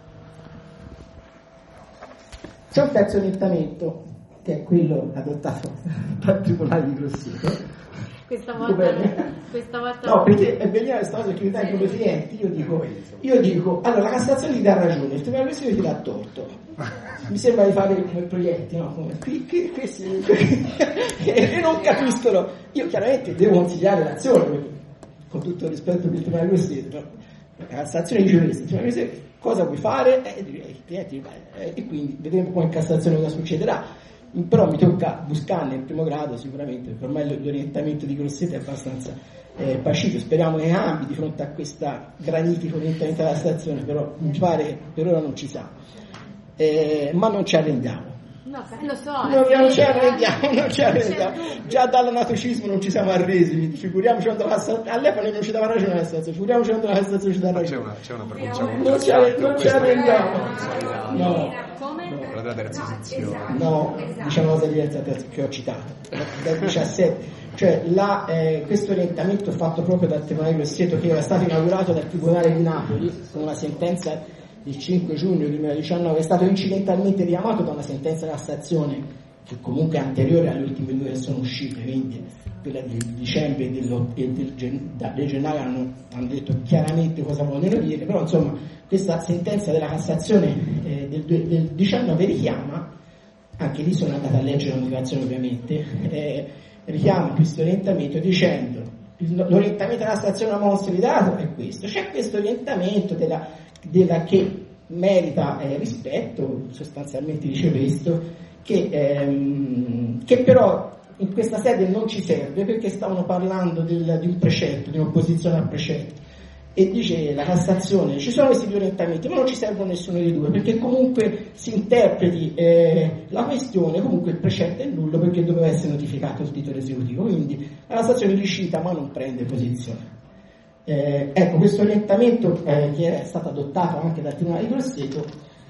C'è un terzo orientamento, che è quello adottato dal Tribunale di Grosseto. Questa volta, questa volta no, perché è bellissima questa cosa, perché ai propri clienti io dico, io dico, allora la Cassazione ti dà ragione, il Tribunale di Grosseto ti dà torto. Mi sembra di fare come proietti, no? Come, qui, qui, questi che non capiscono. Io chiaramente devo consigliare l'azione, perché, con tutto il rispetto per il Tribunale di Grosseto, la Cassazione dice questo, il Tribunale di Grosseto cosa vuoi fare? Eh, i clienti, eh, e quindi vedremo poi in Cassazione cosa succederà. Però mi tocca buscarne in primo grado sicuramente, perché ormai l'orientamento di Grosseto è abbastanza eh, pacifico. Speriamo che cambi di fronte a questa granitica orientamento della stazione, però mi pare che per ora non ci sa. Eh, ma non ci arrendiamo. No, lo so. Non, non ci arrendiamo, non ci arrendiamo. Già dall'anatocismo non ci siamo arresi, figuriamoci quando la Cassazione, all'epoca non ci dava ragione la Cassazione, figuriamoci quando la Cassazione ci dà ragione. C'è una, c'è una pronuncia non ci, arre- non ci arrendiamo. No. Quella della terza sezione. No, diciamo una cosa diversa che ho citato, dal diciassette, cioè la, eh, questo orientamento fatto proprio dal Tribunale di Grosseto, che era stato inaugurato dal Tribunale di Napoli con una sentenza del cinque giugno duemiladiciannove, è stato incidentalmente richiamato da una sentenza della Cassazione che comunque è anteriore alle ultime due che sono uscite, quindi quella del dicembre e del, del, del gennaio hanno, hanno detto chiaramente cosa vogliono dire, però insomma questa sentenza della Cassazione eh, del, del diciannove richiama, anche lì sono andata a leggere la motivazione ovviamente, eh, richiama questo orientamento dicendo l'orientamento della Cassazione a consolidato è questo, c'è questo orientamento della, della che merita eh, rispetto, sostanzialmente dice questo, che, ehm, che però in questa sede non ci serve perché stavano parlando del, di un precetto, di un'opposizione al precetto, e dice la Cassazione ci sono questi due orientamenti ma non ci servono nessuno dei due perché comunque si interpreti eh, la questione, comunque il precetto è nullo perché doveva essere notificato il titolo esecutivo, quindi la Cassazione li cita ma non prende posizione. Eh, ecco, questo orientamento eh, che è stato adottato anche dal Tribunale di Grosseto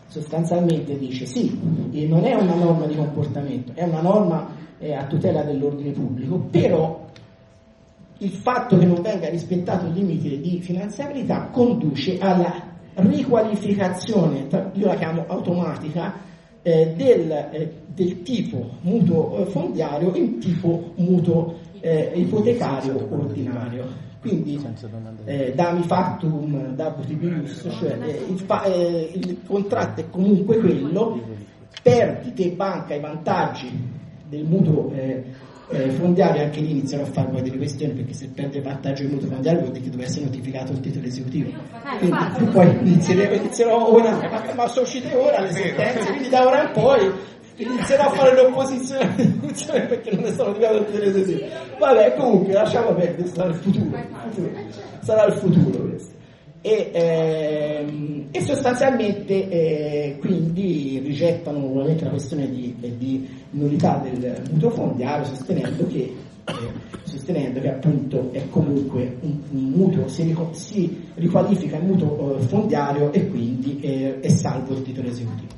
sostanzialmente dice sì, e non è una norma di comportamento, è una norma eh, a tutela dell'ordine pubblico, però il fatto che non venga rispettato il limite di finanziabilità conduce alla riqualificazione, io la chiamo automatica, eh, del, eh, del tipo mutuo fondiario in tipo mutuo eh, ipotecario ordinario. Quindi eh, dami factum dabutibius, cioè eh, il, fa- eh, il contratto è comunque quello, perdi te banca i vantaggi del mutuo eh, eh, fondiario, anche lì iniziano a fare poi delle questioni, perché se perdi il vantaggio del mutuo fondiario vuol dire che deve essere notificato il titolo esecutivo, quindi poi inizieremo, inizierò ora, ma, ma sono uscite ora le sentenze, quindi da ora in poi inizierò a fare l'opposizione perché non ne sono notificato il titolo esecutivo. Vabbè, comunque lasciamo perdere, sarà il futuro, sarà il futuro questo. E, ehm, e sostanzialmente eh, quindi rigettano nuovamente la questione di, di nullità del mutuo fondiario, sostenendo che, eh, sostenendo che appunto è comunque un, un mutuo, si, rico- si riqualifica il mutuo eh, fondiario e quindi eh, è salvo il titolo esecutivo.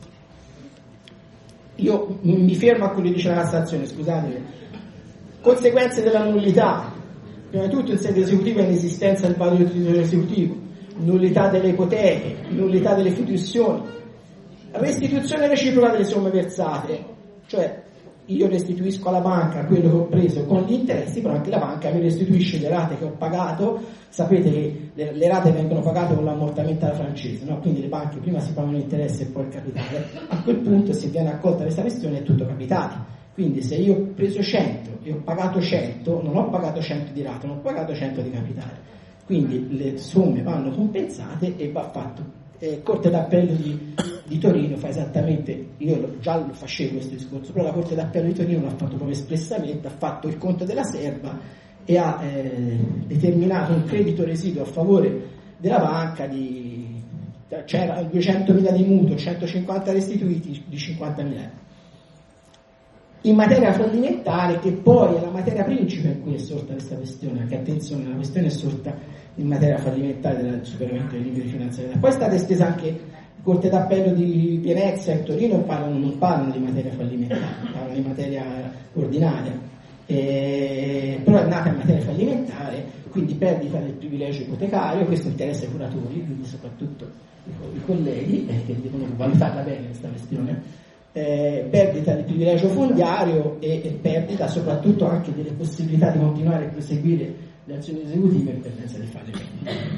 Io mi fermo a quello che dice la Cassazione, scusate. Conseguenze della nullità: prima di tutto in sede esecutiva è inesistenza del valore del titolo esecutivo, nullità delle ipoteche, nullità delle fiduzioni, restituzione reciproca delle somme versate, cioè io restituisco alla banca quello che ho preso con gli interessi, però anche la banca mi restituisce le rate che ho pagato. Sapete che le, le rate vengono pagate con l'ammortamento alla francese, no? Quindi le banche prima si pagano l'interesse e poi il capitale. A quel punto, se viene accolta questa questione, è tutto capitale. Quindi se io ho preso cento e ho pagato cento, non ho pagato cento di rate, non ho pagato cento di capitale. Quindi le somme vanno compensate e va fatto. Eh, Corte d'Appello di, di Torino fa esattamente, io lo, già lo facevo questo discorso, però la Corte d'Appello di Torino l'ha fatto proprio espressamente, ha fatto il conto della serva e ha eh, determinato un credito residuo a favore della banca di, c'era duecentomila di mutuo, centocinquanta restituiti di cinquantamila euro. In materia fallimentare, che poi è la materia principe in cui è sorta questa questione, anche attenzione, la questione è sorta in materia fallimentare del superamento dei limiti di finanziarietà. Poi è stata estesa anche Corte d'Appello di Venezia e Torino, parlano, non parlano di materia fallimentare, parlano di materia ordinaria, e, però è nata in materia fallimentare, quindi perdita del privilegio ipotecario, questo interessa i curatori, quindi soprattutto i, i colleghi eh, che devono valutarla bene questa questione. Eh, perdita di privilegio fondiario e, e perdita soprattutto anche delle possibilità di continuare a proseguire le azioni esecutive in presenza di fallimento.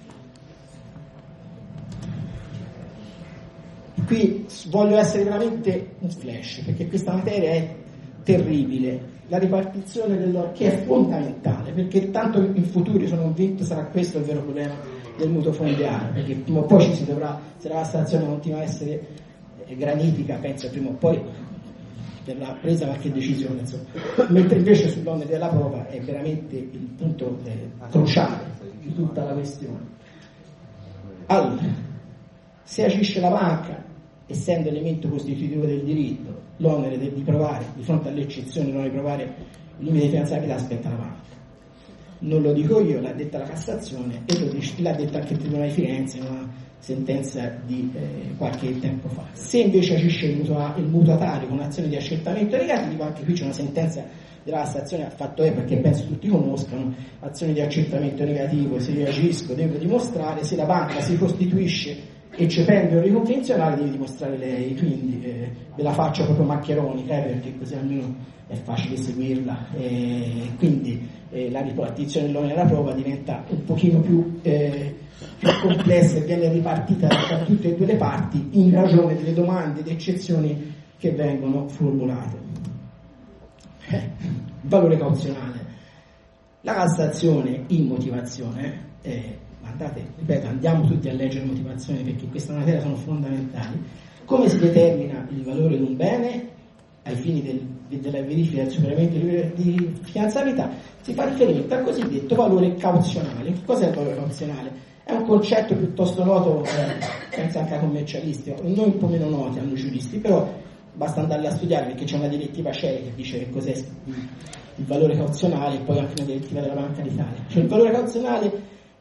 Qui voglio essere veramente un flash, perché questa materia è terribile, la ripartizione dell'oro, che è fondamentale, perché tanto in futuro sono convinto sarà questo il vero problema del mutuo fondiario, perché prima o poi ci si dovrà, se la stazione continua a essere granitica, penso prima o poi verrà presa qualche decisione, insomma. Mentre invece sull'onere della prova è veramente il punto eh, cruciale di tutta la questione. Allora, se agisce la banca, essendo elemento costitutivo del diritto, l'onere di provare, di fronte alle eccezioni, non di provare il limite di finanziabilità, spetta la banca. Non lo dico io, l'ha detta la Cassazione e lo dice, l'ha detta anche il Tribunale di Firenze in una sentenza di eh, qualche tempo fa. Se invece agisce il, mutua, il mutuatario con azione di accertamento negativo, anche qui c'è una sentenza della Cassazione, ha fatto E perché penso tutti conoscano, azione di accertamento negativo, se io agisco devo dimostrare, se la banca si costituisce eccependo il riconvenzionale devi dimostrare lei, quindi eh, ve la faccio proprio maccheronica eh, perché così almeno è facile seguirla, e quindi eh, la ripartizione dell'onere della prova diventa un pochino più, eh, più complessa e viene ripartita da tutte e due le parti in ragione delle domande ed eccezioni che vengono formulate. Eh, valore cauzionale. La Cassazione in motivazione eh, guardate, ripeto, andiamo tutti a leggere le motivazioni perché in questa materia sono fondamentali. Come si determina il valore di un bene ai fini del, della verifica del superamento di finanziabilità? Si fa riferimento al cosiddetto valore cauzionale. Che cos'è il valore cauzionale? È un concetto piuttosto noto, eh, penso anche a commercialisti, noi un po' meno noti hanno giuristi, però basta andarli a studiare perché c'è una direttiva C E I che dice che cos'è il valore cauzionale e poi anche una direttiva della Banca d'Italia. Cioè il valore cauzionale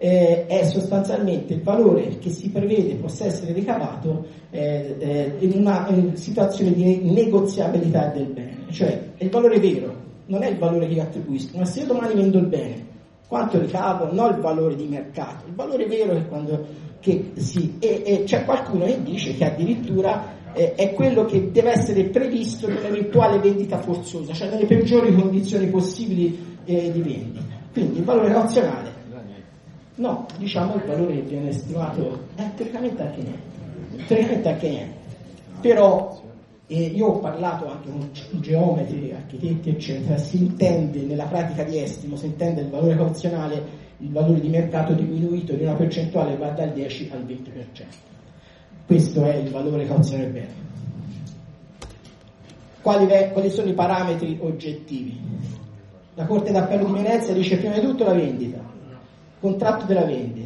eh, è sostanzialmente il valore che si prevede possa essere ricavato eh, eh, in una in situazione di negoziabilità del bene, cioè il valore vero non è il valore che io attribuisco, ma se io domani vendo il bene, quanto ricavo? Non il valore di mercato, il valore vero è quando che sì, e, e c'è qualcuno che dice che addirittura eh, è quello che deve essere previsto nell'eventuale vendita forzosa, cioè nelle peggiori condizioni possibili eh, di vendita. Quindi il valore cauzionale, no, diciamo il valore che viene stimato è teoricamente anche niente, teoricamente anche niente, però eh, io ho parlato anche con geometri, architetti eccetera, si intende nella pratica di estimo, si intende il valore cauzionale, il valore di mercato diminuito di una percentuale che va dal dieci al venti per cento. Questo è il valore cauzionale bene. Quali, quali sono i parametri oggettivi? La Corte d'Appello di Venezia dice prima di tutto la vendita, contratto della vendita.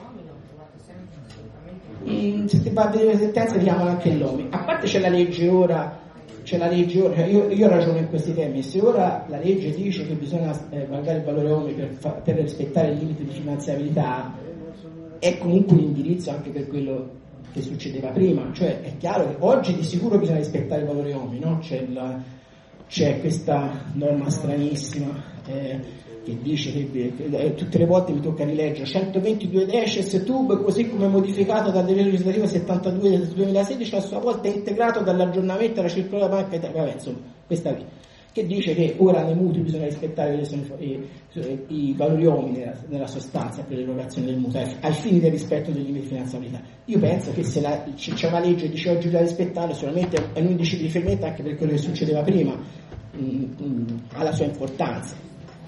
In, se ti parli delle sentenze ti chiamano anche l'O M I. A parte c'è la legge ora, c'è la legge ora, io, io ragiono in questi termini, se ora la legge dice che bisogna eh, valutare il valore O M I per, fa, per rispettare il limite di finanziabilità, è comunque un indirizzo anche per quello che succedeva prima, cioè è chiaro che oggi di sicuro bisogna rispettare il valore O M I, no? C'è, la, c'è questa norma stranissima eh, che dice che eh, tutte le volte mi tocca rileggere centoventidue decies tub, così come modificato dal decreto legislativo settantadue del duemilasedici, a sua volta integrato dall'aggiornamento della circolare della Banca Italia, vabbè, insomma, questa qui, che dice che ora nei mutui bisogna rispettare i, i, i valori O M I nella, nella sostanza per l'erogazione del mutuo ai fini del rispetto dei limiti di finanziabilità. Io penso che se la, c'è una legge che dice oggi da rispettare, solamente è un indice di riferimento anche per quello che succedeva prima, mh, mh, ha la sua importanza.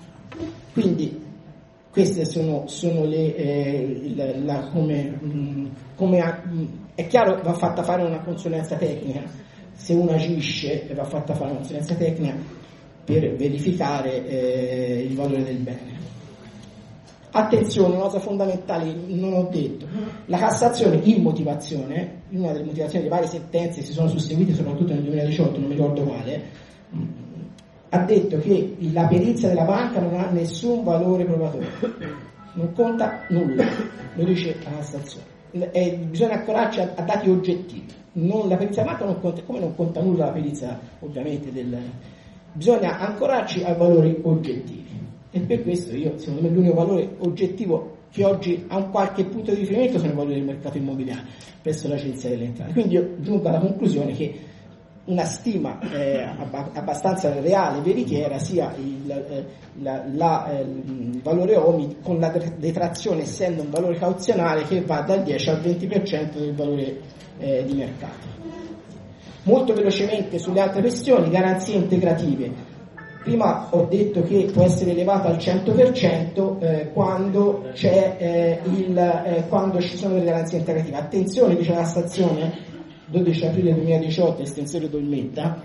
Quindi queste sono, sono le eh, la, la, come, mh, come mh, è chiaro, va fatta fare una consulenza tecnica, se uno agisce va fatta fare una consulenza tecnica per verificare eh, il valore del bene. Attenzione, una cosa fondamentale non ho detto, la Cassazione in motivazione, in una delle motivazioni di varie sentenze che si sono susseguite soprattutto nel duemiladiciotto, non mi ricordo quale, ha detto che la perizia della banca non ha nessun valore probatorio, non conta nulla, lo dice la Cassazione. E bisogna accorarci a, a dati oggettivi, non, la perizia della banca non conta, come non conta nulla la perizia ovviamente del, bisogna ancorarci a valori oggettivi, e per questo io, secondo me, l'unico valore oggettivo che oggi ha un qualche punto di riferimento sono i valori del mercato immobiliare presso l'Agenzia delle Entrate. Quindi io giungo alla conclusione che una stima eh, abbastanza reale, veritiera, sia il, eh, la, la, eh, il valore O M I con la detrazione, essendo un valore cauzionale che va dal dieci al venti per cento del valore eh, di mercato. Molto velocemente sulle altre questioni, garanzie integrative. Prima ho detto che può essere elevata al cento per cento eh, quando, c'è, eh, il, eh, quando ci sono le garanzie integrative. Attenzione, dice la stazione, dodici aprile duemiladiciotto, estensione Dolmetta,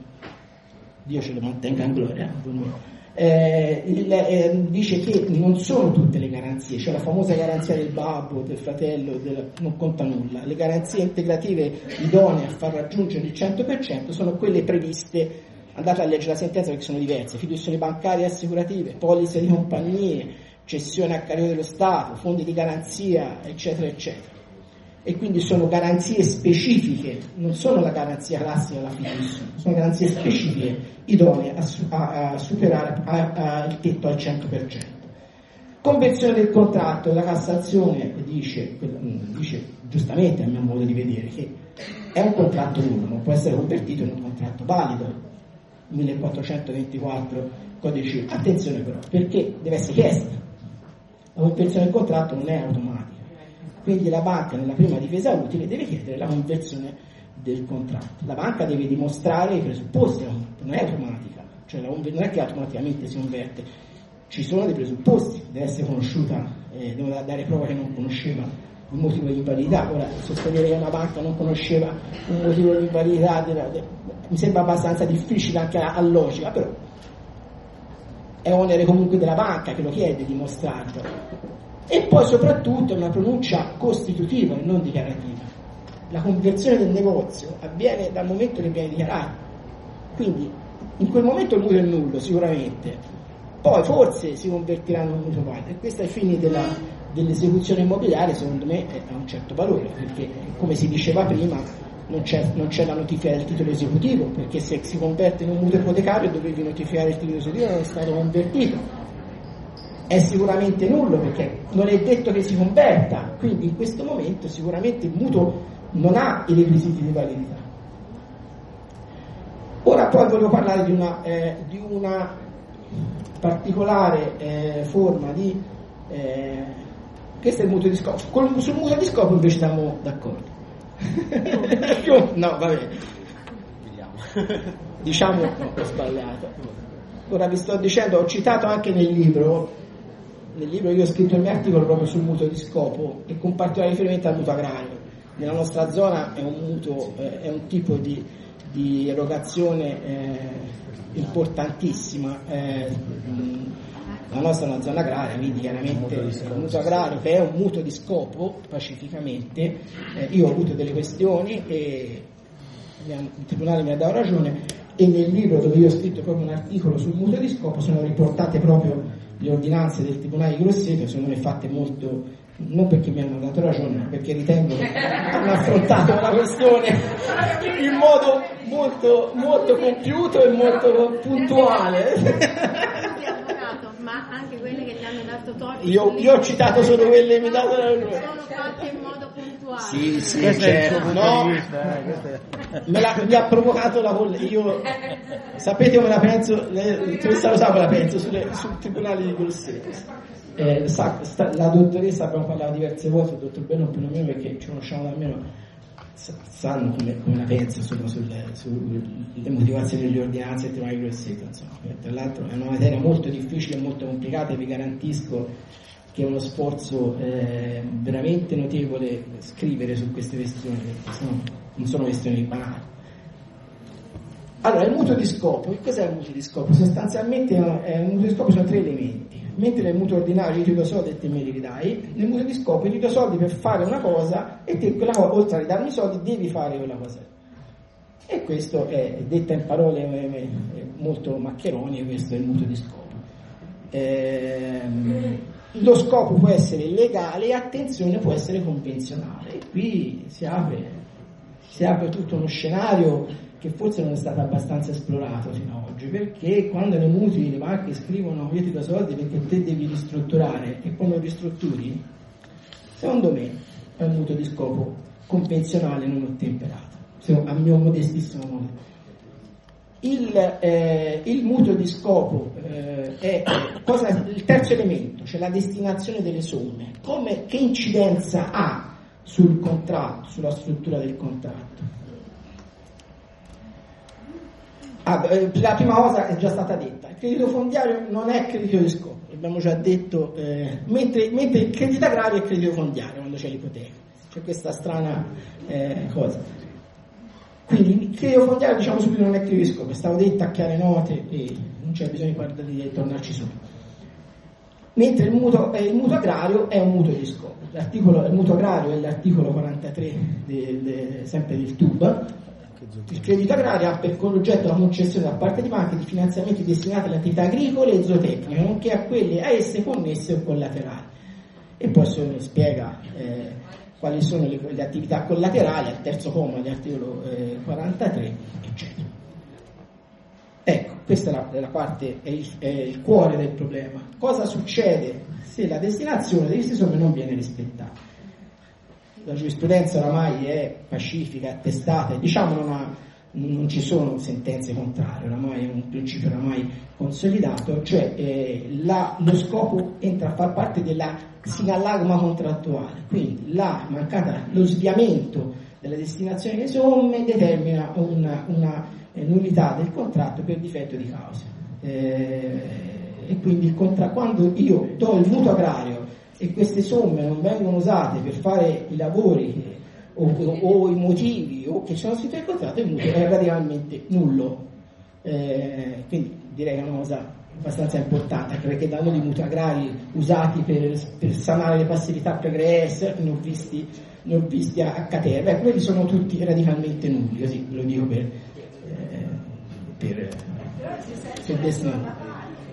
Dio ce lo mantenga in gloria, eh, il, eh, dice che non sono tutte le garanzie, cioè la famosa garanzia del babbo, del fratello, del, non conta nulla. Le garanzie integrative idonee a far raggiungere il cento per cento sono quelle previste, andate a leggere la sentenza perché sono diverse: fiduzioni bancarie e assicurative, polizze di compagnie, cessione a carico dello Stato, fondi di garanzia, eccetera eccetera. E quindi sono garanzie specifiche, non sono la garanzia classica della fiducia, sono garanzie specifiche idonee a, a, a superare a, a, il tetto al cento per cento. Convenzione del contratto, la Cassazione dice, dice giustamente, a mio modo di vedere, che è un contratto nullo, non può essere convertito in un contratto valido, millequattrocentoventiquattro codice. Attenzione però, perché deve essere chiesta. La conversione del contratto non è automatica. Quindi la banca nella prima difesa utile deve chiedere la conversione del contratto. La banca deve dimostrare i presupposti, non è automatica, cioè la, non è che automaticamente si converte, ci sono dei presupposti, deve essere conosciuta, eh, deve dare prova che non conosceva un motivo di invalidità. Ora, sostenere che una banca non conosceva un motivo di invalidità deve, deve, mi sembra abbastanza difficile anche a, a logica, però è onere comunque della banca che lo chiede di dimostrarlo. E poi soprattutto è una pronuncia costitutiva e non dichiarativa. La conversione del negozio avviene dal momento che viene dichiarato, quindi in quel momento il mutuo è nullo sicuramente, poi forse si convertiranno in mutuo valle, e questo ai fini della, dell'esecuzione immobiliare secondo me ha un certo valore, perché come si diceva prima non c'è, non c'è la notifica del titolo esecutivo, perché se si converte in un mutuo ipotecario dovevi notificare il titolo esecutivo, non è stato convertito, è sicuramente nullo perché non è detto che si converta, quindi in questo momento sicuramente il mutuo non ha i requisiti di validità. Ora poi voglio parlare di una, eh, di una particolare eh, forma di eh, questo è il mutuo di scopo. Col, sul mutuo di scopo invece siamo d'accordo. No, vabbè, diciamo no, ho sbagliato. Ora vi sto dicendo, ho citato anche nel libro nel libro io ho scritto il mio articolo proprio sul mutuo di scopo e con particolare riferimento al mutuo agrario. Nella nostra zona è un mutuo, eh, è un tipo di, di erogazione eh, importantissima. Eh, la nostra è una zona agraria, quindi chiaramente il mutuo agrario, che è un mutuo di scopo pacificamente, eh, io ho avuto delle questioni e il tribunale mi ha dato ragione, e nel libro dove io ho scritto proprio un articolo sul mutuo di scopo sono riportate proprio le ordinanze del tribunale di Grosseto, sono fatte molto, non perché mi hanno dato ragione, ma perché ritengo che hanno affrontato la questione in modo molto, molto compiuto e molto puntuale. Ma anche quelle che ti hanno dato torto, io, io ho citato solo quelle che mi hanno dato ragione, sono fatte in modo puntuale. Sì, sì, certo, no, me, la, mi ha provocato la voglia. Io sapete come la penso, questa lo sa come la penso sulle, sul tribunale di Grosseto. Eh, sa, sta, la dottoressa, abbiamo parlato diverse volte, il dottor Bello più o meno, perché ci conosciamo da almeno, sanno come, come la penso sulle, sulle, sulle motivazioni delle ordinanze del tribunale di Grosseto, insomma. Tra l'altro è una materia molto difficile e molto complicata, e vi garantisco che è uno sforzo eh, veramente notevole scrivere su queste questioni, perché sono, non sono questioni banali. Allora, il mutuo di scopo, che cos'è il mutuo di scopo? Sostanzialmente è un mutuo di scopo sono tre elementi. Mentre nel mutuo ordinario io ti do soldi e te me li ridai, nel mutuo di scopo io ti do soldi per fare una cosa e te quella cosa, oltre a ridarmi i soldi, devi fare quella cosa. E questo è, detta in parole molto maccheroni, questo è il mutuo di scopo. Ehm, lo scopo può essere legale e, attenzione, può essere convenzionale. E qui si apre, si apre tutto uno scenario che forse non è stato abbastanza esplorato fino ad oggi, perché quando nei mutui le banche scrivono io ti do soldi perché te devi ristrutturare, e quando ristrutturi, secondo me è un mutuo di scopo convenzionale non ottemperato, a mio modestissimo modo. Il, eh, il mutuo di scopo eh, è cosa, il terzo elemento, cioè la destinazione delle somme. Come, che incidenza ha sul contratto, sulla struttura del contratto? Ah, la prima cosa è già stata detta, il credito fondiario non è credito di scopo, l'abbiamo già detto, eh, mentre, mentre il credito agrario è credito fondiario quando c'è l'ipoteca, c'è questa strana eh, cosa. Quindi il credito fondiario, diciamo subito, non è credito di scopo, è stato detto a chiare note e non c'è bisogno di, di tornarci su. Mentre il mutuo, eh, il mutuo agrario è un mutuo di scopo. L'articolo, il mutuo agrario è l'articolo quarantatré de, de, sempre del T U B. Il credito agrario ha per oggetto la concessione da parte di banche di finanziamenti destinati alle attività agricole e zootecniche, nonché a quelle a esse connesse o collaterali. E poi si spiega eh, quali sono le, le attività collaterali al terzo comma dell'articolo eh, quarantatré, eccetera. Ecco, questa è la, è la parte, è il, è il cuore del problema. Cosa succede se la destinazione di queste somme non viene rispettata? La giurisprudenza oramai è pacifica, attestata, e diciamo non, ha, non ci sono sentenze contrarie, oramai è un principio oramai consolidato, cioè eh, la, lo scopo entra a far parte della sinallagma contrattuale, quindi la mancata, lo sviamento della destinazione delle somme determina una, una eh, nullità del contratto per difetto di causa. Eh, e quindi il contra, quando io do il mutuo agrario e queste somme non vengono usate per fare i lavori o, o, o i motivi o che sono scritti nel contratto, il mutuo è radicalmente nullo. Eh, quindi direi che è una cosa abbastanza importante, anche perché danno di mutui agrari usati per, per sanare le passività pregresse, ne ho visti, ne ho visti a, a Caterva, e quelli sono tutti radicalmente nulli, così lo dico per, eh, per, per destinare. Eh,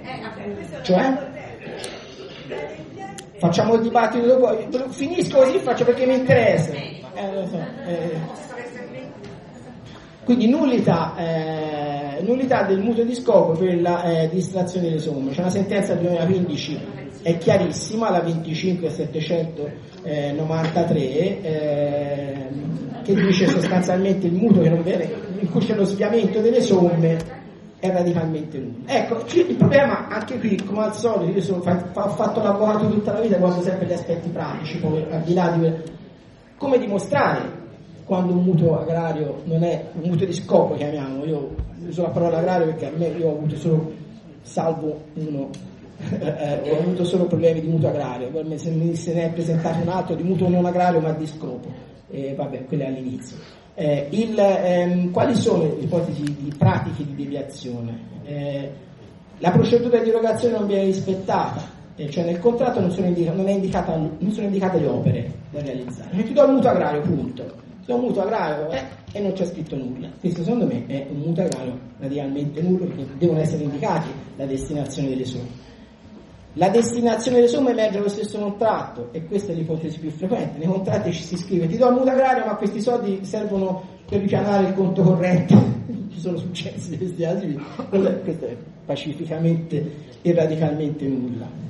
Cioè? Facciamo il dibattito dopo, finisco così, faccio perché mi interessa. Eh, lo so, eh. Quindi nullità, eh, nullità del mutuo di scopo per la eh, distrazione delle somme. C'è una sentenza del duemilaquindici, è chiarissima, la venticinque settecentonovantatré, eh, che dice sostanzialmente il mutuo che non viene, in cui c'è lo sviamento delle somme, è radicalmente nullo. Ecco, il problema anche qui, come al solito, io sono, ho fatto l'avvocato tutta la vita, guardo sempre gli aspetti pratici, poi al di là di come dimostrare quando un mutuo agrario non è un mutuo di scopo, chiamiamo, io uso la parola agrario perché a me io ho avuto solo, salvo uno, eh, ho avuto solo problemi di mutuo agrario, poi se mi se ne è presentato un altro di mutuo non agrario ma di scopo, eh, vabbè, quello è all'inizio. Eh, il, ehm, quali sono le ipotesi di pratiche di deviazione? Eh, la procedura di erogazione non viene rispettata, eh, cioè nel contratto non sono, indica, non, è indicata, non sono indicate le opere da realizzare, cioè ti do il mutuo agrario, punto. Se è un mutuo agrario eh, e non c'è scritto nulla, questo secondo me è un mutuo agrario radicalmente nullo, perché devono essere indicati la destinazione delle somme. La destinazione delle somme emerge dallo stesso contratto, e questa è l'ipotesi più frequente. Nei contratti ci si scrive: ti do il mutuo agrario ma questi soldi servono per ripianare il conto corrente. Ci sono successi di questi altri, questo è pacificamente e radicalmente nulla.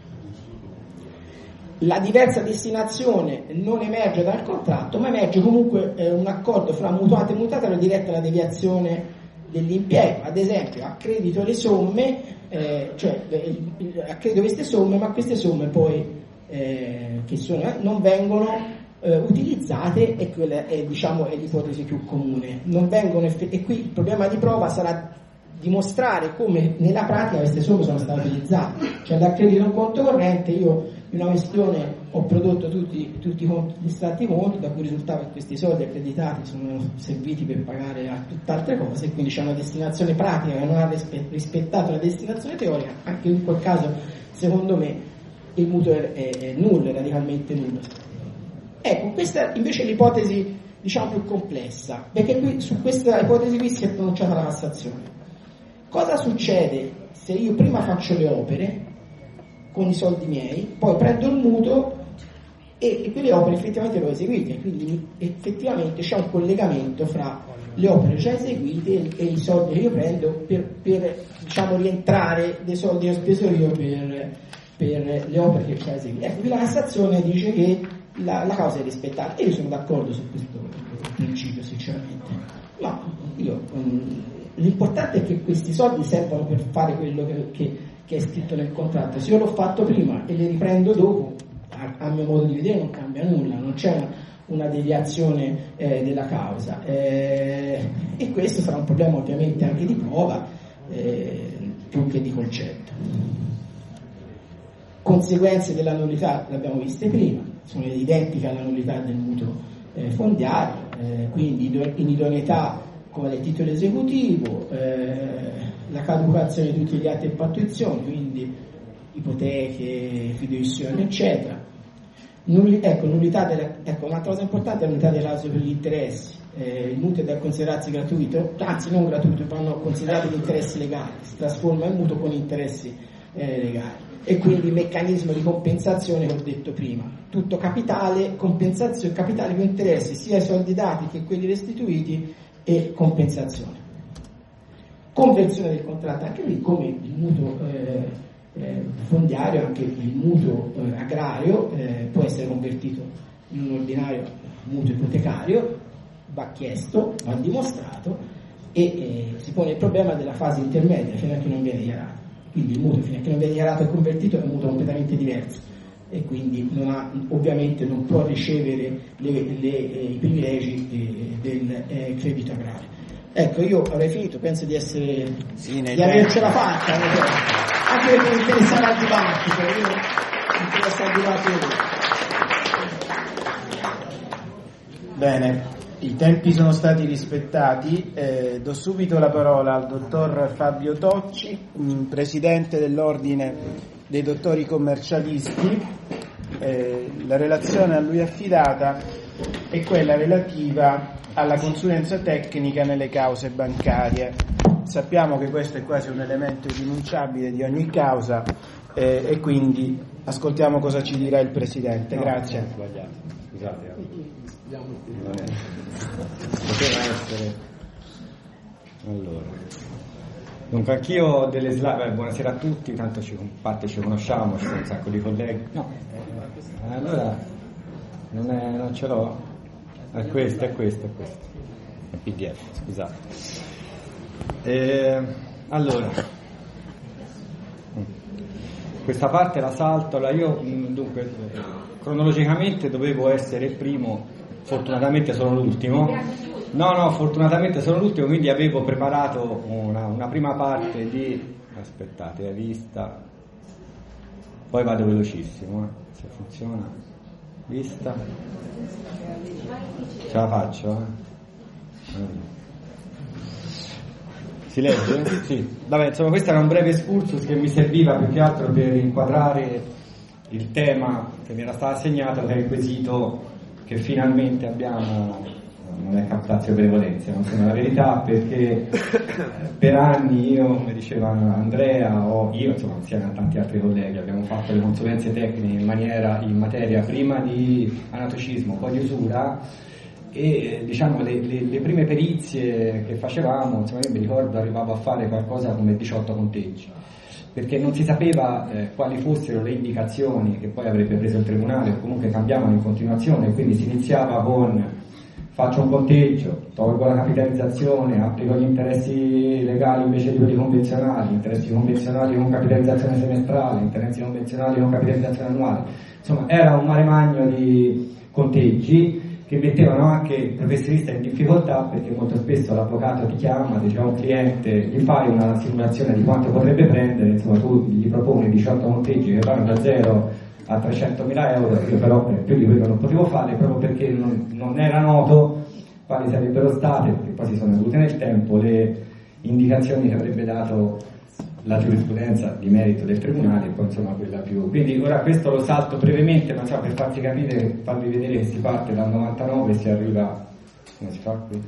La diversa destinazione non emerge dal contratto, ma emerge comunque eh, un accordo fra mutuante e mutuatario diretto alla deviazione dell'impiego. Ad esempio, accredito le somme, eh, cioè eh, accredito queste somme, ma queste somme poi eh, che sono, eh, non vengono eh, utilizzate, e quella è, diciamo, è l'ipotesi più comune. Non vengono effett- e qui il problema di prova sarà dimostrare come nella pratica queste somme sono state utilizzate. Cioè, l'accredito un conto corrente, io in una questione ho prodotto tutti, tutti gli stati conti, da cui risultava che questi soldi accreditati sono serviti per pagare a tutt'altre cose, e quindi c'è una destinazione pratica che non ha rispettato la destinazione teorica. Anche in quel caso, secondo me, il mutuo è, è, è nullo, è radicalmente nullo. Ecco, questa invece è l'ipotesi, diciamo, più complessa, perché qui su questa ipotesi qui si è pronunciata la Cassazione. Cosa succede se io prima faccio le opere con i soldi miei, poi prendo il mutuo e, e quelle opere effettivamente le ho eseguite, quindi effettivamente c'è un collegamento fra le opere già eseguite e, e i soldi che io prendo per, per diciamo, rientrare dei soldi che ho speso io per, per le opere che ho già eseguite. Ecco, qui la Cassazione dice che la, la causa è rispettata, e io sono d'accordo su questo principio, sinceramente, ma io, um, l'importante è che questi soldi servono per fare quello che, che che è scritto nel contratto. Se io l'ho fatto prima e le riprendo dopo, a, a mio modo di vedere non cambia nulla, non c'è una, una deviazione eh, della causa, eh, e questo sarà un problema ovviamente anche di prova, eh, più che di concetto. Conseguenze della nullità le abbiamo viste prima, sono identiche alla nullità del mutuo eh, fondiario, eh, quindi inidoneità come del titolo esecutivo, eh, la caducazione di tutti gli atti e pattuizioni, quindi ipoteche, fideiussioni, eccetera. Nulli, ecco, nullità della, ecco, un'altra cosa importante è la nullità dell'aso per gli interessi. Eh, il mutuo è da considerarsi gratuito, anzi non gratuito, vanno considerati gli interessi legali, si trasforma in mutuo con interessi eh, legali. E quindi il meccanismo di compensazione che ho detto prima, tutto capitale, compensazione, capitale più interessi, sia i soldi dati che quelli restituiti, e compensazione. Conversione del contratto, anche lì come il mutuo eh, eh, fondiario, anche il mutuo eh, agrario eh, può essere convertito in un ordinario mutuo ipotecario, va chiesto, va dimostrato, e eh, si pone il problema della fase intermedia fino a che non viene dichiarato. Quindi il mutuo fino a che non viene dichiarato e convertito è un mutuo completamente diverso, e quindi non ha, ovviamente non può ricevere le, le, eh, i privilegi eh, del eh, credito agrario. Ecco, io avrei finito, penso di essere sì, di avercela fatta, anche perché mi interessava il dibattito, io mi interessa il dibattito. Bene, i tempi sono stati rispettati, eh, do subito la parola al dottor Fabio Tocci, mh, presidente dell'Ordine dei dottori commercialisti. Eh, la relazione a lui affidata è quella relativa alla consulenza tecnica nelle cause bancarie. sappiamo che questo è quasi un elemento irrinunciabile di ogni causa eh, e quindi ascoltiamo cosa ci dirà il Presidente. No, Grazie. Sbagliato, scusate. Non è. Poteva essere. Allora. Dunque anch'io ho delle slide, beh, buonasera a tutti, tanto ci, in parte ci conosciamo, ci sono un sacco di colleghi. No, eh, allora non, è, non ce l'ho. È questo, è questo, è questo. È P D F, scusate. Eh, allora, questa parte la salto. Allora io dunque cronologicamente dovevo essere il primo, fortunatamente sono l'ultimo. No, no, fortunatamente sono l'ultimo, quindi avevo preparato una, una prima parte di... Aspettate, è vista... Poi vado velocissimo, eh, se funziona. Vista. Ce la faccio, eh. Si legge? Sì. Vabbè, insomma, questo era un breve excursus che mi serviva più che altro per inquadrare il tema che mi era stato assegnato, che è il quesito che finalmente abbiamo... Non è captazio benevolenza, non sono la verità, perché per anni io, come diceva Andrea, o io, insomma, insieme a tanti altri colleghi, abbiamo fatto le consulenze tecniche in, maniera, in materia prima di anatocismo, poi di usura, e diciamo le, le, le prime perizie che facevamo, insomma, io mi ricordo arrivavo a fare qualcosa come diciotto conteggi, perché non si sapeva eh, quali fossero le indicazioni che poi avrebbe preso il tribunale, o comunque cambiavano in continuazione, quindi si iniziava con faccio un conteggio, tolgo la capitalizzazione, applico gli interessi legali invece di quelli convenzionali, interessi convenzionali con capitalizzazione semestrale, interessi convenzionali con capitalizzazione annuale. Insomma, era un mare magno di conteggi che mettevano anche il professionista in difficoltà, perché molto spesso l'avvocato ti chiama, diceva un cliente, gli fai una simulazione di quanto potrebbe prendere, insomma tu gli proponi diciotto conteggi che vanno da zero a trecentomila euro, io però più di quello non potevo fare proprio perché non, non era noto quali sarebbero state, perché poi si sono evolute nel tempo, le indicazioni che avrebbe dato la giurisprudenza di merito del tribunale e poi insomma quella più. Quindi ora questo lo salto brevemente, ma insomma per farvi capire, farvi vedere che si parte dal novantanove e si arriva, come si fa qui?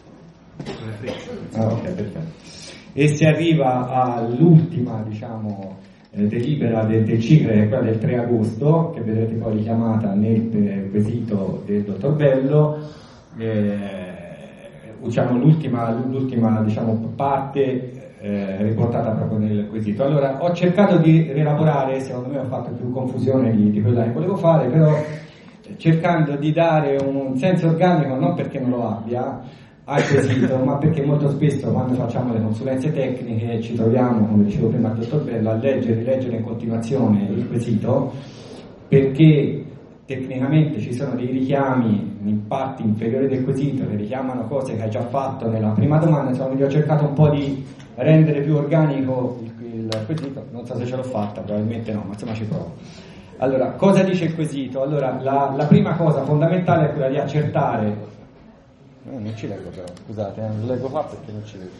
Ah, ok, perfetto. E si arriva all'ultima, diciamo, delibera del, del C I C R E, quella del tre agosto, che vedrete poi richiamata nel quesito del dottor Bello, eh, diciamo, l'ultima, l'ultima diciamo, parte eh, riportata proprio nel quesito. Allora, ho cercato di rielaborare, secondo me ho fatto più confusione di, di quella che volevo fare, però cercando di dare un senso organico, non perché non lo abbia, al quesito, ma perché molto spesso quando facciamo le consulenze tecniche ci troviamo, come dicevo prima al dottor Bello, a leggere e rileggere in continuazione il quesito, perché tecnicamente ci sono dei richiami in parti inferiori del quesito che richiamano cose che hai già fatto nella prima domanda. Insomma, quindi ho cercato un po' di rendere più organico il, il quesito, non so se ce l'ho fatta, probabilmente no, ma insomma ci provo. Allora, cosa dice il quesito? Allora, la, la prima cosa fondamentale è quella di accertare. Eh, non ci leggo però, scusate, eh, lo leggo qua perché non ci leggo.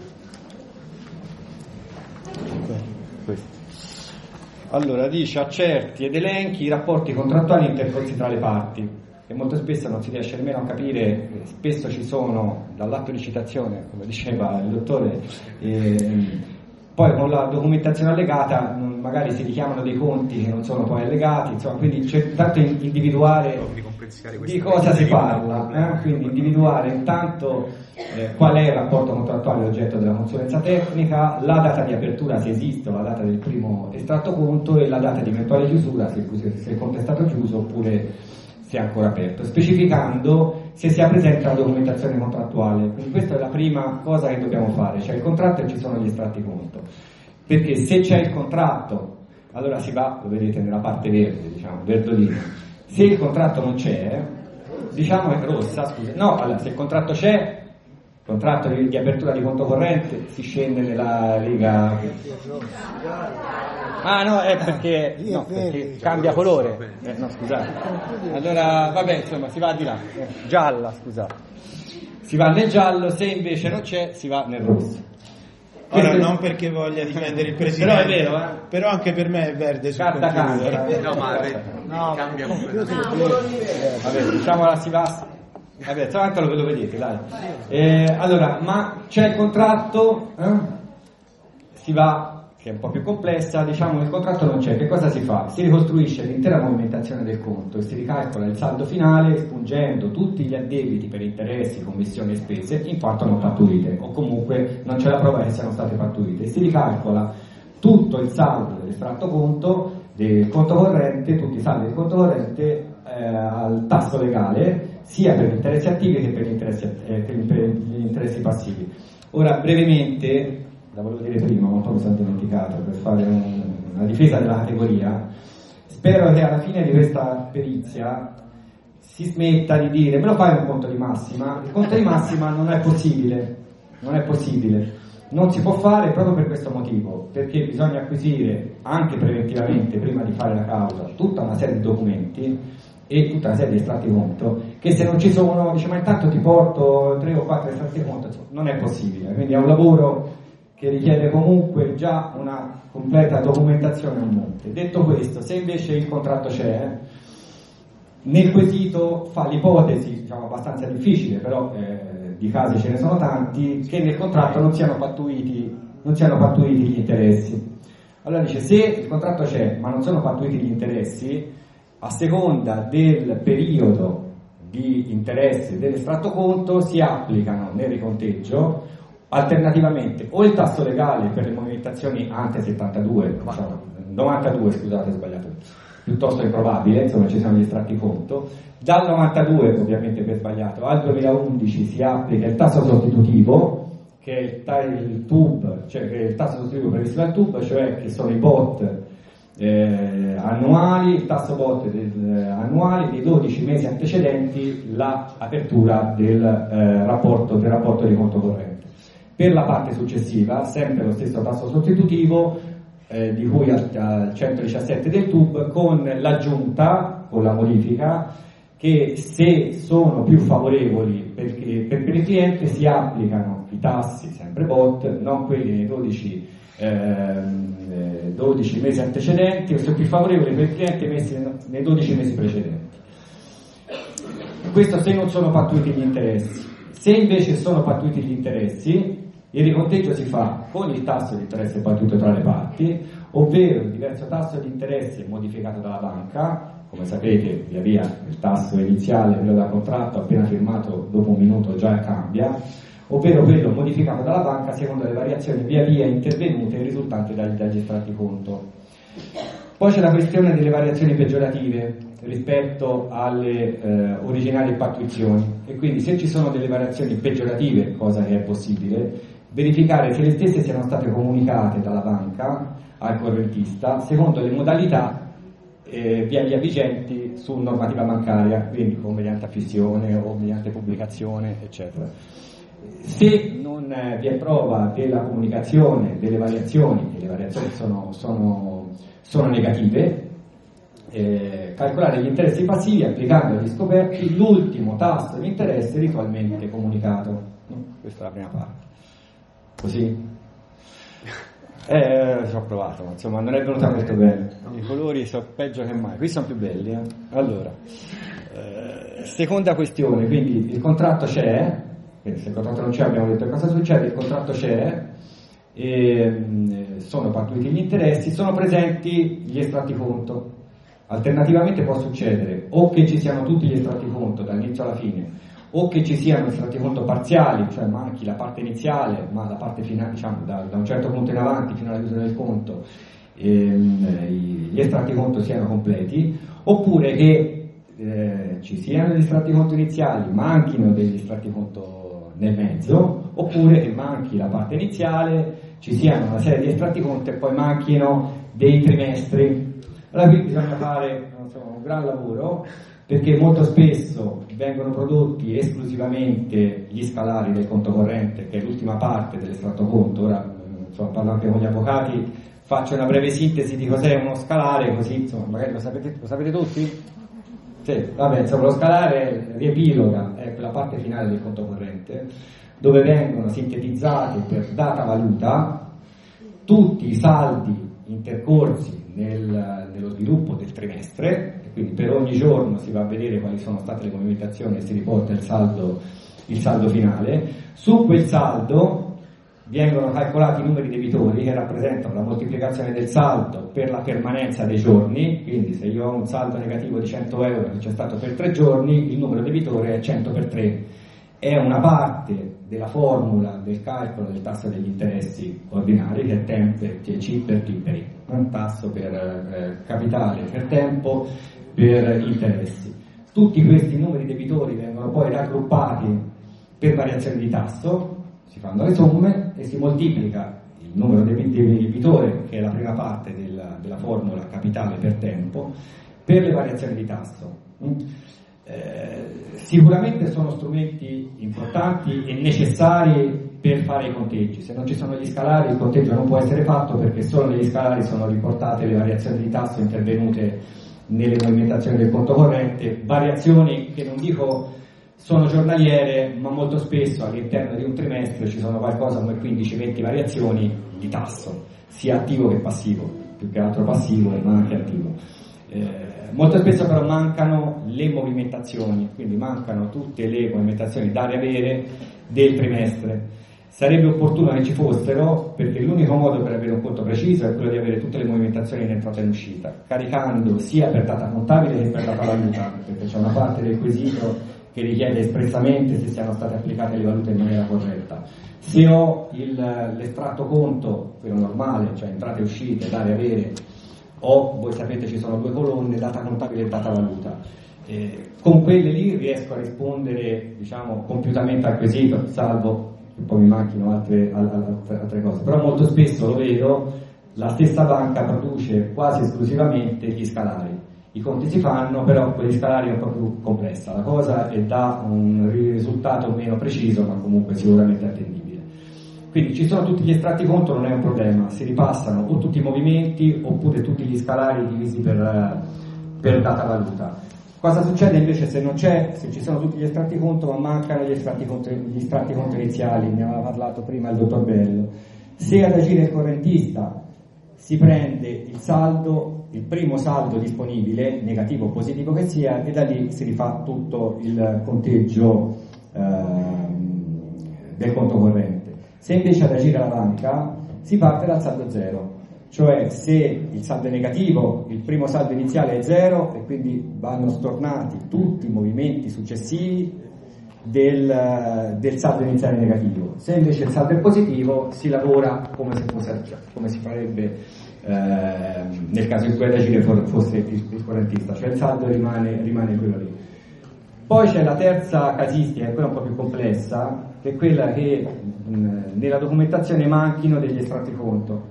Questo. Allora, dice accerti ed elenchi i rapporti contrattuali intercorsi tra le parti, che molto spesso non si riesce nemmeno a capire, spesso ci sono dall'atto di citazione, come diceva il dottore, eh, poi con la documentazione allegata magari si richiamano dei conti che non sono poi allegati, insomma, quindi c'è tanto individuare di cosa si parla, eh? Quindi individuare intanto eh, qual è il rapporto contrattuale oggetto della consulenza tecnica, la data di apertura se esiste, la data del primo estratto conto e la data di eventuale chiusura se, se il conto è stato chiuso oppure se è ancora aperto, specificando se sia presente la documentazione contrattuale. Quindi questa è la prima cosa che dobbiamo fare, c'è il contratto e ci sono gli estratti conto, perché se c'è il contratto allora si va, lo vedete nella parte verde, diciamo, verdolino. Se il contratto non c'è, diciamo è rossa, scusa, no, allora se il contratto c'è, contratto di, di apertura di conto corrente, si scende nella riga. Ah no, è perché, no, perché cambia colore. Eh, no, scusate. Allora, vabbè, insomma, si va di là. Eh, gialla, scusate. Si va nel giallo, se invece non c'è, si va nel rosso. Ora questo... non perché voglia difendere il presidente, però è vero, eh? Però anche per me è verde sul carta computer. Carta. No, ma no, cambia completamente. Vabbè, diciamo la si va Vabbè, travatelo che lo vedete, dai. Eh, allora, ma c'è il contratto, eh? Si va, che è un po' più complessa, diciamo il contratto non c'è, che cosa si fa? Si ricostruisce l'intera movimentazione del conto e si ricalcola il saldo finale espungendo tutti gli addebiti per interessi, commissioni e spese in quanto non fatturite, o comunque non c'è la prova che siano state fatturite. Si ricalcola tutto il saldo dell'estratto conto, del conto corrente, tutti i saldi del conto corrente eh, al tasso legale, sia per gli interessi attivi che per gli interessi, eh, per gli interessi passivi. Ora, brevemente, la volevo dire prima, ma poi mi sono dimenticato, per fare un, una difesa della categoria, spero che alla fine di questa perizia si smetta di dire, me lo fai un conto di massima? Il conto di massima non è possibile, non è possibile. Non si può fare proprio per questo motivo, perché bisogna acquisire anche preventivamente, prima di fare la causa, tutta una serie di documenti e tutta una serie di estratti conto, che se non ci sono, dice ma intanto ti porto tre o quattro estratti conto, non è possibile. Quindi è un lavoro che richiede comunque già una completa documentazione a monte. Detto questo, se invece il contratto c'è, nel quesito fa l'ipotesi, diciamo abbastanza difficile, però eh, di casi ce ne sono tanti, che nel contratto non siano pattuiti, non siano pattuiti gli interessi. Allora dice, se il contratto c'è ma non sono pattuiti gli interessi, a seconda del periodo di interesse dell'estratto conto si applicano nel riconteggio alternativamente o il tasso legale per le movimentazioni ante settantadue, diciamo, novantadue, scusate, ho sbagliato, piuttosto improbabile, insomma ci sono gli estratti conto. Dal novantadue, ovviamente per sbagliato, al duemilaundici si applica il tasso sostitutivo, che è il, ta- il T U B, cioè che è il tasso sostitutivo previsto dal T U B, cioè che sono i B O T eh, annuali, il tasso B O T del, eh, annuali dei dodici mesi antecedenti l'apertura del, eh, rapporto, del rapporto di conto corrente. Per la parte successiva, sempre lo stesso tasso sostitutivo, eh, di cui al, al centodiciassette del T U B, con l'aggiunta, con la modifica, che se sono più favorevoli perché, per, per il cliente si applicano i tassi, sempre B O T, non quelli nei dodici, eh, dodici mesi antecedenti, o se più favorevoli per il cliente messi nei dodici mesi precedenti. Questo se non sono pattuiti gli interessi. Se invece sono pattuiti gli interessi, il riconteggio si fa con il tasso di interesse pattuito tra le parti, ovvero il diverso tasso di interesse modificato dalla banca. Come sapete, via via il tasso iniziale, quello da contratto appena firmato dopo un minuto già cambia, ovvero quello modificato dalla banca secondo le variazioni via via intervenute risultanti dagli, dagli estratti conto. Poi c'è la questione delle variazioni peggiorative rispetto alle eh, originali pattuizioni, e quindi se ci sono delle variazioni peggiorative, cosa che è possibile, verificare se le stesse siano state comunicate dalla banca al correntista secondo le modalità Eh, via via vigenti su normativa bancaria, quindi o mediante affissione o mediante pubblicazione, eccetera. Se non eh, vi è prova della comunicazione delle variazioni, e le variazioni sono, sono, sono negative, eh, calcolare gli interessi passivi applicando agli scoperti l'ultimo tasso di interesse ritualmente comunicato. No? Questa è la prima parte. Così? Eh, ci ho provato, ma insomma non è venuta molto bene. I colori sono peggio che mai, qui sono più belli. Eh? Allora, eh, seconda questione, quindi il contratto c'è, quindi se il contratto non c'è abbiamo detto cosa succede, il contratto c'è, e, sono pattuiti gli interessi, sono presenti gli estratti conto. Alternativamente può succedere o che ci siano tutti gli estratti conto dall'inizio alla fine, o che ci siano estratti conto parziali, cioè manchi la parte iniziale, ma la parte finale, diciamo, da, da un certo punto in avanti fino alla chiusura del conto, ehm, gli estratti conto siano completi, oppure che eh, ci siano gli estratti conto iniziali, manchino degli estratti conto nel mezzo, oppure che manchi la parte iniziale, ci siano una serie di estratti conto e poi manchino dei trimestri. Allora qui bisogna fare insomma, un gran lavoro, perché molto spesso vengono prodotti esclusivamente gli scalari del conto corrente, che è l'ultima parte dell'estratto conto. Ora insomma, parlo anche con gli avvocati, faccio una breve sintesi di cos'è uno scalare, così insomma magari lo sapete, lo sapete tutti? Sì, vabbè, insomma lo scalare riepiloga, è quella parte finale del conto corrente, dove vengono sintetizzati per data valuta tutti i saldi intercorsi nel, nello sviluppo del trimestre, e quindi per ogni ogni giorno si va a vedere quali sono state le movimentazioni e si riporta il saldo, il saldo finale. Su quel saldo vengono calcolati i numeri debitori che rappresentano la moltiplicazione del saldo per la permanenza dei giorni, quindi se io ho un saldo negativo di cento euro che c'è stato per tre giorni, il numero debitore è cento per tre. È una parte della formula del calcolo del tasso degli interessi ordinari, che è tempo, che è C per Tiperi, un tasso per eh, capitale per tempo per interessi. Tutti questi numeri debitori vengono poi raggruppati per variazioni di tasso, si fanno le somme e si moltiplica il numero di debitore, che è la prima parte della, della formula capitale per tempo, per le variazioni di tasso. Eh, sicuramente sono strumenti importanti e necessari per fare i conteggi. Se non ci sono gli scalari il conteggio non può essere fatto, perché solo negli scalari sono riportate le variazioni di tasso intervenute nelle movimentazioni del conto corrente, variazioni che non dico sono giornaliere, ma molto spesso all'interno di un trimestre ci sono qualcosa come quindici venti variazioni di tasso, sia attivo che passivo, più che altro passivo ma anche attivo. Eh, molto spesso però mancano le movimentazioni, quindi mancano tutte le movimentazioni dare avere del trimestre. Sarebbe opportuno che ci fossero, perché l'unico modo per avere un conto preciso è quello di avere tutte le movimentazioni in entrata e in uscita, caricando sia per data contabile che per data valutante, perché c'è una parte del quesito che richiede espressamente se siano state applicate le valute in maniera corretta. Se ho il, l'estratto conto, quello normale, cioè entrate e uscite, dare e avere, o voi sapete ci sono due colonne, data contabile e data valuta. Eh, con quelle lì riesco a rispondere, diciamo, compiutamente al quesito, salvo che poi mi manchino altre, altre, altre cose. Però molto spesso lo vedo, la stessa banca produce quasi esclusivamente gli scalari. I conti si fanno, però con gli scalari è un po' più complessa la cosa e dà un risultato meno preciso, ma comunque sicuramente attendibile. Quindi ci sono tutti gli estratti conto, non è un problema, si ripassano o tutti i movimenti oppure tutti gli scalari divisi per, per data valuta. Cosa succede invece se non c'è, se ci sono tutti gli estratti conto ma mancano gli estratti conto, gli estratti conto iniziali? Ne aveva parlato prima il dottor Bello. Se ad agire il correntista si prende il saldo, il primo saldo disponibile, negativo o positivo che sia, e da lì si rifà tutto il conteggio eh, del conto corrente. Se invece ad agire la banca si parte dal saldo zero, cioè se il saldo è negativo, il primo saldo iniziale è zero e quindi vanno stornati tutti i movimenti successivi del, del saldo iniziale negativo. Se invece il saldo è positivo si lavora come, se fosse, come si farebbe eh, nel caso in cui ad agire fosse il, il correntista, cioè il saldo rimane, rimane quello lì. Poi c'è la terza casistica, che è quella un po' più complessa, che è quella che mh, nella documentazione manchino degli estratti conto.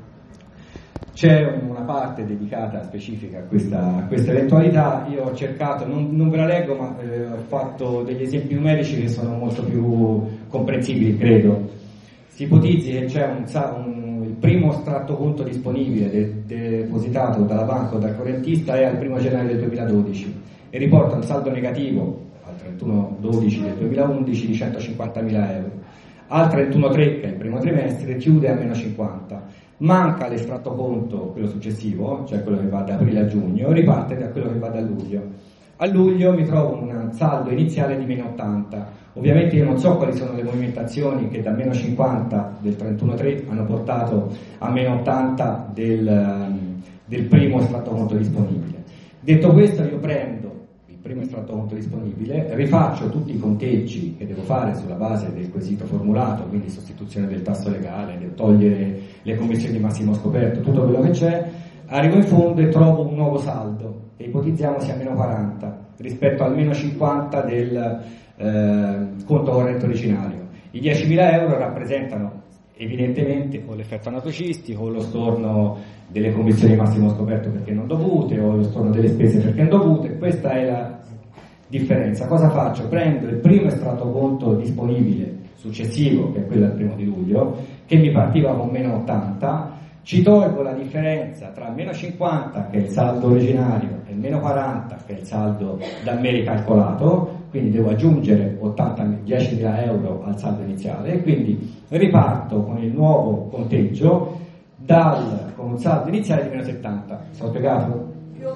C'è una parte dedicata specifica a questa, a questa eventualità. Io ho cercato, non, non ve la leggo, ma eh, ho fatto degli esempi numerici che sono molto più comprensibili, credo. Si ipotizzi che c'è un, un, il primo estratto conto disponibile de, depositato dalla banca o dal correntista è al primo gennaio del duemiladodici e riporta un saldo negativo al trentuno dodici del duemilaundici di centocinquantamila euro. Al trentuno tre, che è il primo trimestre, chiude a meno cinquanta. Manca l'estratto conto, quello successivo, cioè quello che va da aprile a giugno, riparte da quello che va da luglio. A luglio mi trovo un saldo iniziale di meno ottanta. Ovviamente io non so quali sono le movimentazioni che da meno cinquanta del trentuno tre hanno portato a meno ottanta del, del primo estratto conto disponibile. Detto questo, io prendo il primo estratto conto disponibile, rifaccio tutti i conteggi che devo fare sulla base del quesito formulato, quindi sostituzione del tasso legale, del togliere le commissioni di massimo scoperto, tutto quello che c'è, arrivo in fondo e trovo un nuovo saldo che ipotizziamo sia meno quaranta rispetto al meno cinquanta del eh, conto corrente originario. I diecimila euro rappresentano evidentemente o l'effetto anatocistico o lo storno delle commissioni di massimo scoperto perché non dovute o lo storno delle spese perché non dovute. Questa è la differenza. Cosa faccio? Prendo il primo estratto conto disponibile successivo, che è quello del primo di luglio, che mi partiva con meno ottanta, ci tolgo la differenza tra il meno cinquanta, che è il saldo originario, e il meno quaranta, che è il saldo da me ricalcolato, quindi devo aggiungere ottanta, diecimila euro al saldo iniziale, e quindi riparto con il nuovo conteggio dal, con un saldo iniziale di meno settanta. Sono spiegato? Più o meno.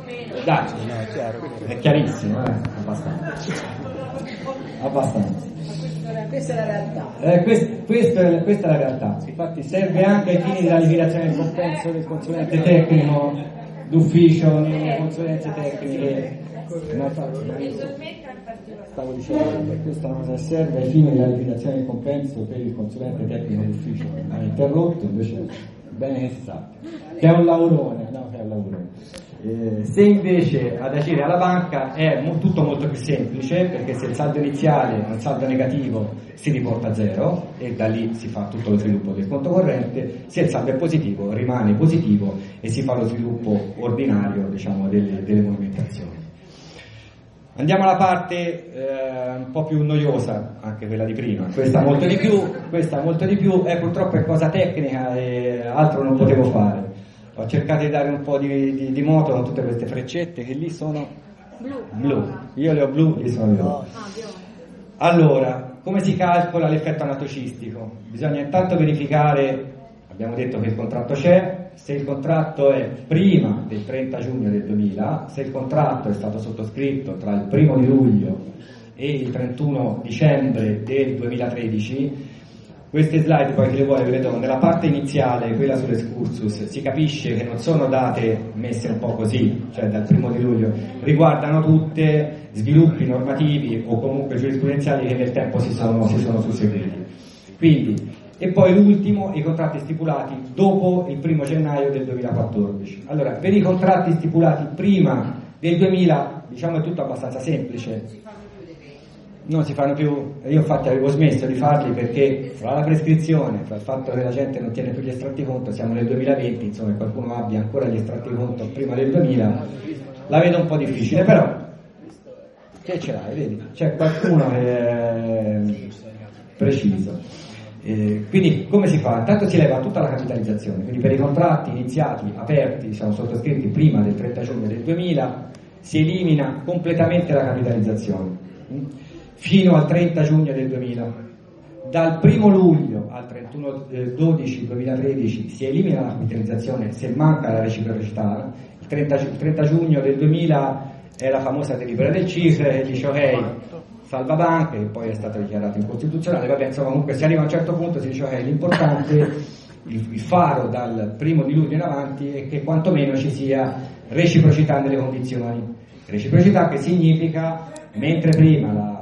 Dai, è chiarissimo, eh? Abbastanza. Abbastanza. Questa è la realtà. Eh, questo, questo è, questa è la realtà. Infatti serve anche ai fini della liquidazione del compenso del consulente tecnico d'ufficio nelle consulenze tecniche. No, stavo dicendo che questa cosa serve ai fini della liquidazione del compenso per il consulente tecnico d'ufficio. Ha interrotto, invece bene che sa. Che è un lavorone, no, che è un lavorone. Eh, se invece ad agire alla banca è mo- tutto molto più semplice, perché se il saldo iniziale è un saldo negativo si riporta a zero e da lì si fa tutto lo sviluppo del conto corrente, se il saldo è positivo rimane positivo e si fa lo sviluppo ordinario, diciamo, delle, delle movimentazioni. Andiamo alla parte eh, un po' più noiosa, anche quella di prima, questa molto di più, questa molto di più, è purtroppo è cosa tecnica e altro non potevo fare. Ho cercato di dare un po' di, di, di moto con tutte queste freccette che lì sono blu. blu. Io le ho blu, lì sono blu. Allora, come si calcola l'effetto anatocistico? Bisogna intanto verificare, abbiamo detto che il contratto c'è, se il contratto è prima del trenta giugno del duemila, se il contratto è stato sottoscritto tra il primo di luglio e il trentuno dicembre del duemilatredici. Queste slide poi chi le vuole ve le do. Nella parte iniziale, quella sull'excursus, si capisce che non sono date messe un po' così, cioè dal primo di luglio, riguardano tutte sviluppi normativi o comunque giurisprudenziali che nel tempo si sono, si sono susseguiti. Quindi, e poi l'ultimo, i contratti stipulati dopo il primo gennaio del duemilaquattordici. Allora, per i contratti stipulati prima del duemila, diciamo è tutto abbastanza semplice. Non si fanno più, io infatti avevo smesso di farli perché fra la prescrizione, fra il fatto che la gente non tiene più gli estratti conto, siamo nel duemilaventi, insomma qualcuno abbia ancora gli estratti conto prima del duemila, la vedo un po' difficile, però che ce l'hai, vedi? C'è qualcuno che è preciso. Eh, quindi come si fa? Intanto si leva tutta la capitalizzazione, quindi per i contratti iniziati, aperti, diciamo sottoscritti prima del trenta giugno del duemila, si elimina completamente la capitalizzazione fino al trenta giugno del duemila. Dal primo luglio al trentuno dodici duemilatredici si elimina la capitalizzazione se manca la reciprocità. Il trenta, il trenta giugno del duemila è la famosa delibera del C I S E che dice ok, salva banche, che poi è stata dichiarata incostituzionale. Vabbè, insomma, comunque si arriva a un certo punto, si dice ok, l'importante, il, il faro dal primo di luglio in avanti è che quantomeno ci sia reciprocità nelle condizioni. Reciprocità che significa, mentre prima la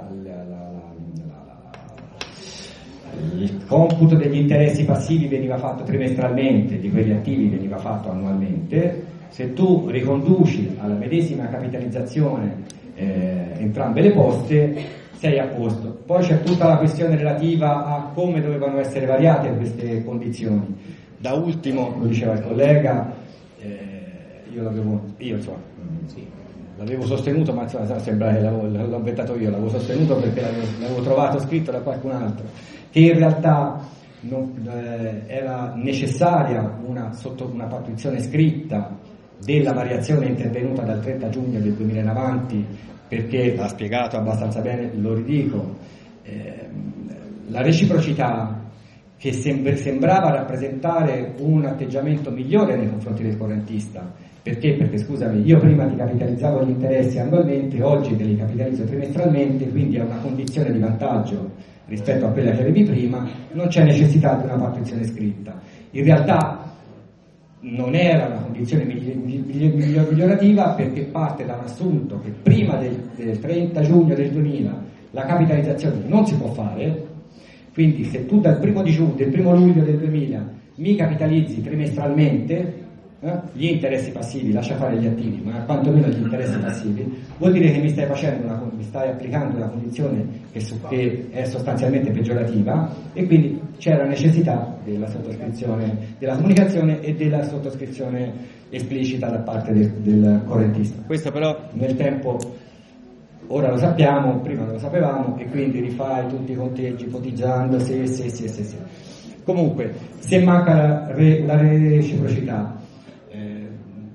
il computo degli interessi passivi veniva fatto trimestralmente, di quelli attivi veniva fatto annualmente, se tu riconduci alla medesima capitalizzazione eh, entrambe le poste sei a posto. Poi c'è tutta la questione relativa a come dovevano essere variate queste condizioni. Da ultimo, lo diceva il collega, eh, io l'avevo io insomma sì, l'avevo sostenuto, ma insomma, sembra che l'avevo, l'ho inventato io, l'avevo sostenuto perché l'avevo, l'avevo trovato scritto da qualcun altro, che in realtà non, eh, era necessaria una, sotto, una pattuizione scritta della variazione intervenuta dal trenta giugno del duemila in avanti, perché l'ha spiegato abbastanza bene, lo ridico, eh, la reciprocità che sem- sembrava rappresentare un atteggiamento migliore nei confronti del correntista. Perché? Perché scusami, io prima ti capitalizzavo gli interessi annualmente, oggi te li capitalizzo trimestralmente, quindi è una condizione di vantaggio rispetto a quella che avevi prima, non c'è necessità di una pattuizione scritta. In realtà non era una condizione migliorativa perché parte da un assunto che prima del, del trenta giugno del duemila la capitalizzazione non si può fare, quindi se tu dal primo, di giugno, del primo luglio del duemila mi capitalizzi trimestralmente eh, gli interessi passivi, lascia fare gli attivi, ma quantomeno gli interessi passivi, vuol dire che mi stai facendo una, mi stai applicando una condizione che, che è sostanzialmente peggiorativa, e quindi c'era necessità della sottoscrizione, della comunicazione e della sottoscrizione esplicita da parte del, del correntista. Questo però nel tempo, ora lo sappiamo, prima non lo sapevamo, e quindi rifai tutti i conteggi ipotizzando se, se, se, se, se. Comunque, se manca la, re, la reciprocità, eh,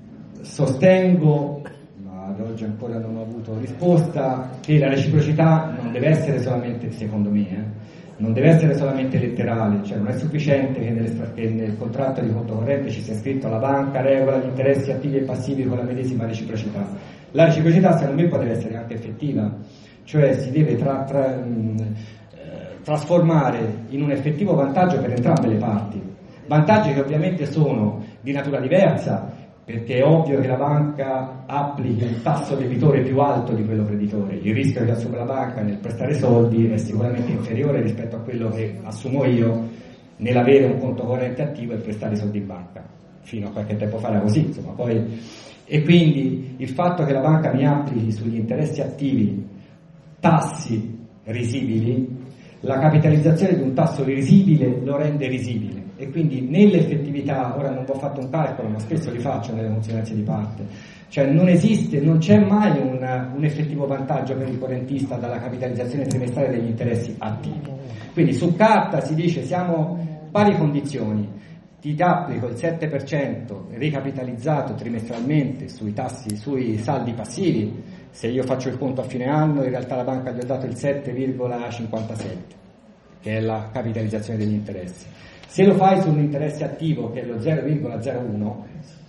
sostengo, ma ad oggi ancora non ho avuto risposta, che la reciprocità non deve essere solamente, secondo me, eh, non deve essere solamente letterale, cioè non è sufficiente che, nelle, che nel contratto di conto corrente ci sia scritto la banca regola gli interessi attivi e passivi con la medesima reciprocità. La reciprocità secondo me può essere anche effettiva, cioè si deve tra, tra, mh, trasformare in un effettivo vantaggio per entrambe le parti, vantaggi che ovviamente sono di natura diversa, perché è ovvio che la banca applichi un tasso debitore più alto di quello creditore, il rischio che assume la banca nel prestare soldi è sicuramente inferiore rispetto a quello che assumo io nell'avere un conto corrente attivo e prestare i soldi in banca. Fino a qualche tempo fa era così, insomma, poi... e quindi il fatto che la banca mi applichi sugli interessi attivi tassi risibili, la capitalizzazione di un tasso risibile lo rende risibile, e quindi nell'effettività, ora non ho fatto un calcolo ma spesso li faccio nelle consulenze di parte, cioè non esiste, non c'è mai un, un effettivo vantaggio per il correntista dalla capitalizzazione trimestrale degli interessi attivi. Quindi su carta si dice siamo pari condizioni, ti applico il sette per cento ricapitalizzato trimestralmente sui tassi, sui saldi passivi. Se io faccio il conto a fine anno, in realtà la banca gli ha dato il sette virgola cinquantasette, che è la capitalizzazione degli interessi. Se lo fai su un interesse attivo, che è lo zero virgola zero uno,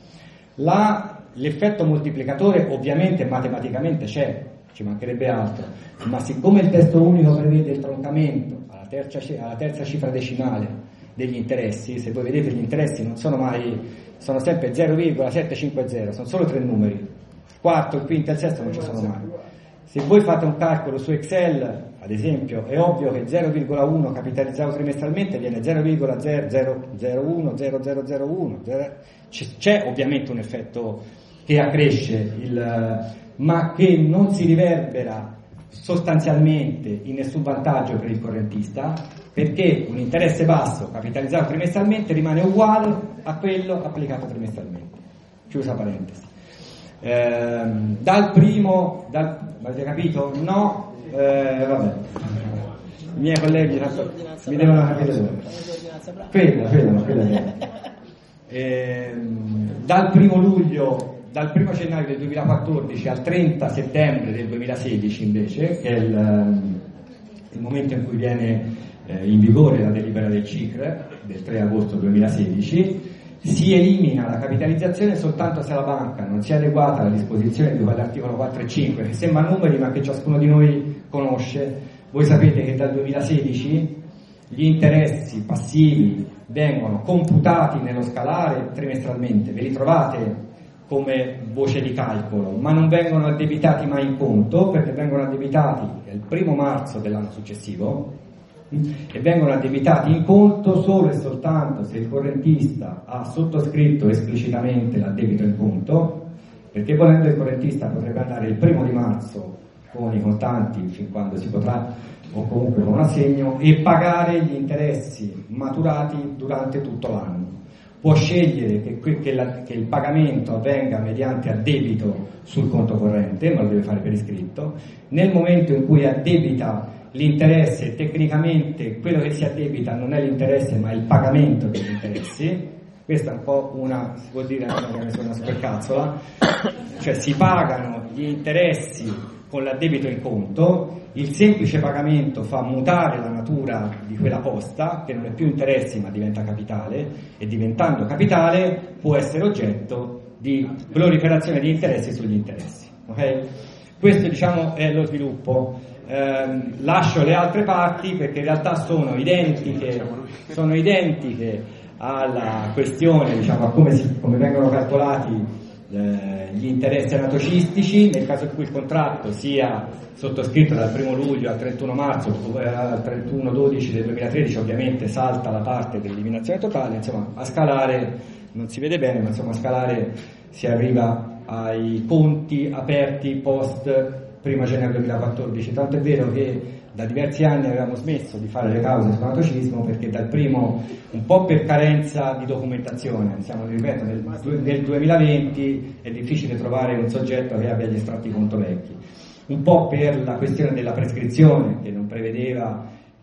la, l'effetto moltiplicatore ovviamente matematicamente c'è, ci mancherebbe altro, ma siccome il testo unico prevede il troncamento alla terza, alla terza cifra decimale degli interessi, se voi vedete gli interessi non sono mai, sono sempre zero virgola settecentocinquanta, sono solo tre numeri, il quarto, il quinto e il sesto non ci sono mai. Se voi fate un calcolo su Excel, ad esempio, è ovvio che zero virgola uno capitalizzato trimestralmente viene zero virgola zero zero zero uno zero zero zero uno, c'è ovviamente un effetto che accresce, il, ma che non si riverbera sostanzialmente in nessun vantaggio per il correntista, perché un interesse basso capitalizzato trimestralmente rimane uguale a quello applicato trimestralmente. Chiusa parentesi. Ehm, dal primo, dal, avete capito? No, eh, vabbè. I miei colleghi tanto, mi devono capire dove. Quella, quella, quella. Ehm, dal primo luglio Dal primo gennaio del duemilaquattordici al trenta settembre del duemilasedici invece, che è il, il momento in cui viene eh, in vigore la delibera del C I C R del tre agosto duemilasedici, si elimina la capitalizzazione soltanto se la banca non sia adeguata alla disposizione di quell'articolo quattro e cinque, che sembra numeri ma che ciascuno di noi conosce. Voi sapete che dal duemilasedici gli interessi passivi vengono computati nello scalare trimestralmente, ve li trovate come voce di calcolo, ma non vengono addebitati mai in conto, perché vengono addebitati il primo marzo dell'anno successivo e vengono addebitati in conto solo e soltanto se il correntista ha sottoscritto esplicitamente l'addebito in conto, perché volendo il correntista potrebbe andare il primo di marzo con i contanti fin quando si potrà, o comunque con un assegno, e pagare gli interessi maturati durante tutto l'anno. Può scegliere che, che, la, che il pagamento avvenga mediante addebito sul conto corrente, ma lo deve fare per iscritto. Nel momento in cui addebita l'interesse, tecnicamente quello che si addebita non è l'interesse ma è il pagamento degli interessi. Questa è un po' una, si può dire anche una supercazzola, cioè si pagano gli interessi con l'addebito in conto, il semplice pagamento fa mutare la natura di quella posta, che non è più interessi ma diventa capitale, e diventando capitale può essere oggetto di proliferazione di interessi sugli interessi. Okay? Questo, diciamo, è lo sviluppo. Eh, lascio le altre parti perché in realtà sono identiche, sono identiche alla questione, diciamo, a come, si, come vengono calcolati eh, gli interessi anatocistici, nel caso in cui il contratto sia sottoscritto dal primo luglio al trentuno marzo, al trentuno dodici del duemilatredici, ovviamente salta la parte dell'eliminazione totale. Insomma, a scalare non si vede bene, ma insomma a scalare si arriva ai conti aperti post primo gennaio duemilaquattordici, tanto è vero che da diversi anni avevamo smesso di fare le cause sull'anatocismo, perché dal primo, un po' per carenza di documentazione, siamo, ripeto, nel, nel duemilaventi è difficile trovare un soggetto che abbia gli estratti conto vecchi, un po' per la questione della prescrizione, che non prevedeva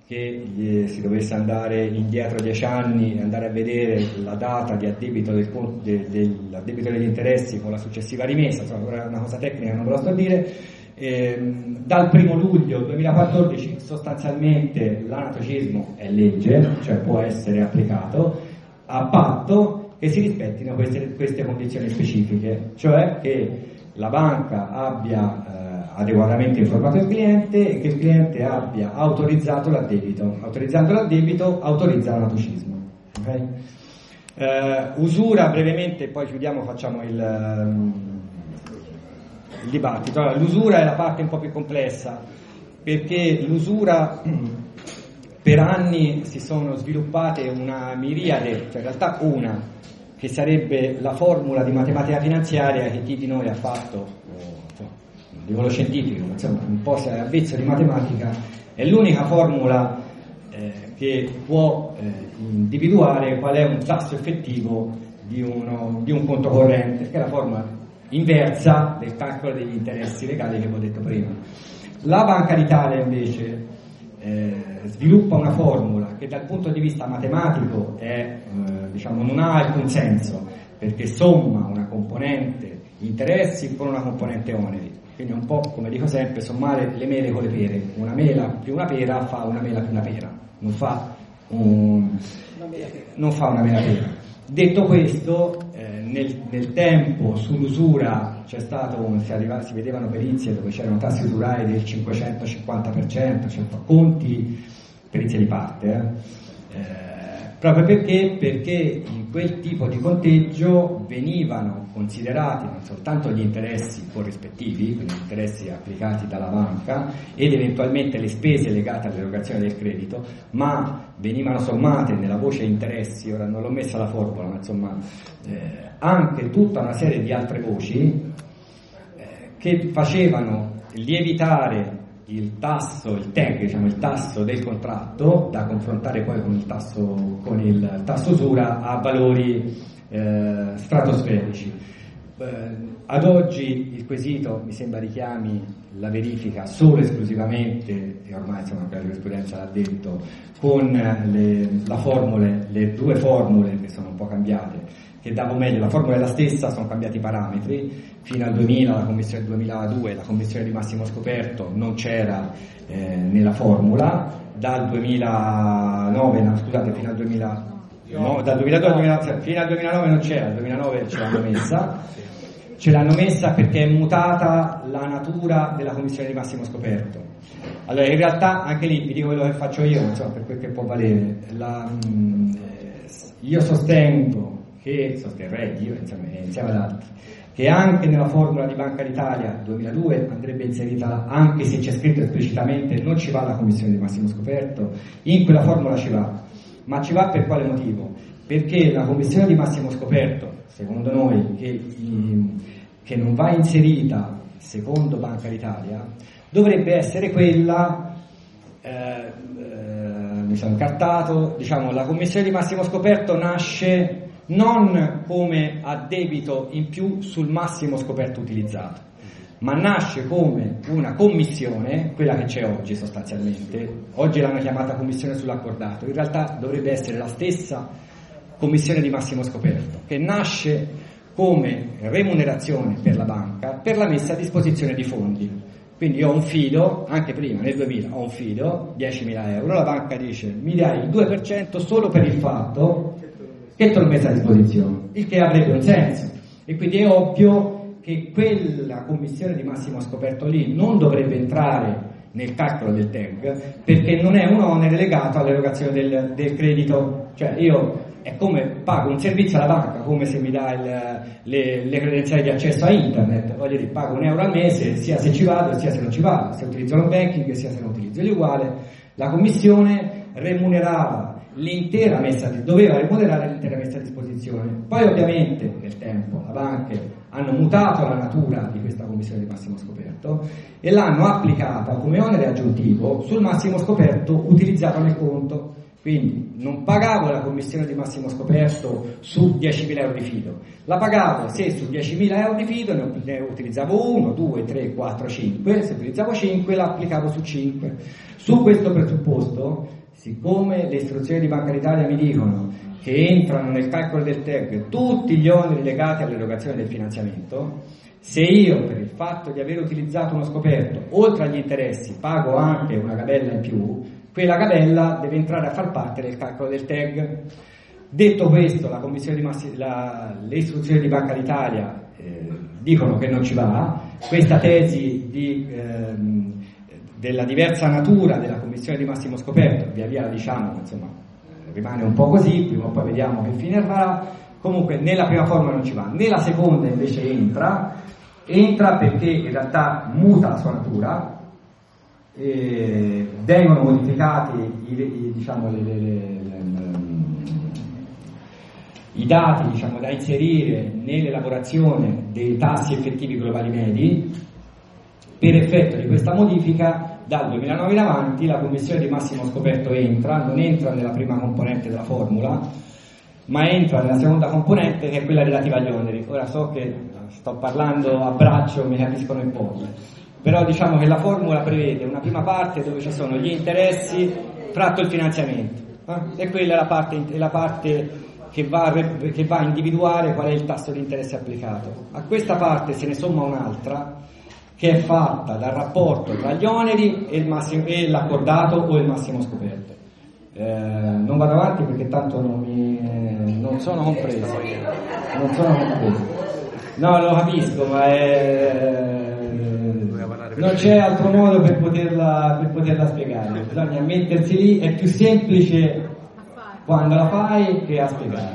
che si dovesse andare indietro dieci anni e andare a vedere la data di addebito del, de, dell'addebito degli interessi con la successiva rimessa. Insomma, è una cosa tecnica, non ve lo sto a dire. Ehm, dal primo luglio duemilaquattordici sostanzialmente l'anatocismo è legge, cioè può essere applicato a patto che si rispettino queste, queste condizioni specifiche, cioè che la banca abbia eh, adeguatamente informato il cliente e che il cliente abbia autorizzato l'addebito. Autorizzando l'addebito autorizza l'anatocismo. Okay? Eh, usura brevemente, poi chiudiamo, facciamo il, um, il dibattito. Allora, l'usura è la parte un po' più complessa, perché l'usura per anni si sono sviluppate una miriade, cioè in realtà una, che sarebbe la formula di matematica finanziaria che chi di noi ha fatto, oh, non dico lo scientifico, insomma un po' se è avvezzo di matematica, è l'unica formula eh, che può eh, individuare qual è un tasso effettivo di, uno, di un conto corrente, che è la formula inversa del calcolo degli interessi legali che vi ho detto prima. La Banca d'Italia invece eh, sviluppa una formula che dal punto di vista matematico è, eh, diciamo, non ha alcun senso, perché somma una componente interessi con una componente oneri, quindi è un po', come dico sempre, sommare le mele con le pere. Una mela più una pera fa una mela più una pera, non fa, un, non fa una mela pera. Detto questo, eh, nel, nel tempo sull'usura c'è stato un, si, arriva, si vedevano perizie dove c'erano tassi usurai del cinquecentocinquanta per cento, cioè conti, perizie di parte, eh, eh, proprio perché, perché in quel tipo di conteggio venivano considerati non soltanto gli interessi corrispettivi, quindi gli interessi applicati dalla banca ed eventualmente le spese legate all'erogazione del credito, ma venivano sommate nella voce interessi, ora non l'ho messa la formula, ma insomma eh, anche tutta una serie di altre voci eh, che facevano lievitare il tasso, il tag, diciamo il tasso del contratto, da confrontare poi con il tasso, con il tasso usura, a valori eh, stratosferici. Eh, ad oggi il quesito mi sembra richiami la verifica solo esclusivamente, e ormai insomma la giurisprudenza l'ha detto, con le, la formule, le due formule che sono un po' cambiate, che davo meglio, la formula è la stessa, sono cambiati i parametri. Fino al duemila, la commissione del duemiladue, la commissione di massimo scoperto non c'era eh, nella formula, dal duemilanove, no, scusate, fino al duemila, no, dal duemiladue al duemila, fino al duemilanove non c'era, dal duemilanove ce l'hanno messa, ce l'hanno messa perché è mutata la natura della commissione di massimo scoperto. Allora, in realtà anche lì vi dico quello che faccio io, insomma, per quel che può valere. La, mh, io sostengo che, sosterrei io insomma, insieme ad altri, che anche nella formula di Banca d'Italia duemiladue andrebbe inserita, anche se c'è scritto esplicitamente non ci va la commissione di massimo scoperto, in quella formula ci va. Ma ci va per quale motivo? Perché la commissione di massimo scoperto, secondo noi, che, che non va inserita secondo Banca d'Italia, dovrebbe essere quella, eh, eh, mi sono incartato, diciamo, la commissione di massimo scoperto nasce non come addebito in più sul massimo scoperto utilizzato, ma nasce come una commissione, quella che c'è oggi sostanzialmente. Oggi l'hanno chiamata commissione sull'accordato, in realtà dovrebbe essere la stessa commissione di massimo scoperto, che nasce come remunerazione per la banca per la messa a disposizione di fondi. Quindi io ho un fido, anche prima nel duemila ho un fido, diecimila euro, la banca dice mi dai il due per cento solo per il fatto che te l'ho messa a disposizione, il che avrebbe un senso, e quindi è ovvio che quella commissione di massimo scoperto lì non dovrebbe entrare nel calcolo del T E G, perché non è un onere legato all'erogazione del, del credito. Cioè io è come pago un servizio alla banca, come se mi dà il, le, le credenziali di accesso a internet, voglio dire, pago un euro al mese sia se ci vado sia se non ci vado, se utilizzo l'home banking sia se non utilizzo, è uguale. La commissione remunerava l'intera messa, doveva remunerare l'intera messa a disposizione. Poi ovviamente nel tempo le banche hanno mutato la natura di questa commissione di massimo scoperto e l'hanno applicata come onere aggiuntivo sul massimo scoperto utilizzato nel conto. Quindi non pagavo la commissione di massimo scoperto su diecimila euro di fido, la pagavo se su diecimila euro di fido ne utilizzavo uno, due, tre, quattro, cinque, se utilizzavo cinque la applicavo su cinque. Su questo presupposto, siccome le istruzioni di Banca d'Italia mi dicono che entrano nel calcolo del T E G tutti gli oneri legati all'erogazione del finanziamento, se io per il fatto di aver utilizzato uno scoperto, oltre agli interessi, pago anche una gabella in più, quella gabella deve entrare a far parte del calcolo del T E G. Detto questo, la commissione di massi- la, le istruzioni di Banca d'Italia eh, dicono che non ci va. Questa tesi di, ehm, della diversa natura della commissione di massimo scoperto, via via diciamo, insomma, rimane un po' così, prima o poi vediamo che fine farà. Comunque nella prima forma non ci va, nella seconda invece entra, entra perché in realtà muta la sua natura, e vengono modificati i, i, diciamo, le, le, le, le, i dati, diciamo, da inserire nell'elaborazione dei tassi effettivi globali medi. Per effetto di questa modifica dal duemilanove in avanti la commissione di massimo scoperto entra, non entra nella prima componente della formula, ma entra nella seconda componente, che è quella relativa agli oneri. Ora so che sto parlando a braccio, mi capiscono in pochi, però diciamo che la formula prevede una prima parte dove ci sono gli interessi fratto il finanziamento, eh? E quella è la parte, è la parte che, va, che va a individuare qual è il tasso di interesse applicato. A questa parte se ne somma un'altra che è fatta dal rapporto tra gli oneri e, il massimo, e l'accordato o il massimo scoperto. Eh, non vado avanti perché tanto non, mi, non sono compreso, non sono compreso. No, lo capisco, ma è... non c'è altro modo per poterla, per poterla spiegare. Bisogna mettersi lì, è più semplice quando la fai che a spiegare.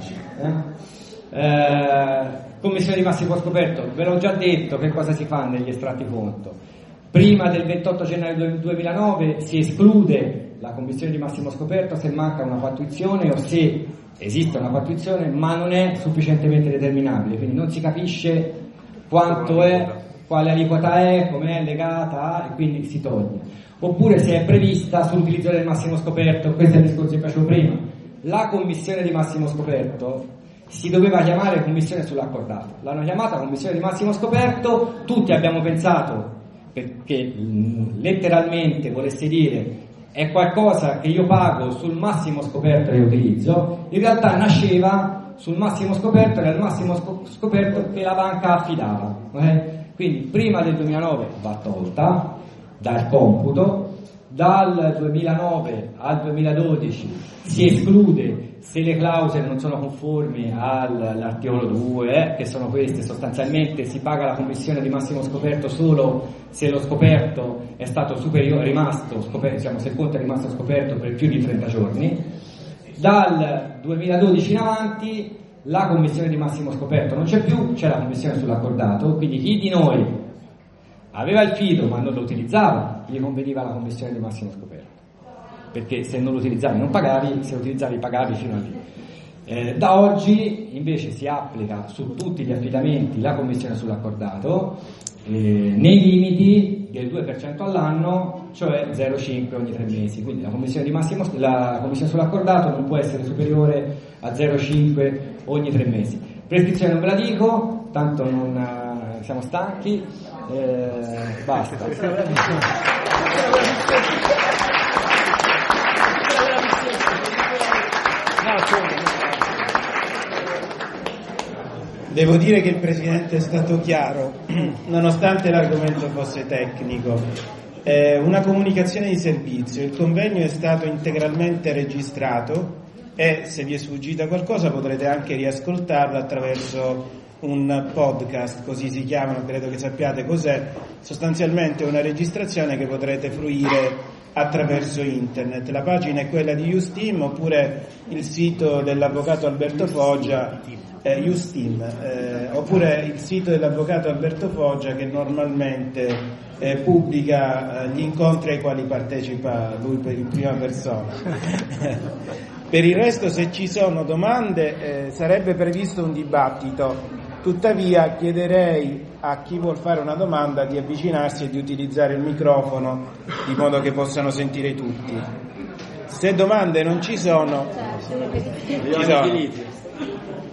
Eh? Eh, commissione di massimo scoperto, ve l'ho già detto che cosa si fa negli estratti conto. Prima del ventotto gennaio duemilanove si esclude la commissione di massimo scoperto se manca una pattuizione o se esiste una pattuizione ma non è sufficientemente determinabile, quindi non si capisce quanto è, quale aliquota è, com'è legata a, e quindi si toglie. Oppure se è prevista sull'utilizzo del massimo scoperto, questo è il discorso che facevo prima, la commissione di massimo scoperto si doveva chiamare commissione sull'accordato, l'hanno chiamata commissione di massimo scoperto, tutti abbiamo pensato perché letteralmente volesse dire è qualcosa che io pago sul massimo scoperto che utilizzo, in realtà nasceva sul massimo scoperto, era il massimo scoperto che la banca affidava, okay? Quindi prima del duemilanove va tolta dal computo, dal duemilanove al duemiladodici si esclude se le clausole non sono conformi all'articolo due, eh, che sono queste, sostanzialmente si paga la commissione di massimo scoperto solo se lo scoperto è stato superiore, rimasto scoperto, diciamo, se il conto è rimasto scoperto per più di trenta giorni. Dal duemiladodici in avanti la commissione di massimo scoperto non c'è più, c'è la commissione sull'accordato, quindi chi di noi aveva il fido ma non lo utilizzava, gli conveniva la commissione di massimo scoperto, perché se non lo utilizzavi non pagavi, se lo utilizzavi pagavi fino a lì. Eh, da oggi invece si applica su tutti gli affidamenti la commissione sull'accordato, eh, nei limiti del due per cento all'anno, cioè zero virgola cinque ogni tre mesi, quindi la commissione di massimo, la commissione sull'accordato non può essere superiore a zero virgola cinque ogni tre mesi. Prescrizione non ve la dico, tanto non uh, siamo stanchi, eh, basta. Devo dire che il Presidente è stato chiaro, nonostante l'argomento fosse tecnico. Eh, una comunicazione di servizio, il convegno è stato integralmente registrato e se vi è sfuggita qualcosa potrete anche riascoltarlo attraverso un podcast, così si chiamano, credo che sappiate cos'è, sostanzialmente una registrazione che potrete fruire attraverso internet. La pagina è quella di Usteam oppure il sito dell'avvocato Alberto Foggia, eh, Usteam, eh, oppure il sito dell'avvocato Alberto Foggia che normalmente eh, pubblica eh, gli incontri ai quali partecipa lui per in prima persona. Per il resto, se ci sono domande, eh, sarebbe previsto un dibattito. Tuttavia chiederei a chi vuol fare una domanda di avvicinarsi e di utilizzare il microfono di modo che possano sentire tutti. Se domande non ci sono, ci sono.